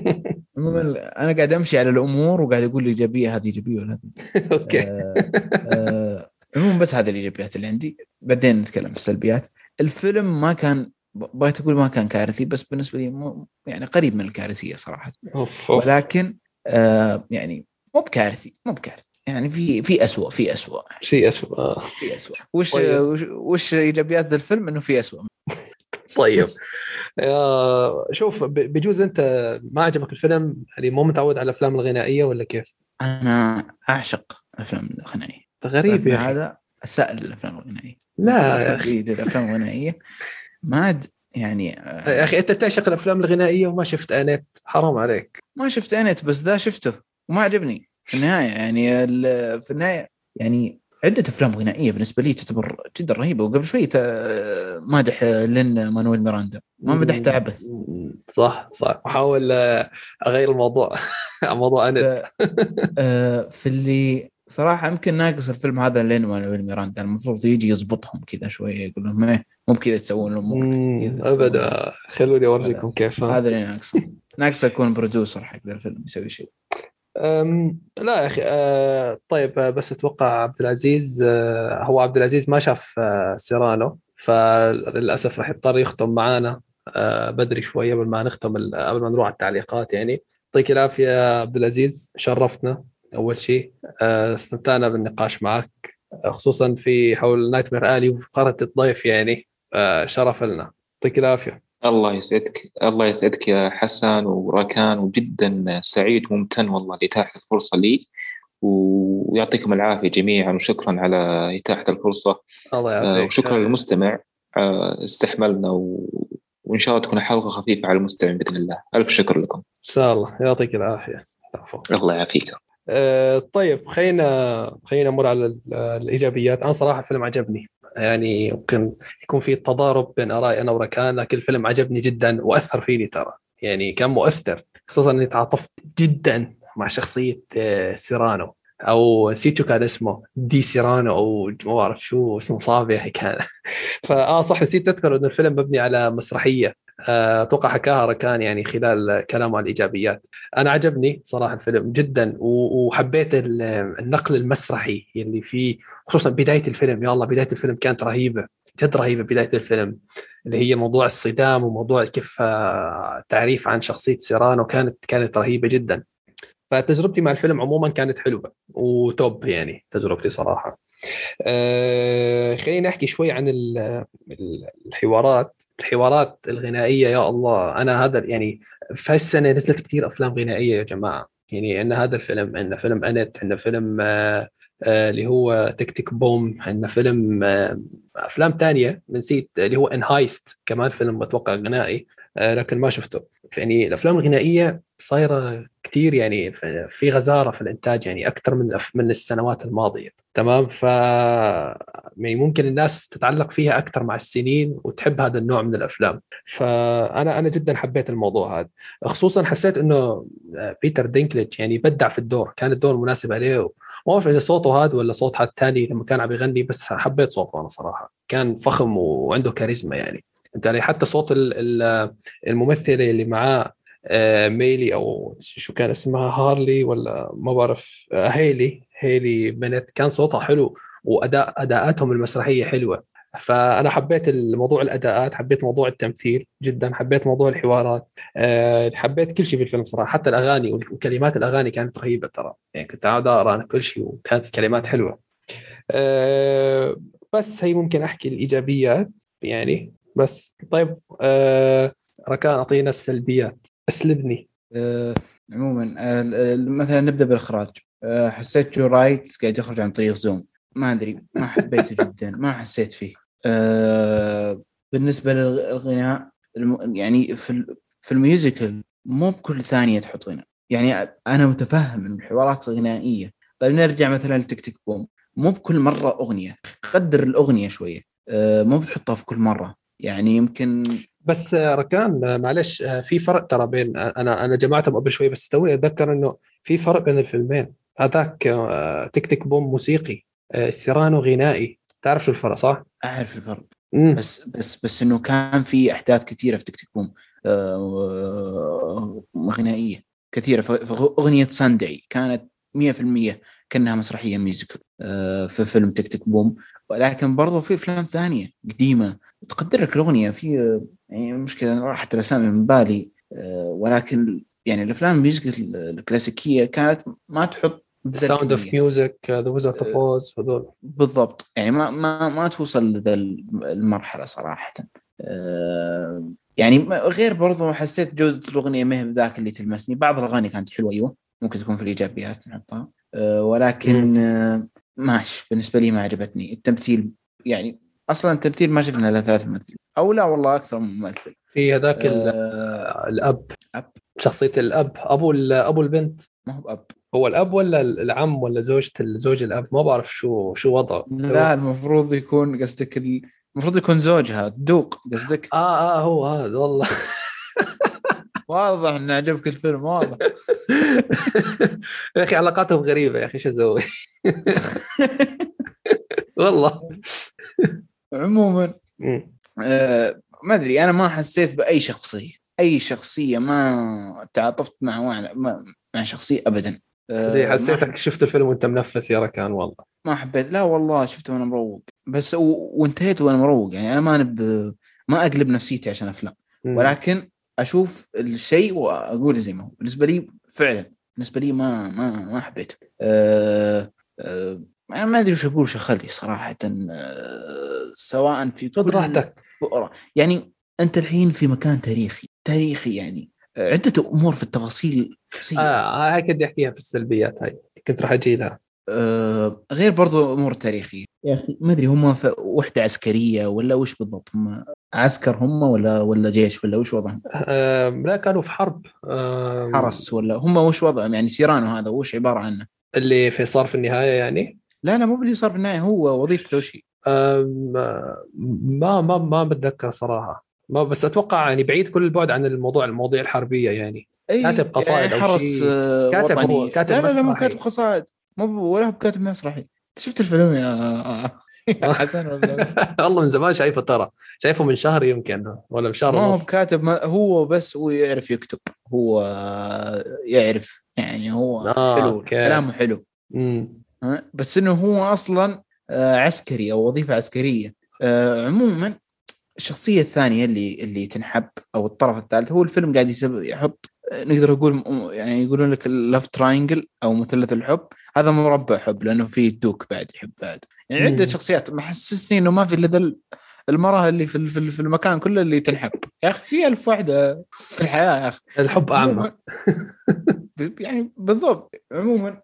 [SPEAKER 4] أنا قاعد أمشي على الأمور وقاعد أقول لي إيجابية هذه إيجابية ولا هذه.
[SPEAKER 1] أوكي.
[SPEAKER 4] آه آه عموما بس هذه الإيجابيات اللي عندي، بعدين نتكلم في السلبيات. الفيلم ما كان بغيت أقول ما كان كارثي، بس بالنسبة لي مو يعني قريب من الكارثية صراحة.
[SPEAKER 1] أوف أوف.
[SPEAKER 4] ولكن آه يعني مو بكارثي مو بكارثي يعني في في أسوأ في أسوأ
[SPEAKER 1] شيء أسوأ
[SPEAKER 4] في أسوأ. وش
[SPEAKER 1] طيب.
[SPEAKER 4] وش, وش إيجابيات ذا الفيلم؟ إنه في أسوأ.
[SPEAKER 1] طيب شوف، بجوز أنت ما عجبك الفيلم يعني مو متعود على الأفلام الغنائية ولا كيف؟
[SPEAKER 4] أنا أعشق الأفلام الغنائية.
[SPEAKER 1] غريب يا أخي.
[SPEAKER 4] هذا أسأل الأفلام الغنائية.
[SPEAKER 1] لا يا أخي،
[SPEAKER 4] الأفلام الغنائية ما عاد يعني
[SPEAKER 1] يا أخي أنت تعشق الأفلام الغنائية وما شفت آنت، حرام عليك.
[SPEAKER 4] ما شفت آنت، بس ذا شفته وما عجبني في النهاية. يعني في النهاية يعني عدة أفلام غنائية بالنسبة لي تعتبر جدا رهيبة. وقبل شوي مادح لين مانويل ميراندا، ما مدحت عبث.
[SPEAKER 1] صح صح، أحاول أغير الموضوع. موضوع آنت.
[SPEAKER 4] في اللي صراحة يمكن ناقص الفيلم هذا لين مانويل ميراندا، المفروض يجي يضبطهم كذا شوية، يقول لهم ايه مو بكذا تسوون الأمور
[SPEAKER 1] أبدا، خلوني أوريكم كيف.
[SPEAKER 4] هذا اللي ناقص. ناقص يكون برودوسر حق الفيلم يسوي شيء.
[SPEAKER 1] أم لا يا أخي. أه طيب، بس أتوقع عبد العزيز، أه هو عبد العزيز ما شاف أه سيرانو، فللأسف راح يضطر يختم معانا أه بدري شوية قبل ما نختم، قبل ما نروح على التعليقات يعني. يعطيك العافية يا عبد العزيز، شرفتنا أول شيء. أه استمتعنا بالنقاش معك، خصوصا في حول نايتمير آلي وفقرة الضيف يعني. أه شرف لنا، يعطيك العافية.
[SPEAKER 2] الله يسعدك الله يسعدك يا حسن وراكان، وجدا سعيد وممتن والله لإتاحة الفرصة لي، ويعطيكم العافية جميعا، وشكرا على إتاحة الفرصة.
[SPEAKER 1] الله يعافيك.
[SPEAKER 2] وشكرا للمستمع استحملنا، و... وإن شاء الله تكون حلقة خفيفة على المستمع بإذن الله. ألف شكر لكم.
[SPEAKER 1] إن شاء الله يعطيك العافية.
[SPEAKER 2] الله يعافيك.
[SPEAKER 1] أه طيب خلينا خلينا نمر على الإيجابيات. أنا صراحة الفيلم عجبني، يعني يمكن يكون في تضارب بين آرائي أنا وركان، لكن الفيلم عجبني جدا وأثر فيني ترى، يعني كان مؤثر، خصوصا أني تعاطفت جدا مع شخصية سيرانو أو سيتو كان اسمه دي سيرانو أو ما أعرف شو اسمه صابع كان. فآه صح نسيت أذكر أن الفيلم مبني على مسرحية أتوقع حكاها ركان يعني خلال كلامه عن الإيجابيات. أنا عجبني صراحة الفيلم جدا، وحبيت النقل المسرحي اللي فيه، خصوصا بداية الفيلم. يا الله بداية الفيلم كانت رهيبة، جد رهيبة بداية الفيلم، اللي هي موضوع الصدام وموضوع كيف تعريف عن شخصية سيرانو كانت كانت رهيبة جدا. فتجربتي مع الفيلم عموما كانت حلوة وتوب، يعني تجربتي صراحة. أه خلينا نحكي شوي عن الحوارات الحوارات الغنائية. يا الله أنا هذا يعني في السنة نزلت كتير أفلام غنائية يا جماعة، يعني عندنا هذا الفيلم، عندنا فيلم أنت، عندنا فيلم أه أه اللي هو تك تك بوم، عندنا فيلم أه أفلام تانية نسيت اللي هو انهايست كمان فيلم بتوقع غنائي أه لكن ما شفته. يعني الأفلام الغنائية صايرة كتير، يعني في غزارة في الإنتاج، يعني أكثر من من السنوات الماضية. تمام. ف يعني ممكن الناس تتعلق فيها أكثر مع السنين وتحب هذا النوع من الأفلام. فأنا أنا جدا حبيت الموضوع هذا، خصوصا حسيت إنه بيتر دينكليج يعني بدع في الدور، كان الدور مناسب عليه. ما أعرف إذا صوته هذا ولا صوت حد تاني لما كان عم يغني، بس حبيت صوته أنا صراحة، كان فخم وعنده كاريزما. يعني أنت يعني حتى صوت الممثلة اللي معاه ميلي او شو كان اسمها، هارلي ولا ما بعرف، هيلي هيلي بنت، كان صوتها حلو واداء اداءاتهم المسرحيه حلوه. فانا حبيت الموضوع الاداءات، حبيت موضوع التمثيل جدا، حبيت موضوع الحوارات، حبيت كل شيء في الفيلم صراحه. حتى الاغاني وكلمات الاغاني كانت رهيبه ترى، يعني كنت قاعد اقرا انا كل شيء وكانت الكلمات حلوه. بس هي ممكن احكي الايجابيات يعني. بس طيب ركان اعطينا السلبيات، اسلبني.
[SPEAKER 4] أه عموما أه مثلا نبدا بالاخراج. أه حسيت جو رايت قاعد يخرج عن طريق زوم، ما ادري، ما حبيته جدا، ما حسيت فيه. أه بالنسبه للغناء يعني في في الميوزيكال مو بكل ثانيه تحط غناء، يعني انا متفهم ان الحوارات غنائيه. طيب نرجع مثلا لتك تك بوم، مو بكل مره اغنيه، قدر الاغنيه شويه، أه مو بتحطها في كل مره، يعني يمكن.
[SPEAKER 1] بس ركان معلش في فرق ترى بين، انا انا جمعتهم قبل شوي بس توي اتذكر انه في فرق بين الفيلمين. هذاك تك تك بوم موسيقي، سيرانو غنائي، تعرف شو الفرق صح؟
[SPEAKER 4] اعرف الفرق.
[SPEAKER 1] مم.
[SPEAKER 4] بس بس بس انه كان في احداث كثيره في تك تك بوم آه غنائيه كثيره. فاغنيه سانداي كانت مية في المية كانها مسرحيه ميوزيكال آه في فيلم تك تك بوم. ولكن برضو في افلام ثانيه قديمه تقدر لك الاغنيه في، يعني مشكله راحت الاسامي من بالي، آه ولكن يعني الافلام الميوزيكال الكلاسيكيه كانت ما تحط
[SPEAKER 1] ساوند اوف ميوزك، ذا ويزارد اوف اوز، هذول
[SPEAKER 4] بالضبط، يعني ما ما ما توصل لذا المرحله صراحه. أه يعني غير برضو حسيت جودة الأغنية ما هي بذاك اللي تلمسني. بعض الأغاني كانت حلوة أيوة، ممكن تكون في الإيجابيات نحطها، أه ولكن أه ماش بالنسبة لي ما عجبتني. التمثيل يعني أصلا التمثيل ما شفنا إلا ثلاث ممثل أو لا والله أكثر من ممثل
[SPEAKER 1] في هذاك أه الأب
[SPEAKER 4] أب.
[SPEAKER 1] شخصية الأب، أبو أبو البنت،
[SPEAKER 4] ما هو أب،
[SPEAKER 1] هو الأب ولا العم ولا زوجة الزوج الأب، ما بعرف شو شو وضعه.
[SPEAKER 4] لا المفروض يكون قصدك ال... المفروض يكون زوجها دوق قصدك.
[SPEAKER 1] آه آه هو هذا والله.
[SPEAKER 4] واضح ان عجبك الفيلم، واضح.
[SPEAKER 1] يا اخي علاقاتهم غريبه يا اخي، شو اسوي؟ والله.
[SPEAKER 4] عموما آه ما ادري، انا ما حسيت باي شخصيه اي شخصيه ما تعاطفت مع مع, مع شخصيه ابدا.
[SPEAKER 1] آه حسيتك شفت الفيلم وانت منفس يا ركان؟ والله
[SPEAKER 4] ما حبيت، لا والله شفته وانا مروق بس و... وانتهيت وانا مروق. يعني انا ما نب ما اقلب نفسيتي عشان افلام، ولكن اشوف الشيء واقول زي ما هو. بالنسبه لي فعلا بالنسبه لي ما ما ما حبيته. أه أه ما ادري وش اقول شخلي صراحه. أه سواء في كل
[SPEAKER 1] راحتك،
[SPEAKER 4] يعني انت الحين في مكان تاريخي تاريخي يعني عده امور في التفاصيل سيئه.
[SPEAKER 1] اه هاي كنت احكيها في السلبيات، هاي كنت راح أجي لها.
[SPEAKER 4] أه غير برضو أمور تاريخية يا أخي، ما أدري هم في وحدة عسكرية ولا وش بالضبط؟ هم عسكر هم ولا ولا جيش ولا وش وضعهم؟
[SPEAKER 1] أه لا كانوا في حرب. أه
[SPEAKER 4] حرس ولا هم وش وضعهم يعني؟ سيرانو هذا وش عبارة عنه؟
[SPEAKER 1] اللي في صار في النهاية يعني.
[SPEAKER 4] لا لا، مو باللي صار في النهاية، هو وظيفته وش هي؟
[SPEAKER 1] أه ما ما ما بتذكر صراحة، ما بس أتوقع يعني بعيد كل البعد عن الموضوع المواضيع الحربية يعني. كاتب
[SPEAKER 4] اي يعني
[SPEAKER 1] قصائد أو
[SPEAKER 4] حرس
[SPEAKER 1] شيء.
[SPEAKER 4] آه،
[SPEAKER 1] كاتب، هو
[SPEAKER 4] وطني.
[SPEAKER 1] كاتب
[SPEAKER 4] لا لا لا، مو كاتب
[SPEAKER 1] مسرحي.
[SPEAKER 4] قصائد، مو ب- ولا بكاتب مسرحي. انت شفت الفيلم يا حسن ولا؟
[SPEAKER 1] والله من زمان شايفه، ترى شايفه من شهر يمكن ولا من شهر
[SPEAKER 4] ما هو
[SPEAKER 1] ونص.
[SPEAKER 4] بكاتب، ما هو بس هو يعرف يكتب، هو يعرف يعني، هو
[SPEAKER 1] اه
[SPEAKER 4] حلو
[SPEAKER 1] اوكي.
[SPEAKER 4] كلامه حلو.
[SPEAKER 1] امم
[SPEAKER 4] ها؟ بس انه هو اصلا آه، عسكري او وظيفة عسكرية. آه، عموما الشخصية الثانية اللي اللي تنحب أو الطرف الثالث، هو الفيلم قاعد يسب يحط نقدر نقول م- يعني يقولون لك اللاف تراينجل أو مثلث الحب. هذا مربع حب لأنه فيه الدوك بعد يحب بعد، يعني عدة
[SPEAKER 1] امم
[SPEAKER 4] شخصيات. ما حسسني إنه ما في إلا ذا المرأة اللي في ال- في ال- في المكان كله اللي تنحب. يا أخي في ألف واحدة في الحياة يا أخي.
[SPEAKER 1] الحب أعمى.
[SPEAKER 4] عموما ب- يعني بالضبط. عموما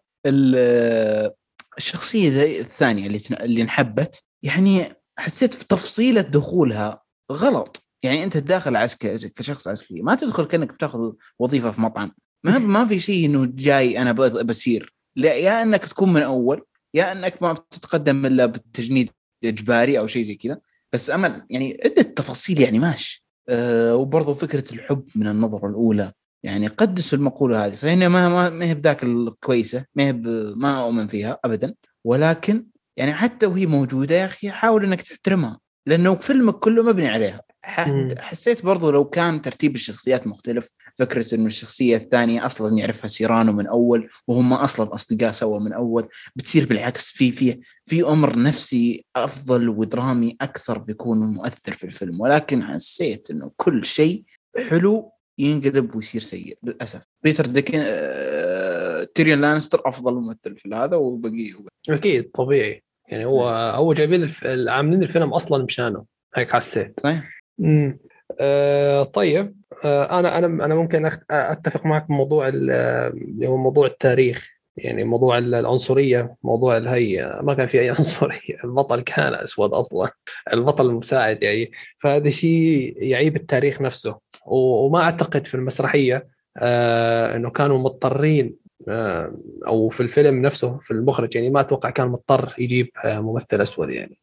[SPEAKER 4] ال- الشخصية ذي الثانية اللي تن- اللي انحبت، يعني حسيت في تفصيلة دخولها غلط. يعني أنت داخل عسكري كشخص عسكري، ما تدخل كأنك بتاخذ وظيفة في مطعم. ما ما في شيء إنه جاي أنا بس- بسير. لا، يا أنك تكون من أول، يا أنك ما بتتقدم إلا بالتجنيد إجباري أو شيء زي كذا. بس أمل يعني عدة تفاصيل يعني ماشي. أه وبرضو فكرة الحب من النظرة الأولى، يعني قدسوا المقولة هذه. صحيح إنها ما ما ما هي بذاك الكويسة، ما هي ب- ما أؤمن فيها أبدا، ولكن يعني حتى وهي موجودة يا أخي حاول إنك تحترمها، لأنه فيلمك كله مبني عليها. حد-
[SPEAKER 1] امم
[SPEAKER 4] حسيت برضو لو كان ترتيب الشخصيات مختلف، فكرة إنه الشخصية الثانية أصلا يعرفها سيرانو من أول وهم أصلا أصدقاء سوا من أول، بتصير بالعكس في في في أمر نفسي أفضل ودرامي أكثر بيكون مؤثر في الفيلم. ولكن حسيت إنه كل شيء حلو ينقلب ويصير سيء للأسف. بيتر ديكن آه... تيريون لانستر أفضل ممثل في هذا، وبقي وبقي.
[SPEAKER 1] أكيد طبيعي يعني. هو هو جايبين الف... عاملين الفيلم أصلا مشانه، هيك حسيت.
[SPEAKER 4] صحيح.
[SPEAKER 1] امم آه طيب. آه أنا أنا أنا ممكن أخت... أتفق معك بموضوع ال- اللي هو موضوع التاريخ، يعني موضوع العنصرية، موضوع الهي ما كان في أي عنصرية. البطل كان أسود أصلا، البطل المساعد يعني. فهذا شيء يعيب التاريخ نفسه. و- وما أعتقد في المسرحية آه إنه كانوا مضطرين، آه أو في الفيلم نفسه في المخرج يعني ما أتوقع كان مضطر يجيب آه ممثل أسود يعني.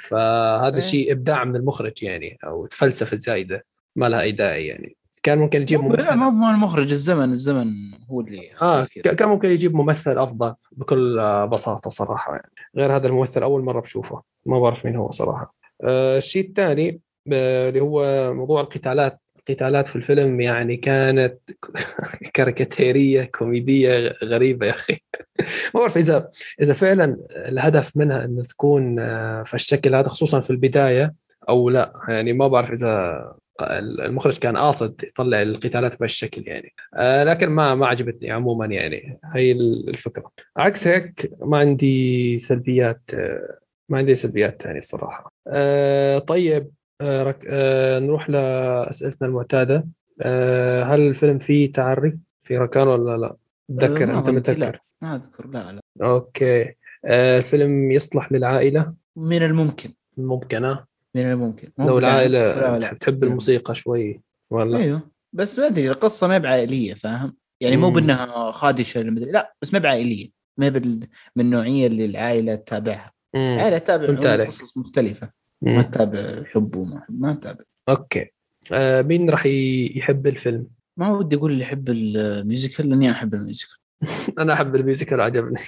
[SPEAKER 1] فهذا
[SPEAKER 4] صحيح.
[SPEAKER 1] شيء إبداع من المخرج يعني، أو فلسفة زايدة ما لها أي داعي يعني. كان ممكن يجيب
[SPEAKER 4] مو لا،
[SPEAKER 1] ممثل.
[SPEAKER 4] ما هو المخرج، الزمن الزمن هو اللي
[SPEAKER 1] اه
[SPEAKER 4] خلى كذا.
[SPEAKER 1] ك- كان ممكن يجيب ممثل افضل بكل آه، بساطه صراحه يعني. غير هذا الممثل اول مره بشوفه، ما بعرف مين هو صراحه. آه الشيء الثاني آه اللي هو موضوع القتالات. القتالات في الفيلم يعني كانت كاريكاتيريه كوميديه غريبه يا اخي. ما بعرف اذا اذا فعلا الهدف منها ان تكون آه، في الشكل هذا خصوصا في البدايه او لا يعني. ما بعرف اذا المخرج كان قاصد يطلع القتالات بهالشكل يعني. آه لكن ما ما عجبتني عموما يعني. هي الفكره. عكس هيك ما عندي سلبيات. آه ما عندي سلبيات ثانيه الصراحه. آه طيب. آه رك... آه نروح لاسئلتنا المعتاده. آه هل الفيلم فيه تعري في ركان ولا لا؟
[SPEAKER 4] أه
[SPEAKER 1] تذكر،
[SPEAKER 4] ما
[SPEAKER 1] انت
[SPEAKER 4] ظننتي، لا
[SPEAKER 1] متذكر؟
[SPEAKER 4] ما أذكر، لا لا.
[SPEAKER 1] اوكي. آه الفيلم يصلح للعائله؟
[SPEAKER 4] من الممكن،
[SPEAKER 1] ممكن.
[SPEAKER 4] من الممكن، مو
[SPEAKER 1] لو
[SPEAKER 4] بلا
[SPEAKER 1] العائله
[SPEAKER 4] ولا
[SPEAKER 1] تحب
[SPEAKER 4] لا،
[SPEAKER 1] تحب
[SPEAKER 4] من الممكن.
[SPEAKER 1] الموسيقى شوي ولا؟
[SPEAKER 4] ايوه بس ما ادري، القصه ما بعائليه فاهم يعني، مو
[SPEAKER 1] امم
[SPEAKER 4] بانها خادشه المدري، لا بس ما بعائليه. ما بال... من النوعيه اللي العائله تتابعها.
[SPEAKER 1] امم
[SPEAKER 4] عائله تتابع
[SPEAKER 1] فهمت
[SPEAKER 4] عموما
[SPEAKER 1] عليك.
[SPEAKER 4] قصص مختلفه، ما
[SPEAKER 1] امم
[SPEAKER 4] تتابع حب وما حب، ما تتابع.
[SPEAKER 1] اوكي. آه مين راح ي- يحب الفيلم؟
[SPEAKER 4] ما ودي اقول اللي يحب الميوزيكال لاني احب الميوزيكال.
[SPEAKER 1] انا احب الميوزيكال وعجبني.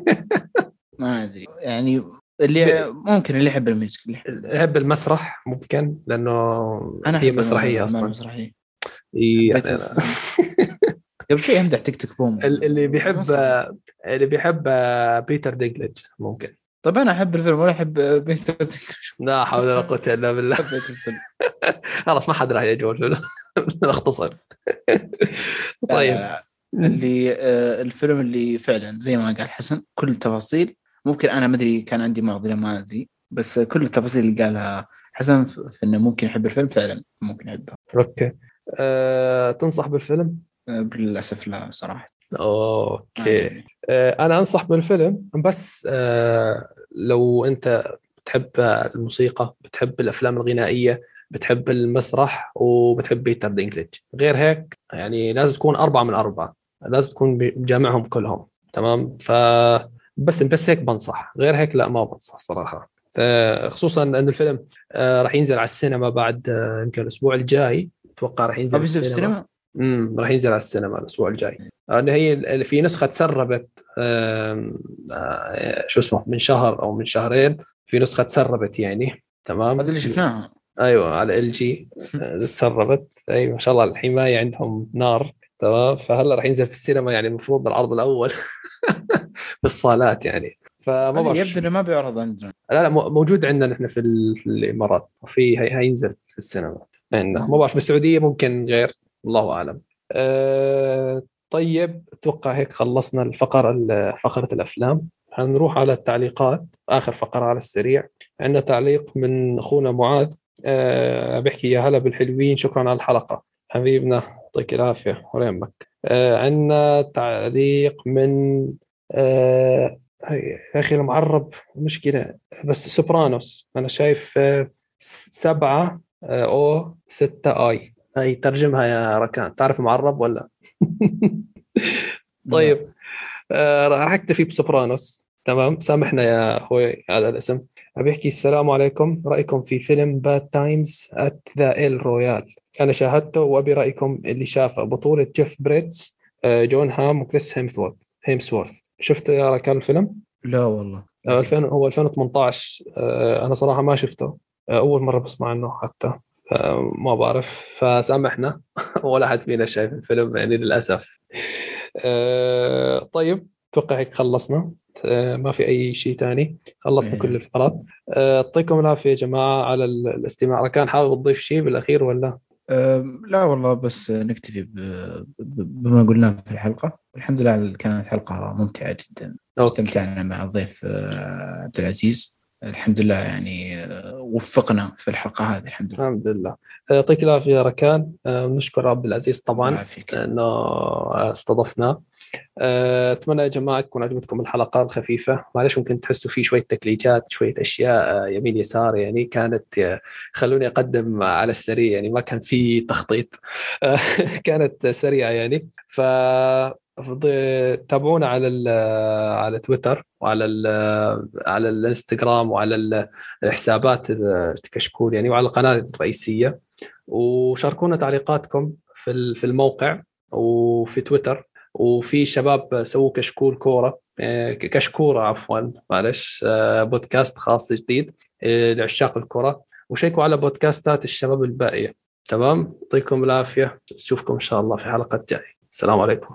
[SPEAKER 4] ما ادري يعني،
[SPEAKER 1] ب-
[SPEAKER 4] اللي ممكن اللي يحب الميوزيكال، اللي يحب الميوزيكال.
[SPEAKER 1] احب المسرح ممكن لانه
[SPEAKER 4] انا
[SPEAKER 1] هي
[SPEAKER 4] احب
[SPEAKER 1] مسرحيه
[SPEAKER 4] الاعمال
[SPEAKER 1] اصلا.
[SPEAKER 4] المسرحيه.
[SPEAKER 1] يعني
[SPEAKER 4] حبيت
[SPEAKER 1] أنا
[SPEAKER 4] الفيلم قبل شوي امدح تيك توك بوم
[SPEAKER 1] ال- اللي بيحب
[SPEAKER 4] مسرحي.
[SPEAKER 1] اللي بيحب آه، بيتر دينكليج ممكن.
[SPEAKER 4] طب انا احب الفيلم ولا احب بيتر تكرش.
[SPEAKER 1] لا حول ولا قوه الا بالله.
[SPEAKER 4] حبيت الفيلم.
[SPEAKER 1] خلاص ما حد راح يجوز. نختصر.
[SPEAKER 4] لا لا
[SPEAKER 1] طيب.
[SPEAKER 4] لا، اللي آه الفيلم اللي فعلا زي ما قال حسن كل التفاصيل. ممكن انا ما ادري كان عندي معضله ما ادري، بس كل التفاصيل اللي قالها حسن في في انه ممكن يحب الفيلم فعلا ممكن يحبه.
[SPEAKER 1] اوكي. أه، تنصح بالفيلم؟
[SPEAKER 4] آه للاسف لا صراحه.
[SPEAKER 1] اوكي.
[SPEAKER 4] عجبني.
[SPEAKER 1] آه، انا انصح بالفيلم، بس آه، لو انت بتحب الموسيقى، بتحب الافلام الغنائيه، بتحب المسرح، وبتحب بيتر دينكليج، غير هيك يعني لازم تكون أربعة من أربعة، لازم تكون بجامعهم كلهم. تمام. ف بس بس هيك بنصح، غير هيك لا ما بنصح صراحة. آه، خصوصا أن الفيلم آه، راح ينزل على السينما بعد آه، يمكن الأسبوع الجاي، أتوقع راح ينزل
[SPEAKER 4] ما بينزل في
[SPEAKER 1] السينما.
[SPEAKER 4] السينما؟
[SPEAKER 1] امم راح ينزل على السينما الأسبوع الجاي. لأن هي اللي في نسخة تسربت، آم، آه، شو اسمه، من شهر أو من شهرين، في نسخة تسربت يعني. تمام.
[SPEAKER 4] هذا اللي شفناها.
[SPEAKER 1] ايوه على ال جي تسربت. ايوه ما شاء الله الحمايه عندهم نار. تمام. فهلا راح ينزل في السينما، يعني المفروض العرض الاول في الصالات يعني. فما
[SPEAKER 4] هذا
[SPEAKER 1] بعرف
[SPEAKER 4] يبدو
[SPEAKER 1] شو-
[SPEAKER 4] انه ما بيعرض عندنا.
[SPEAKER 1] لا لا مو- موجود عندنا نحن في, ال... في الامارات، وفي هي... هينزل في السينما عندنا. ما
[SPEAKER 4] مم.
[SPEAKER 1] بعرف في السعوديه ممكن غير، الله اعلم. أه... طيب اتوقع هيك خلصنا الفقره ال- فقره الافلام. هنروح على التعليقات، اخر فقره على السريع. عندنا تعليق من اخونا معاذ، أه... بيحكي يا هلا بالحلوين، شكرا على الحلقه حبيبنا، يعطيك العافيه ولا يهمك. أه... عندنا تعليق من أه... هي- يا اخي المعرب مشكله، بس سوبرانوس انا شايف آه، سبعة آه، او ستة اي. هاي ترجمها يا ركان، تعرف معرب ولا؟
[SPEAKER 4] لا.
[SPEAKER 1] طيب. آه، راح اكتفي بسوبرانوس. تمام. سامحنا يا اخوي على الاسم. ابي احكي السلام عليكم، رايكم في فيلم باد تايمز ات ذا ال رويال؟ انا شاهدته وابي رايكم اللي شافه، بطولة جيف بريدز، آه، جون هام، وكريس هيمثورث. هيمسورث شفته يا ركان الفيلم؟
[SPEAKER 4] لا والله
[SPEAKER 1] آه،
[SPEAKER 4] للاسف.
[SPEAKER 1] ألفين هو ألفين وثمانية عشر. آه، انا صراحه ما شفته، آه، اول مره بسمع عنه حتى. آه، ما بعرف، فسامحنا. ولا حد فينا شايف الفيلم يعني للاسف. آه، طيب اتوقع هيك خلصنا. آه، ما في اي شيء تاني، خلصنا كل
[SPEAKER 4] إيه.
[SPEAKER 1] الفقرات. آه، يعطيكم العافيه يا جماعه على ال- الاستماع. كان حابب تضيف شيء بالاخير ولا؟
[SPEAKER 4] أم، لا والله، بس نكتفي ب- ب- بما قلناه في الحلقة. الحمد لله كانت حلقة ممتعة جدا.
[SPEAKER 1] اوكي.
[SPEAKER 4] استمتعنا مع الضيف آه، عبد العزيز. الحمد لله يعني آه، وفقنا في الحلقة هذه الحمد لله.
[SPEAKER 1] الحمد لله. يعطيك العافيه يا ركان. آه، نشكر عبد العزيز
[SPEAKER 4] الله
[SPEAKER 1] طبعا
[SPEAKER 4] يعافيك.
[SPEAKER 1] انه استضفناه. آه، أتمنى يا جماعة تكون عجبتكم الحلقة الخفيفة. معلش ممكن تحسوا في شوية تكليجات، شوية أشياء آه، يمين يسار، يعني كانت آه، خلوني أقدم على السريع، يعني ما كان في تخطيط. آه، كانت سريعة يعني. ف فض- تابعونا على ال- على تويتر، وعلى ال على الانستغرام، وعلى ال- الحسابات ال- كشكول يعني، وعلى القناة الرئيسية. وشاركونا تعليقاتكم في ال- في الموقع وفي تويتر. وفي شباب سووا كشكول كورة، آه، كشكورة عفوا، معلش، آه، بودكاست خاص جديد آه، لعشاق الكرة. وشيكوا على بودكاستات الشباب الباقية. تمام. يعطيكم العافية، نشوفكم إن شاء الله في حلقة جاية. السلام عليكم.